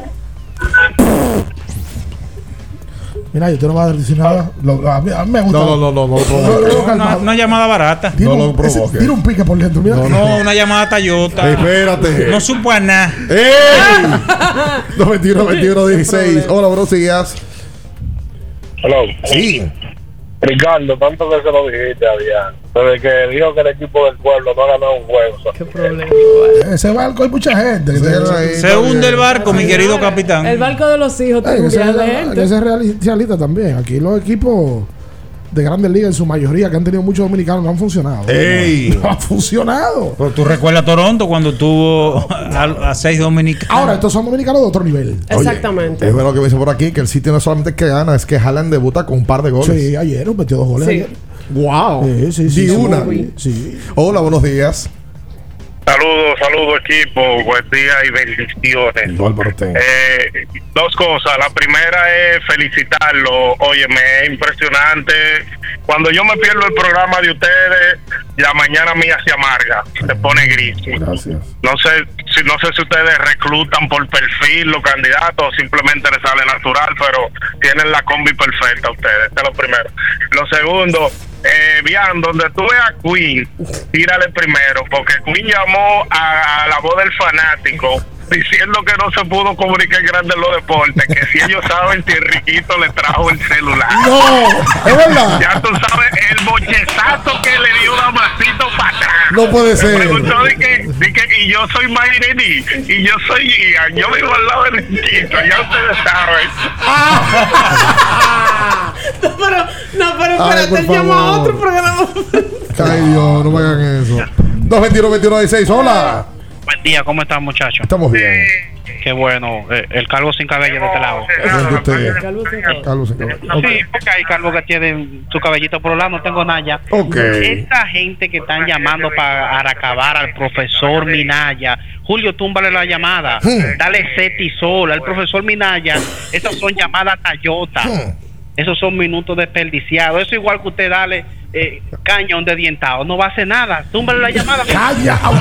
S14: Mira, yo te no vas a decir nada. Lo, a, mí, a mí me gusta.
S16: No, no, no, no. no,
S3: no, no una, una llamada barata.
S14: Tira
S16: no
S14: un,
S16: lo provoque.
S14: Tira un pique por dentro. Mira.
S3: No, no, una llamada Toyota.
S16: Espérate.
S3: No supo a nada.
S16: ¡Ey! dos veintiuno, veintiuno, dieciséis. Hola, buenos días.
S17: Hello.
S16: Sí.
S17: Ricardo, tanto que se lo dijiste a Diana. Desde que dijo que el equipo del pueblo no ganó un juego.
S15: ¿Qué problema?
S14: Ese barco hay mucha gente.
S3: Se, se hunde el barco, mi querido capitán.
S15: El barco de los hijos.
S14: Hay que ser realista también. Aquí los equipos de Grandes Ligas en su mayoría, que han tenido muchos dominicanos, no han funcionado.
S16: ¡Ey!
S14: No han funcionado.
S3: Pero tú recuerdas Toronto cuando tuvo a, a seis dominicanos.
S14: Ahora, estos son dominicanos de otro nivel.
S15: Exactamente.
S16: Oye, es bueno que me dice por aquí que el City no es solamente que gana, es que Haaland debuta con un par de goles.
S14: Sí, ayer metió dos goles.
S15: Sí.
S14: Ayer.
S16: ¡Wow!
S14: Sí, sí, sí.
S16: Di
S14: sí,
S16: una.
S14: sí.
S16: Hola, buenos días.
S17: Saludos, saludos equipo, buen día y bendiciones.
S16: Igual para usted.
S17: Eh, dos cosas, la primera es felicitarlo, óyeme, es impresionante. Cuando yo me pierdo el programa de ustedes, la mañana mía se amarga, se pone gris.
S16: Gracias.
S17: No sé si no sé si ustedes reclutan por perfil los candidatos o simplemente les sale natural, pero tienen la combi perfecta ustedes, eso es lo primero. Lo segundo, eh, bien, donde tú veas a Queen, tírale primero, porque Queen llamó a, a la voz del fanático diciendo que no se pudo comunicar grande en los deportes, que si ellos saben si Enriquito le trajo el celular.
S14: No, es verdad.
S17: Ya tú sabes el bochezazo que le dio Damasito para atrás.
S14: No puede ser.
S17: Me preguntó de que, de que, y yo soy Mayreni, y yo soy Ian, yo vivo al lado de Enriquito, ya ustedes saben.
S15: No, pero, no, pero
S16: Ay,
S15: espérate,
S16: por
S15: él llamó a
S16: favor.
S15: otro programa.
S16: Ay, Dios, no me hagan eso. dos veintiuno veintiuno dieciséis, hola.
S8: Buen día, ¿cómo están, muchachos?
S16: Estamos bien.
S8: Qué bueno. Eh, el calvo sin cabello de este lado.
S16: ¿Dónde usted?
S15: Calvo sin cabello.
S16: Calvo sin cabello. Ok.
S8: Sí, porque hay calvos que tienen su cabellito por un lado, no tengo nada ya.
S16: Ok.
S8: Esta gente que están llamando para acabar al profesor Minaya, Julio, túmbale la llamada.
S16: Hmm.
S8: Dale cetisol al profesor Minaya. Esas son llamadas Toyota.
S16: Hmm.
S8: Esos son minutos desperdiciados. Eso igual que usted dale eh, caña a un desdientado. No va a hacer nada. Túmbale la llamada.
S14: Caña a un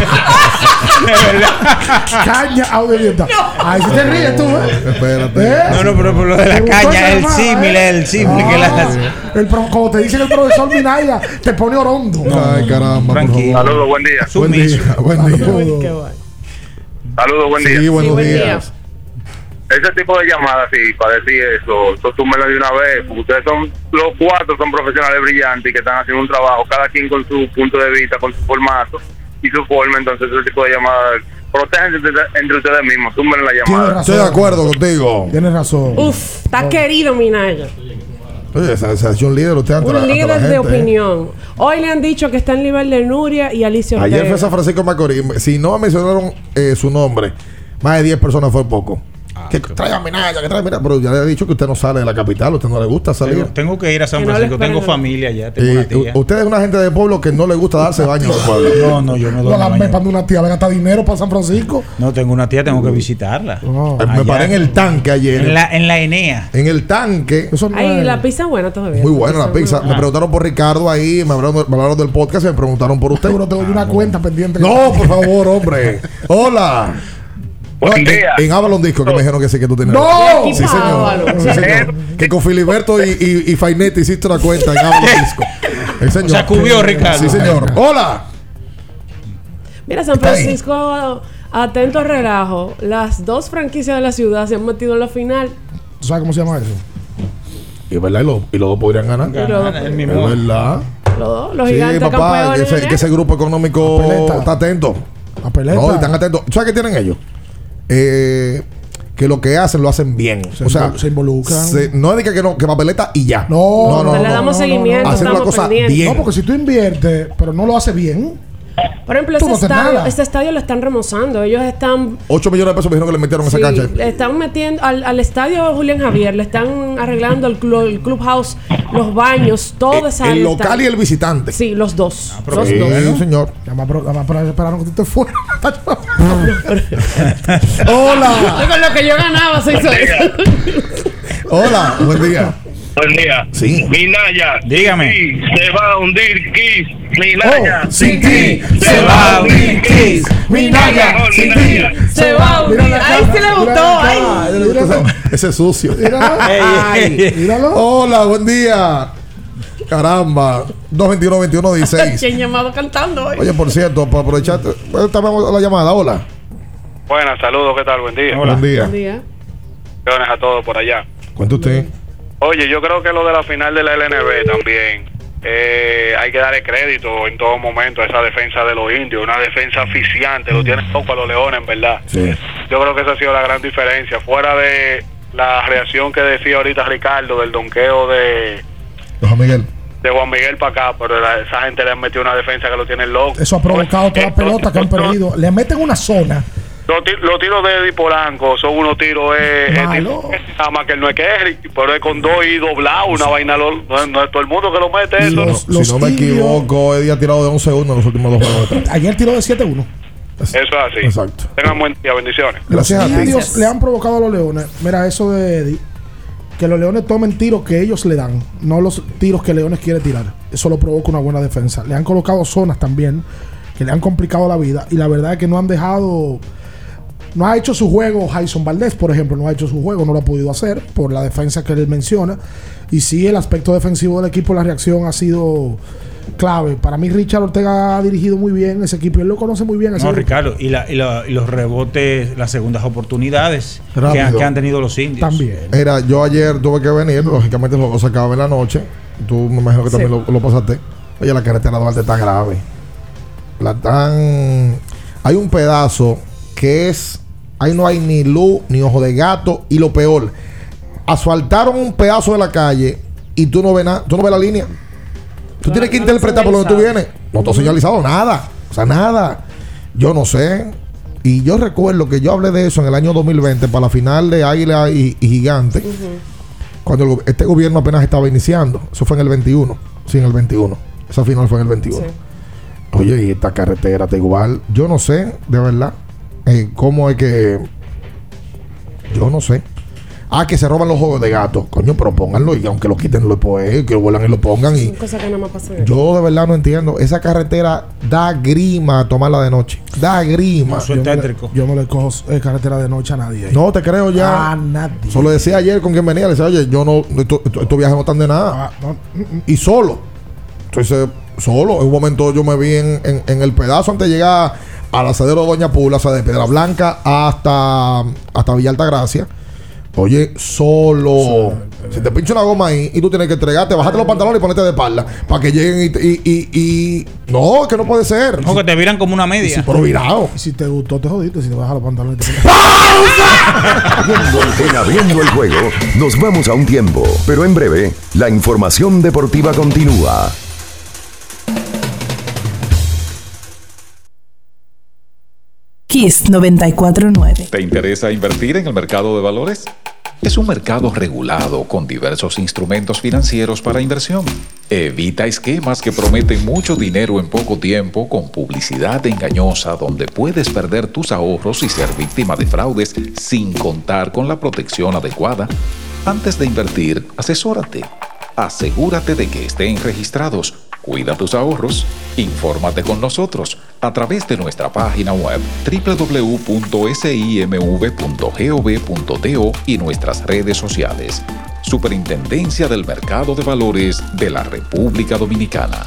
S14: Caña a un desdientado. Ahí sí te ríes tú, ¿eh?
S16: Espérate.
S14: ¿Eh?
S3: No, no, pero por lo de la
S14: ¿Te gustó
S3: caña,
S14: esa
S3: el
S14: llamada,
S3: símil,
S14: eh?
S3: el símil que la hace.
S14: El pro- como te dice el profesor Minaya, te pone orondo.
S16: Ay, caramba.
S3: Tranquilo.
S17: Saludos, buen día.
S16: Buen día, buen día.
S15: Qué guay.
S17: Saludos, buen día.
S16: Sí, buenos
S15: Sí, buen día.
S16: días.
S17: Ese tipo de llamadas, sí, para decir eso, eso tú me lo de una vez, porque ustedes son, los cuatro son profesionales brillantes y que están haciendo un trabajo, cada quien con su punto de vista, con su formato y su forma, entonces ese tipo de llamadas, protéjense entre, entre ustedes mismos, túmbenle la
S14: Tienes
S17: llamada.
S14: razón.
S16: Estoy de acuerdo contigo.
S14: Tienes razón.
S15: Uf, está querido Minaya.
S16: Oye, esa asociación líder, usted ante la-
S15: Un
S16: ante
S15: líder
S16: la
S15: de
S16: gente, ¿eh?
S15: opinión. Hoy le han dicho que está en nivel de Nuria y Alicia Ortega.
S16: Ayer fue San Francisco de Macorís. Si no mencionaron eh, su nombre, más de diez personas fue poco. Que trae a Minaya, que trae a Minaya. Pero ya le he dicho que usted no sale de la capital, usted no le gusta salir.
S3: Tengo, tengo que ir a San
S15: Que no
S3: Francisco,
S15: le
S3: tengo
S15: esperen.
S3: familia allá, tengo
S16: Y
S3: una tía.
S16: u- usted es una gente de pueblo que no le gusta darse baño en el pueblo.
S3: No, no, yo no
S14: No
S3: doy
S14: la
S3: baño.
S14: me pando una tía, venga, hasta dinero para San Francisco.
S3: No, tengo una tía, tengo que visitarla.
S14: No.
S16: Eh, Me
S3: Allá.
S16: paré en el tanque ayer.
S3: En la, en la Enea.
S16: En el tanque.
S14: Eso no
S15: Ay,
S14: es-
S15: la pizza buena todavía.
S16: Muy buena la pizza.
S15: buena.
S16: Me preguntaron por Ricardo ahí, me hablaron, me hablaron del podcast y me preguntaron por usted.
S14: Seguro te doy una cuenta pendiente.
S16: No, por favor, hombre. Hola.
S17: Buen
S16: No, en-
S17: día.
S16: En Avalon Disco, que me dijeron que sí, que tú tienes.
S14: ¡No!
S16: Sí, señor.
S15: Avalon.
S16: Sí, señor. Que con Filiberto y, y, y Fainetti hiciste una cuenta en Avalon Disco. El señor.
S3: O sea, cubrió, Ricardo.
S16: Sí, señor. Hola.
S15: Mira, San
S16: Está ahí.
S15: Francisco, atento al relajo. Las dos franquicias de la ciudad se han metido en la final.
S14: ¿Tú sabes cómo se llama eso?
S16: Y es verdad, y, lo- y los dos podrían ganar.
S15: Y los dos-
S3: El
S16: Es
S3: mismo.
S16: verdad.
S15: Los dos, los
S16: Sí,
S15: gigantes
S16: papá, que
S15: campeones.
S16: ese, que ese grupo económico
S14: Papeleta.
S16: está atento.
S14: La peleta.
S16: No, y están atentos. ¿Sabes qué tienen ellos? Eh, que lo que hacen lo hacen bien.
S14: Se
S16: o sea,
S14: invol- se involucran.
S16: se- no es de que, que no, que papeleta y ya.
S14: No,
S16: no,
S15: Le
S16: no.
S15: damos seguimiento,
S16: Hacer una
S15: estamos
S16: cosa
S15: pendientes.
S16: bien.
S14: No, porque si tú inviertes, pero no lo haces bien.
S15: Por ejemplo,
S14: Tú
S15: ese
S14: no haces
S15: estadio,
S14: nada.
S15: este estadio lo están remozando. Ellos están
S16: ocho millones de pesos me dijeron que le metieron en
S15: sí,
S16: esa cancha.
S15: le están metiendo al, al estadio Julián Javier, le están arreglando el, clu- el clubhouse, los baños, toda esa
S16: El
S15: área
S16: local
S15: está-
S16: y el visitante.
S15: Sí, los dos.
S16: pero
S15: los
S16: sí,
S15: dos.
S16: señor.
S14: Llama pero llama para esperaron que tú te fueras.
S16: Hola.
S15: Con lo que yo ganaba se hizo eso.
S16: Hola. Buen día.
S17: Buen día.
S16: Sí.
S17: Minaya.
S3: Dígame.
S17: Sí, se va a hundir Kiss. Minaya.
S14: Oh, sin ti se va a hundir Kiss. Minaya, sin ti
S15: Se va a hundir. Ahí sí le gustó. Ay.
S16: Ese es sucio.
S14: Ay, míralo.
S16: Hola, buen día. Caramba. dos veintiuno veintiuno dieciséis.
S15: ¿Quién llamado cantando hoy?
S16: Oye, por cierto, para aprovechar, estamos la llamada. Hola.
S17: Buenas, saludos, ¿qué tal? Buen día.
S16: Buen día.
S15: Buen día.
S17: Bendiciones a todos por allá.
S16: Cuenta usted.
S17: Oye, yo creo que lo de la final de la L N B también, eh, hay que darle crédito en todo momento a esa defensa de los indios, una defensa aficiante, lo tienen poco a los leones, en verdad.
S16: Sí.
S17: Yo creo que esa ha sido la gran diferencia, fuera de la reacción que decía ahorita Ricardo del donqueo de,
S16: Don Miguel.
S17: de Juan Miguel para acá, pero la- esa gente le han metido una defensa que lo tienen loco.
S14: Eso ha provocado todas las pelotas que han perdido. Le meten una zona
S9: Los, ti- los tiros de Eddie Polanco son unos tiros, eh, eh, tipo, nada más que él no es Kerry, pero es con dos y doblado, una vaina, lo- no, no es todo el mundo que lo mete eso.
S14: Los-
S16: Si
S14: los
S16: no me
S14: indios-
S16: equivoco, Eddie ha tirado de once uno en los últimos dos juegos.
S14: Ayer tiró de siete uno.
S9: Eso es así.
S16: Exacto.
S9: Tengan buen día, bendiciones.
S14: Los indios le han provocado a los leones. Mira, eso de Eddie. Que los leones tomen tiros que ellos le dan, no los tiros que Leones quiere tirar. Eso lo provoca una buena defensa. Le han colocado zonas también que le han complicado la vida. Y la verdad es que no han dejado. No ha hecho su juego Jason Valdés, por ejemplo. No ha hecho su juego, no lo ha podido hacer por la defensa que él menciona. Y sí, el aspecto defensivo del equipo, la reacción ha sido clave. Para mí, Richard Ortega ha dirigido muy bien ese equipo. Él lo conoce muy bien. ese
S3: No,
S14: grupo.
S3: Ricardo, y, la, y, la- y los rebotes, las segundas oportunidades que han,
S16: Rápido.
S3: que han tenido los indios.
S14: También.
S16: Mira, yo ayer tuve que venir, lógicamente lo, lo sacaba en la noche. Tú me imagino que
S3: Sí.
S16: también lo, lo pasaste. Oye, la carretera de Duarte está grave. La tan. Hay un pedazo que es. Ahí no hay ni luz, ni ojo de gato. Y lo peor, asfaltaron un pedazo de la calle y tú no ves nada, tú no ves la línea. Tú tienes que interpretar por donde tú vienes. No te ha señalizado nada. O sea, nada. Yo no sé. Y yo recuerdo que yo hablé de eso en el año dos mil veinte para la final de Águila y, y Gigante. Cuando el go- este gobierno apenas estaba iniciando. Eso fue en el veintiuno. Sí, en el veintiuno. Esa final fue en el veintiuno. Oye, y esta carretera está igual. Yo no sé, de verdad, eh, cómo es que. Yo no sé. Ah, que se roban los juegos de gato. Coño, pero pónganlo y aunque lo quiten, lo pues, que lo vuelan y lo pongan. Y
S15: Son cosas que no me pasan.
S16: yo de verdad no entiendo. Esa carretera da grima tomarla de noche. Da grima.
S14: Yo no le- Yo no le cojo eh, carretera de noche a nadie. ahí.
S16: No te creo ya.
S14: A nadie.
S16: Solo decía ayer con quien venía. Le decía, oye, yo no. Estos esto viajes no están de nada.
S14: Ah, no, mm, mm.
S16: Y solo. Entonces, solo. En un momento yo me vi en, en, en el pedazo antes de llegar al asadero de Doña Pula, o sea, de Piedra Blanca hasta, hasta Villa Altagracia. Oye, solo. Si te pincha una goma ahí y tú tienes que entregarte, bajarte los pantalones y ponerte de espalda para que lleguen y, y, y, y- No, que no puede ser.
S3: No, que te viran como una media.
S16: Pero virado.
S14: Y si te gustó, te jodiste. Si te bajas los pantalones, te
S2: En Abriendo el Juego, nos vamos a un tiempo, pero en breve, la información deportiva continúa.
S4: Kiss noventa y cuatro punto nueve.
S18: ¿Te interesa invertir en el mercado de valores? Es un mercado regulado con diversos instrumentos financieros para inversión. Evita esquemas que prometen mucho dinero en poco tiempo con publicidad engañosa donde puedes perder tus ahorros y ser víctima de fraudes sin contar con la protección adecuada. Antes de invertir, asesórate. Asegúrate de que estén registrados. Cuida tus ahorros. Infórmate con nosotros a través de nuestra página web doble u doble u doble u punto simv punto gov punto do y nuestras redes sociales. Superintendencia del Mercado de Valores de la República Dominicana.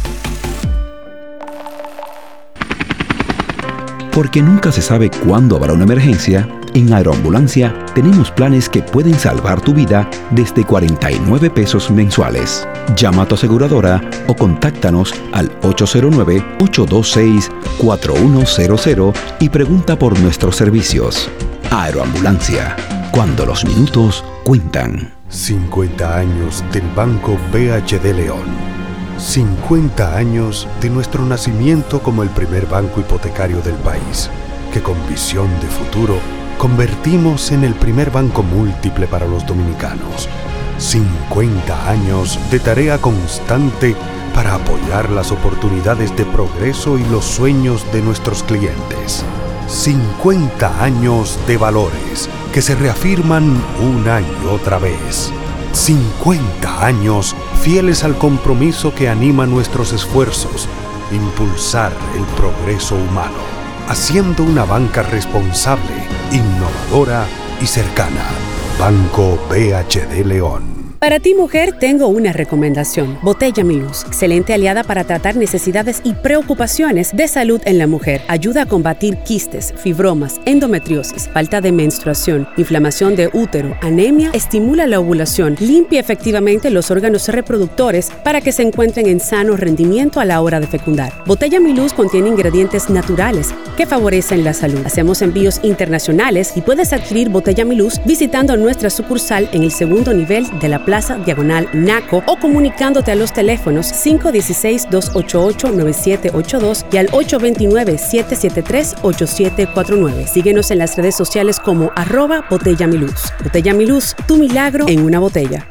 S20: Porque nunca se sabe cuándo habrá una emergencia, en Aeroambulancia tenemos planes que pueden salvar tu vida desde cuarenta y nueve pesos mensuales. Llama a tu aseguradora o contáctanos al ocho cero nueve, ocho dos seis, cuatro uno cero cero y pregunta por nuestros servicios. Aeroambulancia, cuando los minutos cuentan.
S21: cincuenta años del Banco B H D León. cincuenta años de nuestro nacimiento como el primer banco hipotecario del país, que con visión de futuro convertimos en el primer banco múltiple para los dominicanos. cincuenta años de tarea constante para apoyar las oportunidades de progreso y los sueños de nuestros clientes. cincuenta años de valores que se reafirman una y otra vez. cincuenta años fieles al compromiso que anima nuestros esfuerzos, impulsar el progreso humano, haciendo una banca responsable, innovadora y cercana. Banco B H D León.
S23: Para ti, mujer, tengo una recomendación. Botella Mi Luz. Excelente aliada para tratar necesidades y preocupaciones de salud en la mujer. Ayuda a combatir quistes, fibromas, endometriosis, falta de menstruación, inflamación de útero, anemia, estimula la ovulación, limpia efectivamente los órganos reproductores para que se encuentren en sano rendimiento a la hora de fecundar. Botella Mi Luz contiene ingredientes naturales que favorecen la salud. Hacemos envíos internacionales y puedes adquirir Botella Mi Luz visitando nuestra sucursal en el segundo nivel de la Plaza Plaza Diagonal Naco o comunicándote a los teléfonos cinco uno seis, dos ocho ocho, nueve siete ocho dos y al ocho dos nueve, siete siete tres, ocho siete cuatro nueve. Síguenos en las redes sociales como arroba Botella Miluz. Botella Miluz, tu milagro en una botella.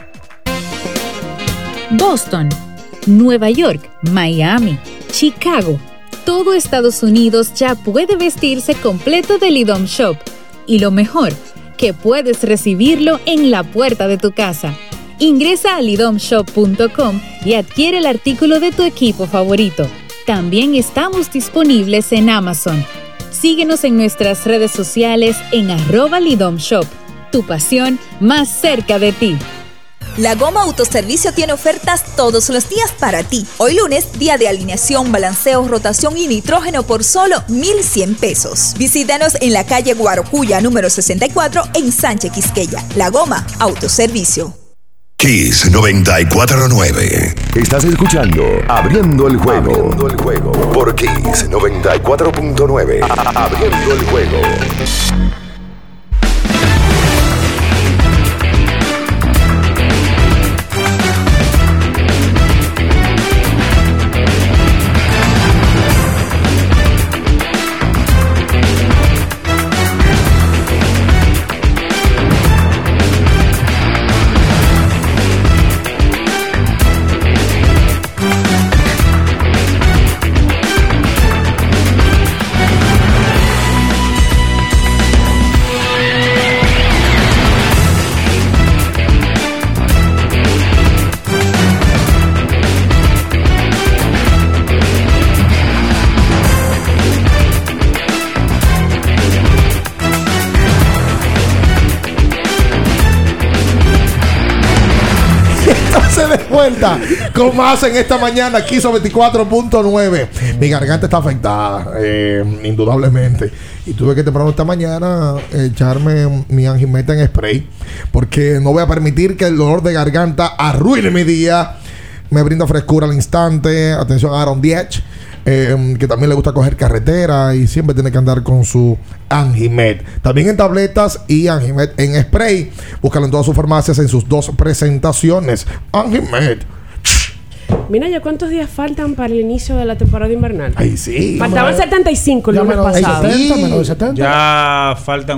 S1: Boston, Nueva York, Miami, Chicago. Todo Estados Unidos ya puede vestirse completo de Lidom Shop. Y lo mejor, que puedes recibirlo en la puerta de tu casa. Ingresa a lidom shop punto com y adquiere el artículo de tu equipo favorito. También estamos disponibles en Amazon. Síguenos en nuestras redes sociales en arroba Lidom Shop. Tu pasión más cerca de ti.
S11: La Goma Autoservicio tiene ofertas todos los días para ti. Hoy lunes, día de alineación, balanceo, rotación y nitrógeno por solo mil cien pesos. Visítanos en la calle Guarocuya, número sesenta y cuatro, en Sánchez Quisqueya. La Goma Autoservicio.
S2: Kiss noventa y cuatro punto nueve. Estás escuchando Abriendo el Juego. Abriendo el Juego. Por Kiss noventa y cuatro punto nueve. Abriendo el Juego.
S14: Vuelta con más en esta mañana aquí sobre veinticuatro punto nueve. Mi garganta está afectada, eh, indudablemente. Y tuve que temprano esta mañana echarme mi Angimeta en spray, porque no voy a permitir que el dolor de garganta arruine mi día. Me brinda frescura al instante. Atención a Aaron Diech, eh, que también le gusta coger carretera y siempre tiene que andar con su Angimet. También en tabletas y Angimet en spray. Búscalo en todas sus farmacias en sus dos presentaciones. Angimet.
S15: Mira, ¿ya cuántos días faltan para el inicio de la temporada invernal?
S14: Ay, sí.
S15: Faltaban setenta y cinco el lunes pasado.
S3: setenta, ya faltan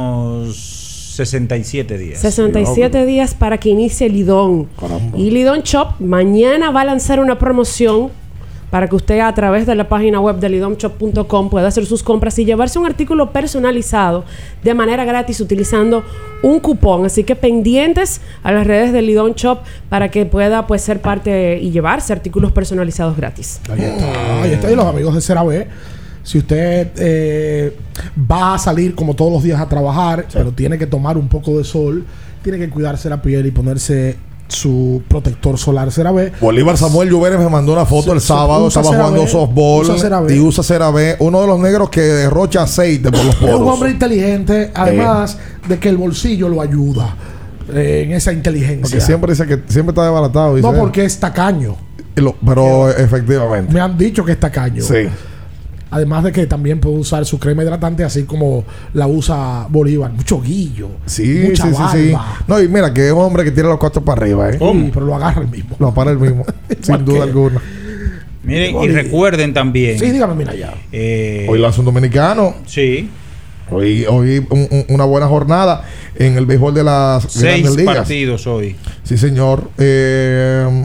S3: unos sesenta y siete días.
S15: sesenta y siete días para que inicie Lidom.
S14: Caramba.
S15: Y Lidom Shop mañana va a lanzar una promoción para que usted a través de la página web de lidom shop punto com pueda hacer sus compras y llevarse un artículo personalizado de manera gratis utilizando un cupón. Así que pendientes a las redes de Lidom Shop para que pueda pues ser parte y llevarse artículos personalizados gratis.
S14: Ahí está, ahí está. Y los amigos de CeraVe, si usted eh, va a salir como todos los días a trabajar, sí, pero tiene que tomar un poco de sol, tiene que cuidarse la piel y ponerse su protector solar CeraVe.
S16: Bolívar Samuel Lluveres me mandó una foto se, el sábado, estaba jugando softball usa y usa CeraVe, uno de los negros que derrocha aceite por los poros.
S14: Es un hombre inteligente, además eh. de que el bolsillo lo ayuda eh, en esa inteligencia.
S16: Porque siempre dice que siempre está desbaratado.
S14: No, porque es tacaño.
S16: Lo, pero eh, efectivamente.
S14: Me han dicho que es tacaño.
S16: Sí.
S14: Además de que también puede usar su crema hidratante así como la usa Bolívar. Mucho guillo.
S16: Sí,
S14: mucha
S16: sí, sí, sí. No, y mira que es un hombre que tiene los cuatro para arriba, ¿eh?
S14: Sí, pero lo agarra el mismo.
S16: Lo para el mismo. Sin duda alguna.
S3: Miren, y recuerden también.
S14: Sí, dígame, mira ya.
S16: Eh, hoy lanza un dominicano.
S3: Sí.
S16: Hoy, hoy un, un, una buena jornada en el béisbol de las
S3: Seis
S16: grandes ligas.
S3: partidos hoy.
S16: Sí, señor. Eh,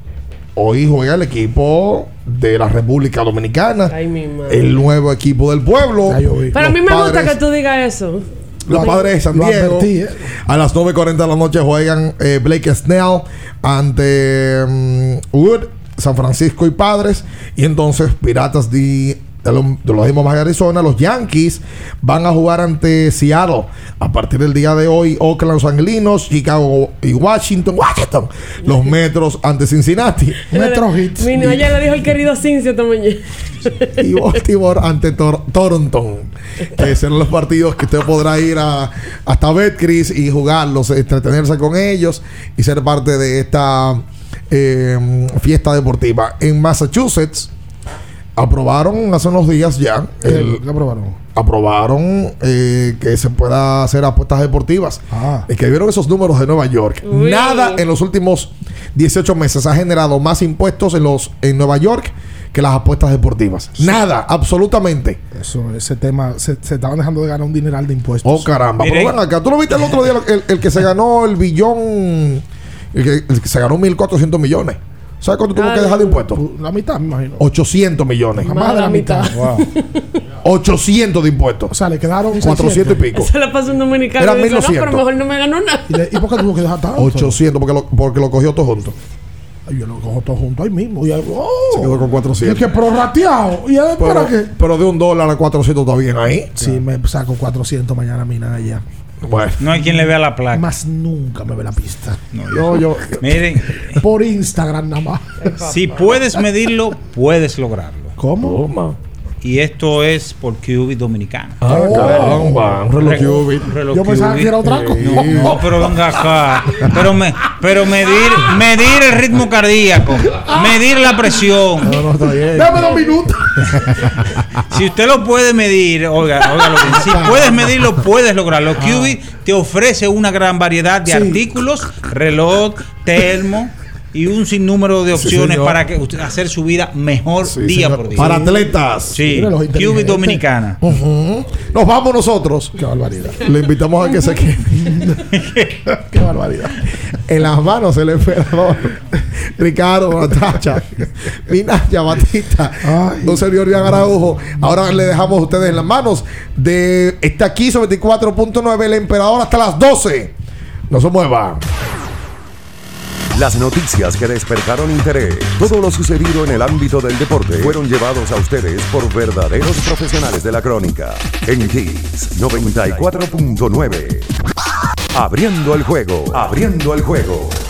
S16: hoy juega el equipo de la República Dominicana.
S15: Ay, mi madre.
S16: El nuevo equipo del pueblo.
S15: Pero a mí me gusta que tú digas eso.
S16: Los Padres de San Diego. Advertí, ¿eh? A las nueve cuarenta de la noche juegan eh, Blake Snell ante um, Wood, San Francisco y Padres. Y entonces Piratas de, de, lo, de los mismos de Arizona, los Yankees van a jugar ante Seattle. A partir del día de hoy, Oakland, Los Angelinos, Chicago y Washington. Washington. Los Metros ante Cincinnati.
S14: Metro Hits.
S15: Mi niña ya le dijo el querido Cincio esta mañana.
S16: Y Baltimore ante Tor Toronto. Que serán los partidos que usted podrá ir a, hasta Betcris y jugarlos, entretenerse con ellos y ser parte de esta eh, fiesta deportiva. En Massachusetts aprobaron hace unos días ya.
S14: El, ¿Qué aprobaron?
S16: aprobaron eh, que se pueda hacer apuestas deportivas. Ah. Es que vieron esos números de Nueva York. Uy. Nada en los últimos dieciocho meses ha generado más impuestos en los en Nueva York que las apuestas deportivas. Sí. Nada, absolutamente.
S14: Eso, ese tema, se, se estaban dejando de ganar un dineral de impuestos.
S16: Oh, caramba. Miren. Pero ven acá, tú lo viste el otro día, el, el que se ganó el billón, el que, el que se ganó mil cuatrocientos millones. ¿Sabes cuánto tuvo ah, que dejar de impuestos?
S14: La mitad, me imagino.
S16: ochocientos millones.
S14: Más, Más de la, la mitad. mitad. Wow.
S16: ochocientos de impuestos.
S14: O sea, le quedaron
S16: cuatrocientos y pico.
S15: Se le pasó un dominicano.
S16: Era mil doscientos.
S15: No, pero mejor no me ganó nada.
S14: ¿Y, le, ¿y por qué tuvo que dejar tanto?
S16: ochocientos, porque lo, porque lo cogió todo junto.
S14: Ay, yo lo cojo todo junto ahí mismo. Y, oh,
S16: se quedó con cuatrocientos.
S14: Y es que prorrateado. ¿Y es
S16: pero,
S14: para qué?
S16: Pero de un dólar a cuatrocientos está bien ahí.
S14: Sí, claro. Me saco cuatrocientos mañana a mi Naya.
S3: Bueno. No hay quien le vea la placa.
S14: Más nunca me ve la pista.
S3: No, yo, yo. Miren.
S14: Por Instagram nada más.
S3: Si puedes medirlo, puedes lograrlo.
S14: ¿Cómo? ¿Cómo?
S3: Y esto es por Qubit Dominicana.
S16: Ah, oh, caramba, un reloj Qubit.
S14: Yo pensaba que era otra cosa.
S3: No, no, pero venga acá. Pero, me, pero medir, medir el ritmo cardíaco, medir la presión.
S16: No, no, está bien.
S14: Dame dos minutos.
S3: Si usted lo puede medir, oiga, oiga lo que, si puedes medirlo, puedes lograrlo. Qubit te ofrece una gran variedad de sí. artículos, reloj, termo y un sinnúmero de opciones sí, para que usted hacer su vida mejor sí, día
S16: señor.
S3: por día.
S16: Para atletas.
S3: Sí. Qubit Dominicana.
S16: Uh-huh. Nos vamos nosotros.
S14: Qué barbaridad.
S16: Le invitamos a que se quede.
S14: Qué barbaridad.
S16: En las manos el emperador Ricardo Natacha, Minaya Batista, un servidor Iván Araujo. Ahora le dejamos a ustedes en las manos de esta Kiss noventa y cuatro punto nueve, el emperador, hasta las doce. No se muevan.
S2: Las noticias que despertaron interés, todo lo sucedido en el ámbito del deporte, fueron llevados a ustedes por verdaderos profesionales de la crónica. En Kiss noventa y cuatro punto nueve. Abriendo el juego, abriendo el juego.